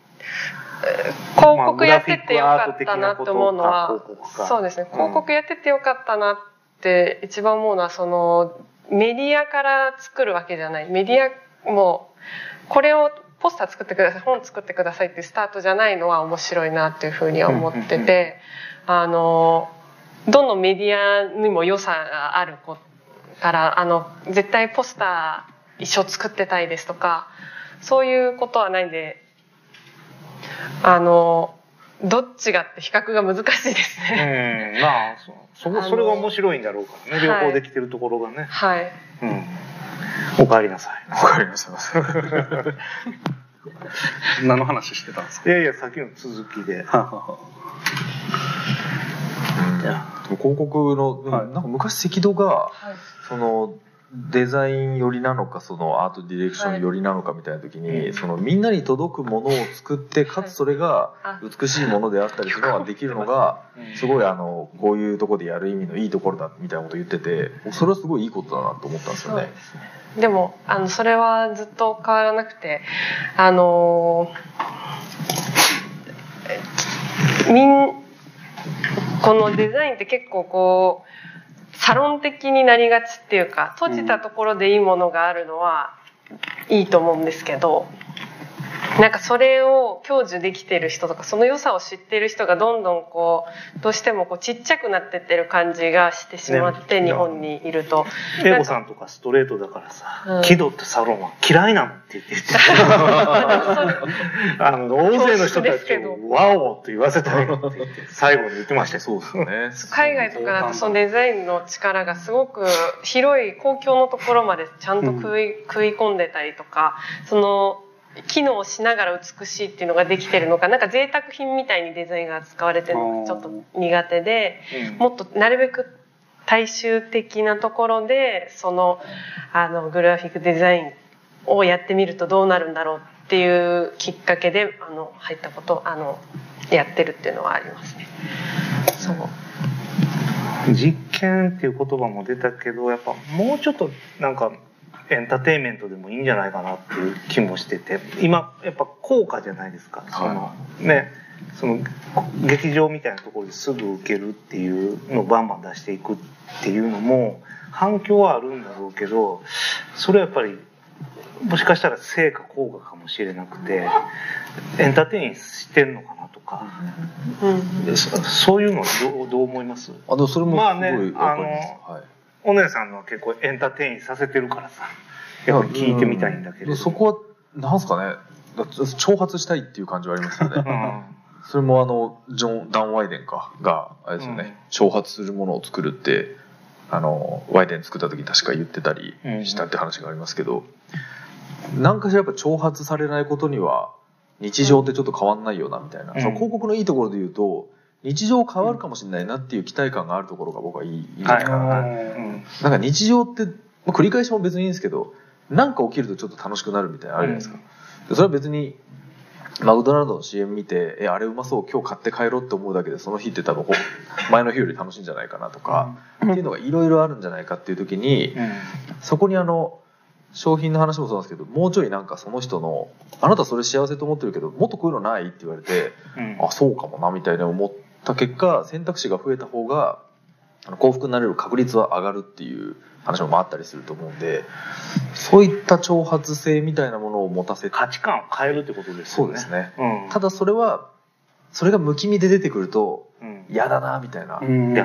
広告やっててよかったなって思うのは、そうですね、広告やっててよかったなって一番思うのは、そのメディアから作るわけじゃない。メディアもこれをポスター作ってください、本作ってくださいっていうスタートじゃないのは面白いなっていうふうには思ってて、あのどのメディアにも良さがあるからあの絶対ポスター一生作ってたいですとかそういうことはないんで、あのどっちがって比較が難しいですね。 うん、まあ そ, そ, それが面白いんだろうからね、両方できてるところがね。 はい、うん、 おかえりなさい。 おかえりなさい。 何の話してたんですか。 いやいや、さっきの続きで。 広告の、はい、なんか昔赤道が、はい、そのデザイン寄りなのかそのアートディレクション寄りなのかみたいな時に、はい、そのみんなに届くものを作ってかつそれが美しいものであったりするのができるのがすごいあのこういうとこでやる意味のいいところだみたいなことを言ってて、それはすごいいいことだなと思ったんですよね。そうですね。 でもあのそれはずっと変わらなくて、あのみんこのデザインって結構こうサロン的になりがちっていうか、閉じたところでいいものがあるのはいいと思うんですけど、 なんかそれを享受できてる人とかその良さを知ってる人がどんどんこうどうしてもこうちっちゃくなってってる感じがしてしまって、ね、日本にいると英子さんとかストレートだからさ、うん、気取ってサロンは嫌いなのって言ってあの大勢の人たちをワオって言わせたいって言って最後に言ってましたよ。 そうですね。 海外とかだとそのデザインの力がすごく広い公共のところまでちゃんと食い、うん、食い込んでたりとかその機能しながら美しいっていうのができてるのかなんか贅沢品みたいにデザインが使われてるのがちょっと苦手で、うん、もっとなるべく大衆的なところでそのあのグラフィックデザインをやってみるとどうなるんだろうっていうきっかけであの入ったことあのやってるっていうのはありますね。そう実験っていう言葉も出たけどやっぱもうちょっとなんかエンターテインメントでもいいんじゃないかなっていう気もしてて今やっぱ効果じゃないですか、はい、そのねその劇場みたいなところですぐ受けるっていうのをバンバン出していくっていうのも反響はあるんだろうけどそれはやっぱりもしかしたら成果効果かもしれなくてエンターテインしてんのかなとか、うん、そ, そういうのはど う, どう思います？ あのそれもすごいまあねあの、はいお姉さんのは結構エンターテインさせてるからさやっぱり聞いてみたいんだけど、 うん、そこはなんすかね挑発したいっていう感じはありますよね、うん、それもあのジョン・ダン・ワイデンかがあれですよね、うん、挑発するものを作るってあのワイデン作った時に確か言ってたりしたって話がありますけど、うん、なんかしらやっぱ挑発されないことには日常ってちょっと変わんないよなみたいな、うん、その広告のいいところで言うと日常変わるかもしれないなっていう期待感があるところが僕はいい、いいんじゃないかな、はいうん、なんか日常って、まあ、繰り返しも別にいいんですけどなんか起きるとちょっと楽しくなるみたいなのあるじゃないですか、うん、でそれは別にマクドナルドの シーエム 見てえあれうまそう今日買って帰ろうって思うだけでその日って多分前の日より楽しいんじゃないかなとか、うん、っていうのがいろいろあるんじゃないかっていう時に、うん、そこにあの商品の話もそうなんですけどもうちょいなんかその人のあなたそれ幸せと思ってるけどもっとこういうのないって言われて、うん、あそうかもなみたいな思った結果選択肢が増えた方が幸福になれる確率は上がるっていう話もあったりすると思うんでそういった挑発性みたいなものを持たせて価値観を変えるってことですよね。 そうですね、うん、ただそれはそれが無気味で出てくると嫌、うん、だなみたいな、うん、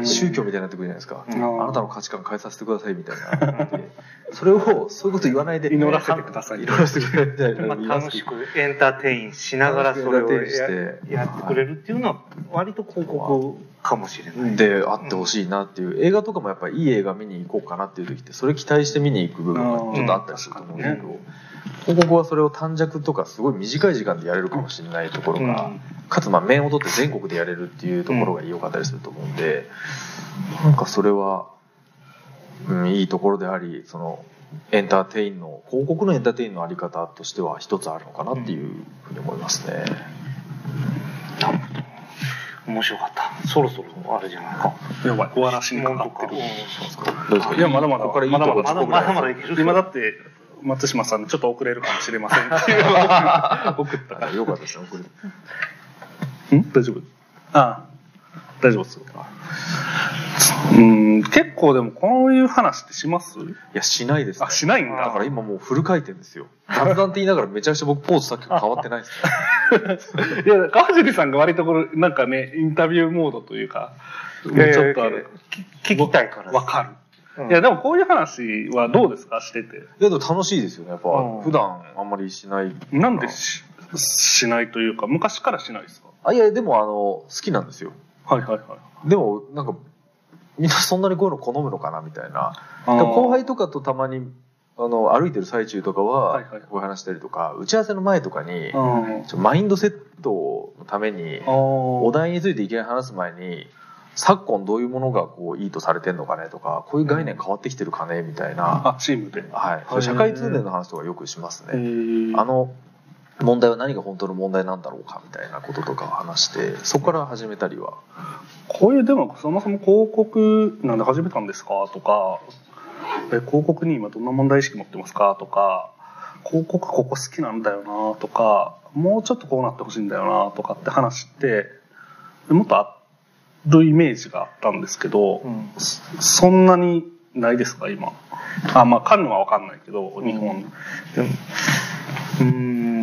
宗教みたいになってくるじゃないですか、うん、あなたの価値観変えさせてくださいみたいなそれをそういうこと言わないで祈らせてください祈らせてくれみたいな、 まあ、楽しくエンターテインしながらそれを や, やってくれるっていうのは割と広告かもしれないであってほしいなっていう、うん、映画とかもやっぱりいい映画見に行こうかなっていう時ってそれ期待して見に行く部分がちょっとあったりすると思うんですけど、うん広告はそれを短尺とかすごい短い時間でやれるかもしれないところが、うん、かつまあ面を取って全国でやれるっていうところが良かったりすると思うんで、うん、なんかそれは、うん、いいところでありそのエンターテインの広告のエンターテインのあり方としては一つあるのかなっていうふうに思いますね、 うん、面白かった。そろそろあれじゃないかやばい終わらしにかかってる。 どうですか。 いやまだまだここからいいところまだまだまだいける。 今だって松島さんちょっと遅れるかもしれませんっていう送ったからよかったですね。送るん大丈夫ああ大丈夫ですよ。うん結構でもこういう話ってします？いやしないですね。 あしないんだ。 だから今もうフル回転ですよ。雑談って言いながらめちゃくちゃ僕ポーズさっきから変わってないですね。 いや川尻さんが割とこれなんかねインタビューモードというかちょっとある聞きたいからわかる。うん、いやでもこういう話はどうですかしてて。いやでも楽しいですよねやっぱ、うん、普段あんまりしない。 なんで し, しないというか昔からしないですか。 あいやでもあの好きなんですよ。 はいはいはい。 でもなんかみんなそんなにこういうの好むのかなみたいな。後輩とかとたまにあの歩いてる最中とかはこういう話したりとか、打ち合わせの前とかにマインドセットのためにお題についていきなり話す前に。昨今どういうものがこういいとされてんのかねとかこういう概念変わってきてるかねみたいな、 あチームで、 はい、それ社会通念の話とかよくしますね。あの問題は何が本当の問題なんだろうかみたいなこととかを話してそこから始めたりは。 こういうでもそもそも広告なんで始めたんですかとかえ広告に今どんな問題意識持ってますかとか広告ここ好きなんだよなとかもうちょっとこうなってほしいんだよなとかって話ってもっとあるイメージがあったんですけど、うん、そんなにないですか今。あまあカンヌは分かんないけど日本、うん、 でもうーん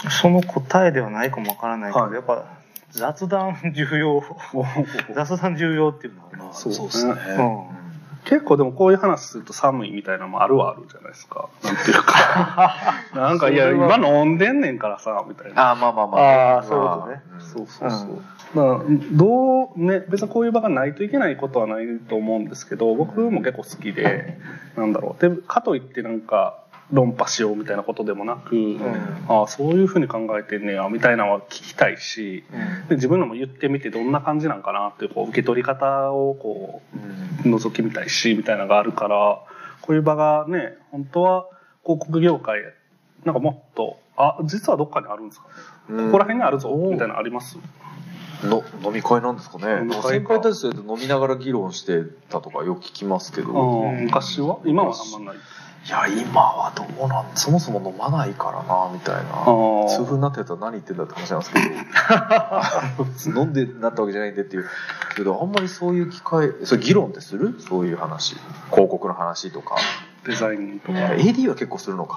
その答えではないかもわからないけど、はい、やっぱ雑談重要雑談重要っていうのはまあそうですね、うん結構でもこういう話すると寒いみたいなのもあるはあるじゃないですか。なんていうか。なんか、いや、今飲んでんねんからさ、みたいな。 ああ、まあまあまあ。 ああ、そういうことね。 そうそうそう。まあ、どう、ね、別にこういう場がないといけないことはないと思うんですけど、僕も結構好きで、なんだろう。で、かといってなんか、論破しようみたいなことでもなく、うん、ああそういうふうに考えてんねやみたいなのは聞きたいし、うん、で自分のも言ってみてどんな感じなんかなっていうこう受け取り方をこう覗きみたいしみたいなのがあるから、こういう場がね本当は広告業界なんかもっとあ実はどっかにあるんですかね、うん、ここら辺にあるぞみたいなのあります？ の飲み会なんですかね。先輩たちと飲みながら議論してたとかよく聞きますけど、 昔は今はあんまない。 いや今はどうなんそもそも飲まないからなみたいな痛風になってたら何言ってんだって話なんですけど飲んでなったわけじゃないんでっていうけどあんまりそういう機会それ議論ってするそういう話広告の話とかデザインとかエーディー は結構するのか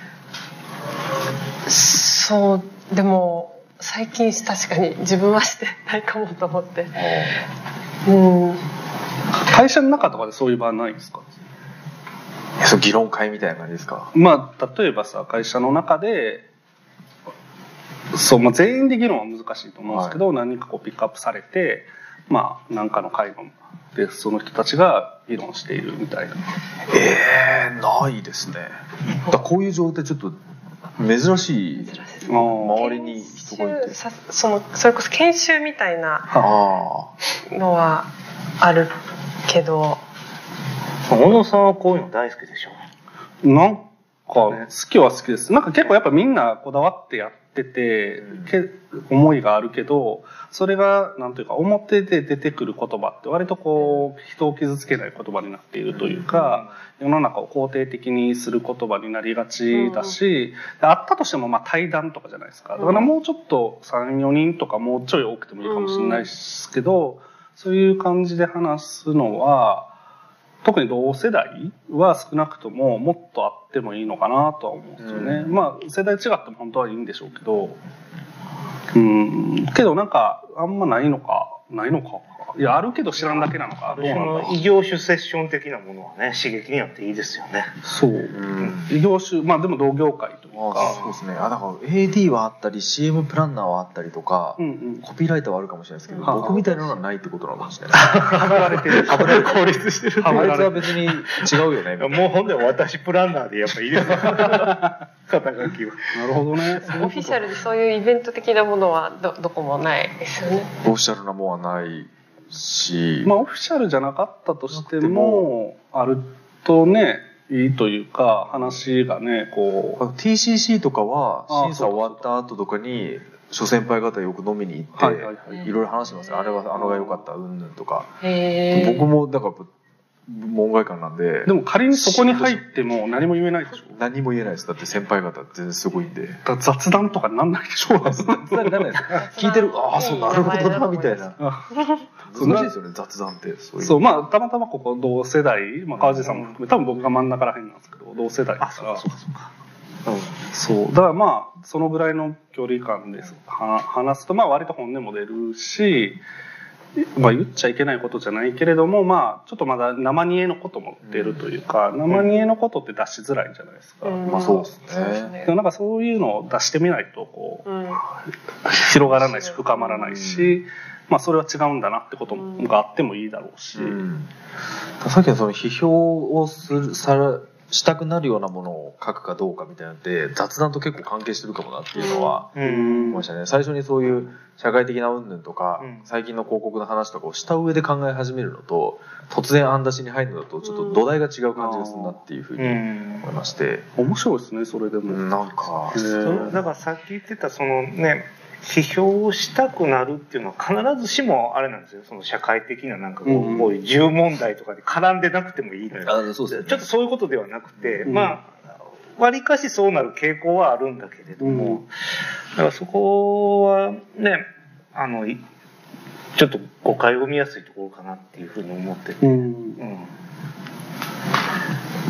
そうでも最近確かに自分はしてないかもと思ってうん会社の中とかでそういう場はないんですか？ そう議論会みたいな感じですか？ まあ例えばさ会社の中でそう、まあ、全員で議論は難しいと思うんですけど、はい、何かこうピックアップされてまあ何かの会でその人たちが議論しているみたいな。 えー、ないですね。だこういう状態ちょっと珍しい。周りに人がいてそのそれこそ研修みたいなのはあるけど小野さんはこういうの大好きでしょ？ なんか好きは好きです。なんか結構やっぱみんなこだわってやってて、うん、け思いがあるけどそれがなんというか表で出てくる言葉って割とこう人を傷つけない言葉になっているというか、うん、世の中を肯定的にする言葉になりがちだし、うん、あったとしてもまあ対談とかじゃないですか。だからもうちょっとさん、よにんとかもうちょい多くてもいいかもしれないですけど、うん、そういう感じで話すのは特に同世代は少なくとももっとあってもいいのかなとは思うんですよね。うん、まあ世代違っても本当はいいんでしょうけど、うんけどなんかあんまないのかないのかいやあるけど知らんだけなのかどうなんだろう。 異業種セッション的なものはね刺激によっていいですよね。 そう、うん、異業種まあでも同業界というかそうですね。あだから エーディー はあったり シーエム プランナーはあったりとか、うんうん、コピーライターはあるかもしれないですけど、うん、僕みたいなのはないってことなのかもしれない。 はめられてる。はめられてる。効率してる。 あいつは別に違うよね。 もうほんで私プランナーでやっぱいいですよ。肩書きは。 なるほどね。 オフィシャルでそういうイベント的なものは ど, どこもないですよね。 オフィシャルなものはないし、 まあオフィシャルじゃなかったとしてもあるとねいいというか話がねこうティーシーシー とかは審査終わった後とかに諸先輩方よく飲みに行って、はいはいはい、いろいろ話してますよ。あれはあのが良かったうんぬんとか。僕もだから門外漢なんで。 でも仮にそこに入っても何も言えないでしょ。 何も言えないです。だって先輩方全然すごいんで。 だ雑談とかなんないでしょ。 雑談にならないです。聞いてるああそうなるほどなみたいな。難しいですよね雑談ってそういう。 そうまあたまたまここ同世代まあ川地さんも含め多分僕が真ん中らへんなんですけど同世代だから。そうかそうか。うん、そうだからまあそのぐらいの距離感です話すとまあ割と本音も出るし、まあ、言っちゃいけないことじゃないけれどもまあちょっとまだ生煮えのことも出るというか、うん、生煮えのことって出しづらいんじゃないですか、 うん、まあそうですね。 でもなんかそういうのを出してみないとこう、うん、広がらないし深まらないし、うん、まあそれは違うんだなってことがあってもいいだろうし、うん、 さっきのその批評をするさらしたくなるようなものを書くかどうかみたいなのって雑談と結構関係してるかもなっていうのは思いましたね。最初にそういう社会的な云々とか最近の広告の話とかをした上で考え始めるのと突然案出しに入るのだとちょっと土台が違う感じがするなっていうふうに思いまして、 面白いですねそれでも。 なんかだからさっき言ってたそのね批評をしたくなるっていうのは必ずしもあれなんですよ。その社会的ななんかこう、うん、こういう重問題とかで絡んでなくてもいいのよ。 あ、そうですね。 ちょっとそういうことではなくて、うん、まあわりかしそうなる傾向はあるんだけれども、うん、だからそこはねあのちょっと誤解を生みやすいところかなっていうふうに思ってて。うんうん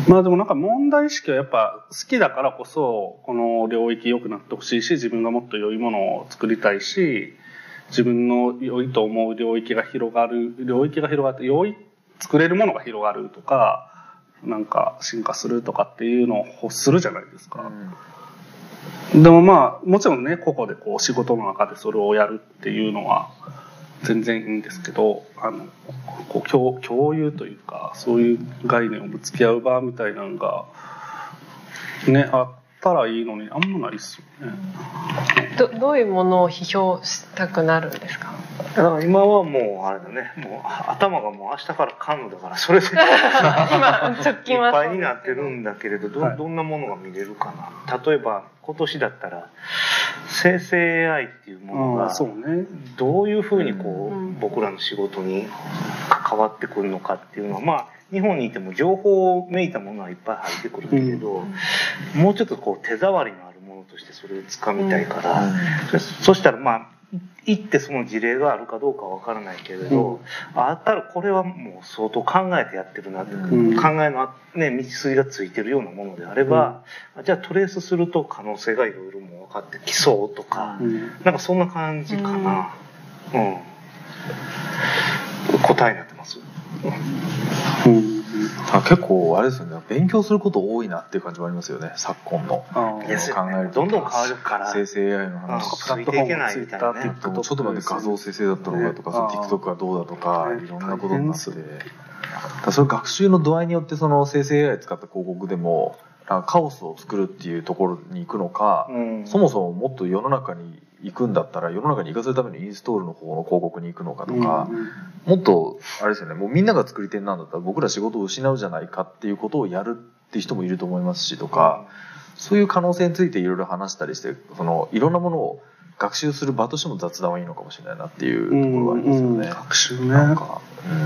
まあでもなんか問題意識はやっぱ好きだからこそこの領域良くなってほしいし、自分がもっと良いものを作りたいし、自分の良いと思う領域が広がる領域が広がって良い作れるものが広がるとか、なんか進化するとかっていうのを欲するじゃないですか。うん、でもまあもちろんね、個々でこう仕事の中でそれをやるっていうのは全然いいんですけど、あのこう 共, 共有というか、そういう概念をぶつけ合う場みたいなのがねあったらいいのに、あんまないっすよね。 ど, どういうものを批評したくなるんですか？ だから今はもうあれだね、もう頭がもう明日からカンヌだから、それで今直近はいっぱいになってるんだけれど、 ど, どんなものが見れるかな。例えば今年だったら生成 エーアイ っていうものがどういうふうにこう僕らの仕事に関わってくるのかっていうのは、まあ日本にいても情報めいたものはいっぱい入ってくるけれど、もうちょっとこう手触りのあるものとしてそれをつかみたいから、そ, そしたらまあ行ってその事例があるかどうかは分からないけれど、うん、あったらこれはもう相当考えてやってるなって、うん、考えの、ね、道筋がついてるようなものであれば、うん、じゃあトレースすると可能性がいろいろもう分かってきそうとか、うん、なんかそんな感じかな、うんうん、答えになってます、 うんうん、あ結構あれですよね、勉強すること多いなっていう感じもありますよね、昨今の考えるとどんどん変わるから生成 エーアイ の話とか、 ついていけないみたいなね、 ちょっと待って画像生成だったのかとか、ね、TikTok がどうだとか、いろんなことになって、だそれ学習の度合いによってその生成 エーアイ 使った広告でもなんかカオスを作るっていうところに行くのか、うん、そもそももっと世の中に行くんだったら世の中に行かせるためのインストールの方の広告に行くのかとか、うん、もっとあれですよね、もうみんなが作り手なんだったら僕ら仕事を失うじゃないかっていうことをやるっていう人もいると思いますしとか、うん、そういう可能性についていろいろ話したりして、そのいろんなものを学習する場としても雑談はいいのかもしれないなっていうところがありますよね。うんうん、 学習ね。なんか、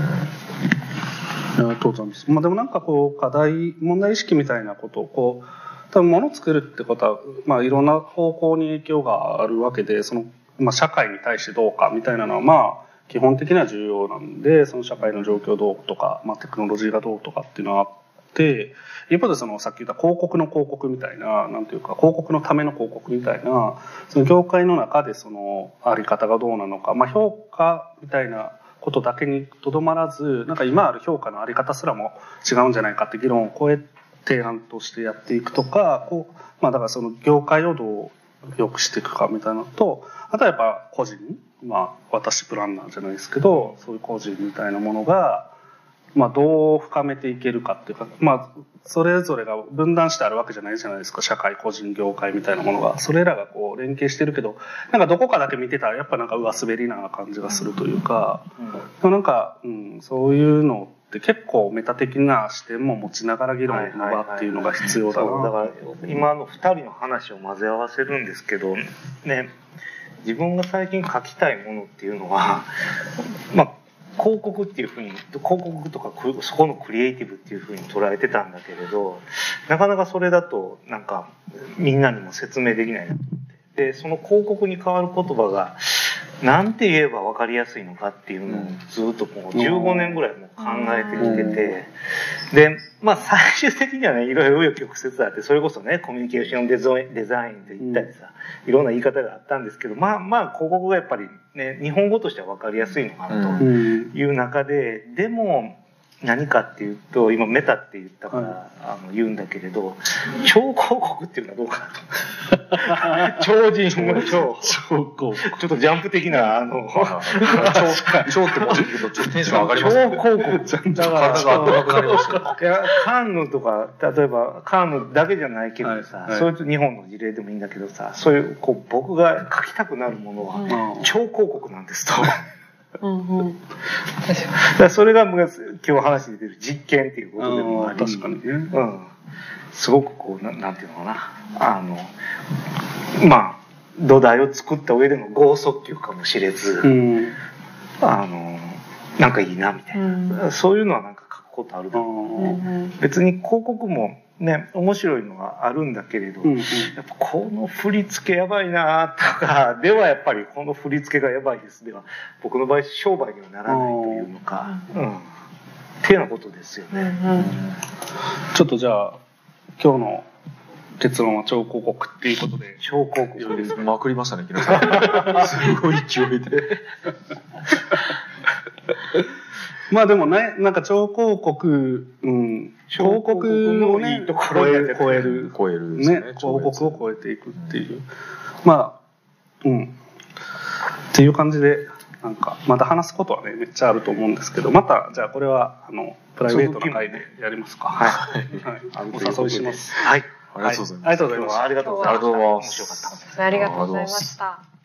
うん、いや、とうございます。まあでもなんかこう課題問題意識みたいなことをこう多分物を作るってことは、まあ、いろんな方向に影響があるわけで、その、まあ、社会に対してどうかみたいなのはまあ基本的には重要なんで、その社会の状況どうとか、まあ、テクノロジーがどうとかっていうのはあって、一方でそのさっき言った広告の広告みたいな、なんていうか広告のための広告みたいな、その業界の中でそのあり方がどうなのか、まあ、評価みたいなことだけにとどまらず、なんか今ある評価のあり方すらも違うんじゃないかって議論を超えて提案としてやっていくとか、こう、まあだからその業界をどう良くしていくかみたいなのと、あとはやっぱ個人、まあ私プランナーじゃないですけど、そういう個人みたいなものが、まあどう深めていけるかっていうか、まあそれぞれが分断してあるわけじゃないじゃないですか、社会、個人、業界みたいなものが。それらがこう連携してるけど、なんかどこかだけ見てたらやっぱなんか上滑りな感じがするというか、うん、なんか、うん、そういうので結構メタ的な視点も持ちながら議論の場っていうのが必要だな。 だから今のふたりの話を混ぜ合わせるんですけどね、自分が最近書きたいものっていうのはまあ広告っていうふうに、広告とかそこのクリエイティブっていうふうに捉えてたんだけれど、なかなかそれだとなんかみんなにも説明できないなと思って、でその広告に変わる言葉がなんて言えば分かりやすいのかっていうのをずっともうじゅうごねんぐらいも考えてきてて、でまあ最終的にはね、いろいろ紆余曲折あって、それこそねコミュニケーションデザインデザインと言ったりさ、いろんな言い方があったんですけど、まあまあ広告がやっぱりね日本語としては分かりやすいのかなという中で、でも何かっていうと、今メタって言ったから、はい、あの言うんだけれど、超広告っていうのはどうかなと。超人の超。超広告。ちょっとジャンプ的な、あの、 超、超って文字聞くとちょっとテンション上がりますね。 超広告。だから、いや、カンヌとか、例えばカンヌだけじゃないけどさ、はいはい、そういう日本の事例でもいいんだけどさ、そういう、こう、僕が書きたくなるものは、超広告なんですと。うんうん、だそれが今日話に出てる実験っていうことでもあり、 確かにね、 うん、すごくこう な, なんていうのかな、あのまあ土台を作った上での剛速球かもしれず、うん、あのなんかいいなみたいな、うん、そういうのはなんか書くことあるだろうね、うん、別に広告もね、面白いのはあるんだけれど、うんうん、やっぱこの振り付けやばいなとかではやっぱりこの振り付けがやばいですでは僕の場合商売にはならないというのか、うん、 ていうようなことですよね。うんうん、 ちょっとじゃあ今日の結論は超広告っていうことで。 超広告です。まくりましたね、木下さん。すごい勢いで。 まあでもね、なんか超広告、うん、広告のね、超える、超える、 超えるね、広告を超えていくっていう。まあ、うん。っていう感じで、なんか、まだ話すことはね、めっちゃあると思うんですけど、また、じゃあこれは、あの、プライベートな回でやりますか。はい。はい。お誘いします。 はい。 ありがとうございます。 ありがとうございます。 ありがとうございます。 ありがとうございます。 面白かった。ありがとうございました。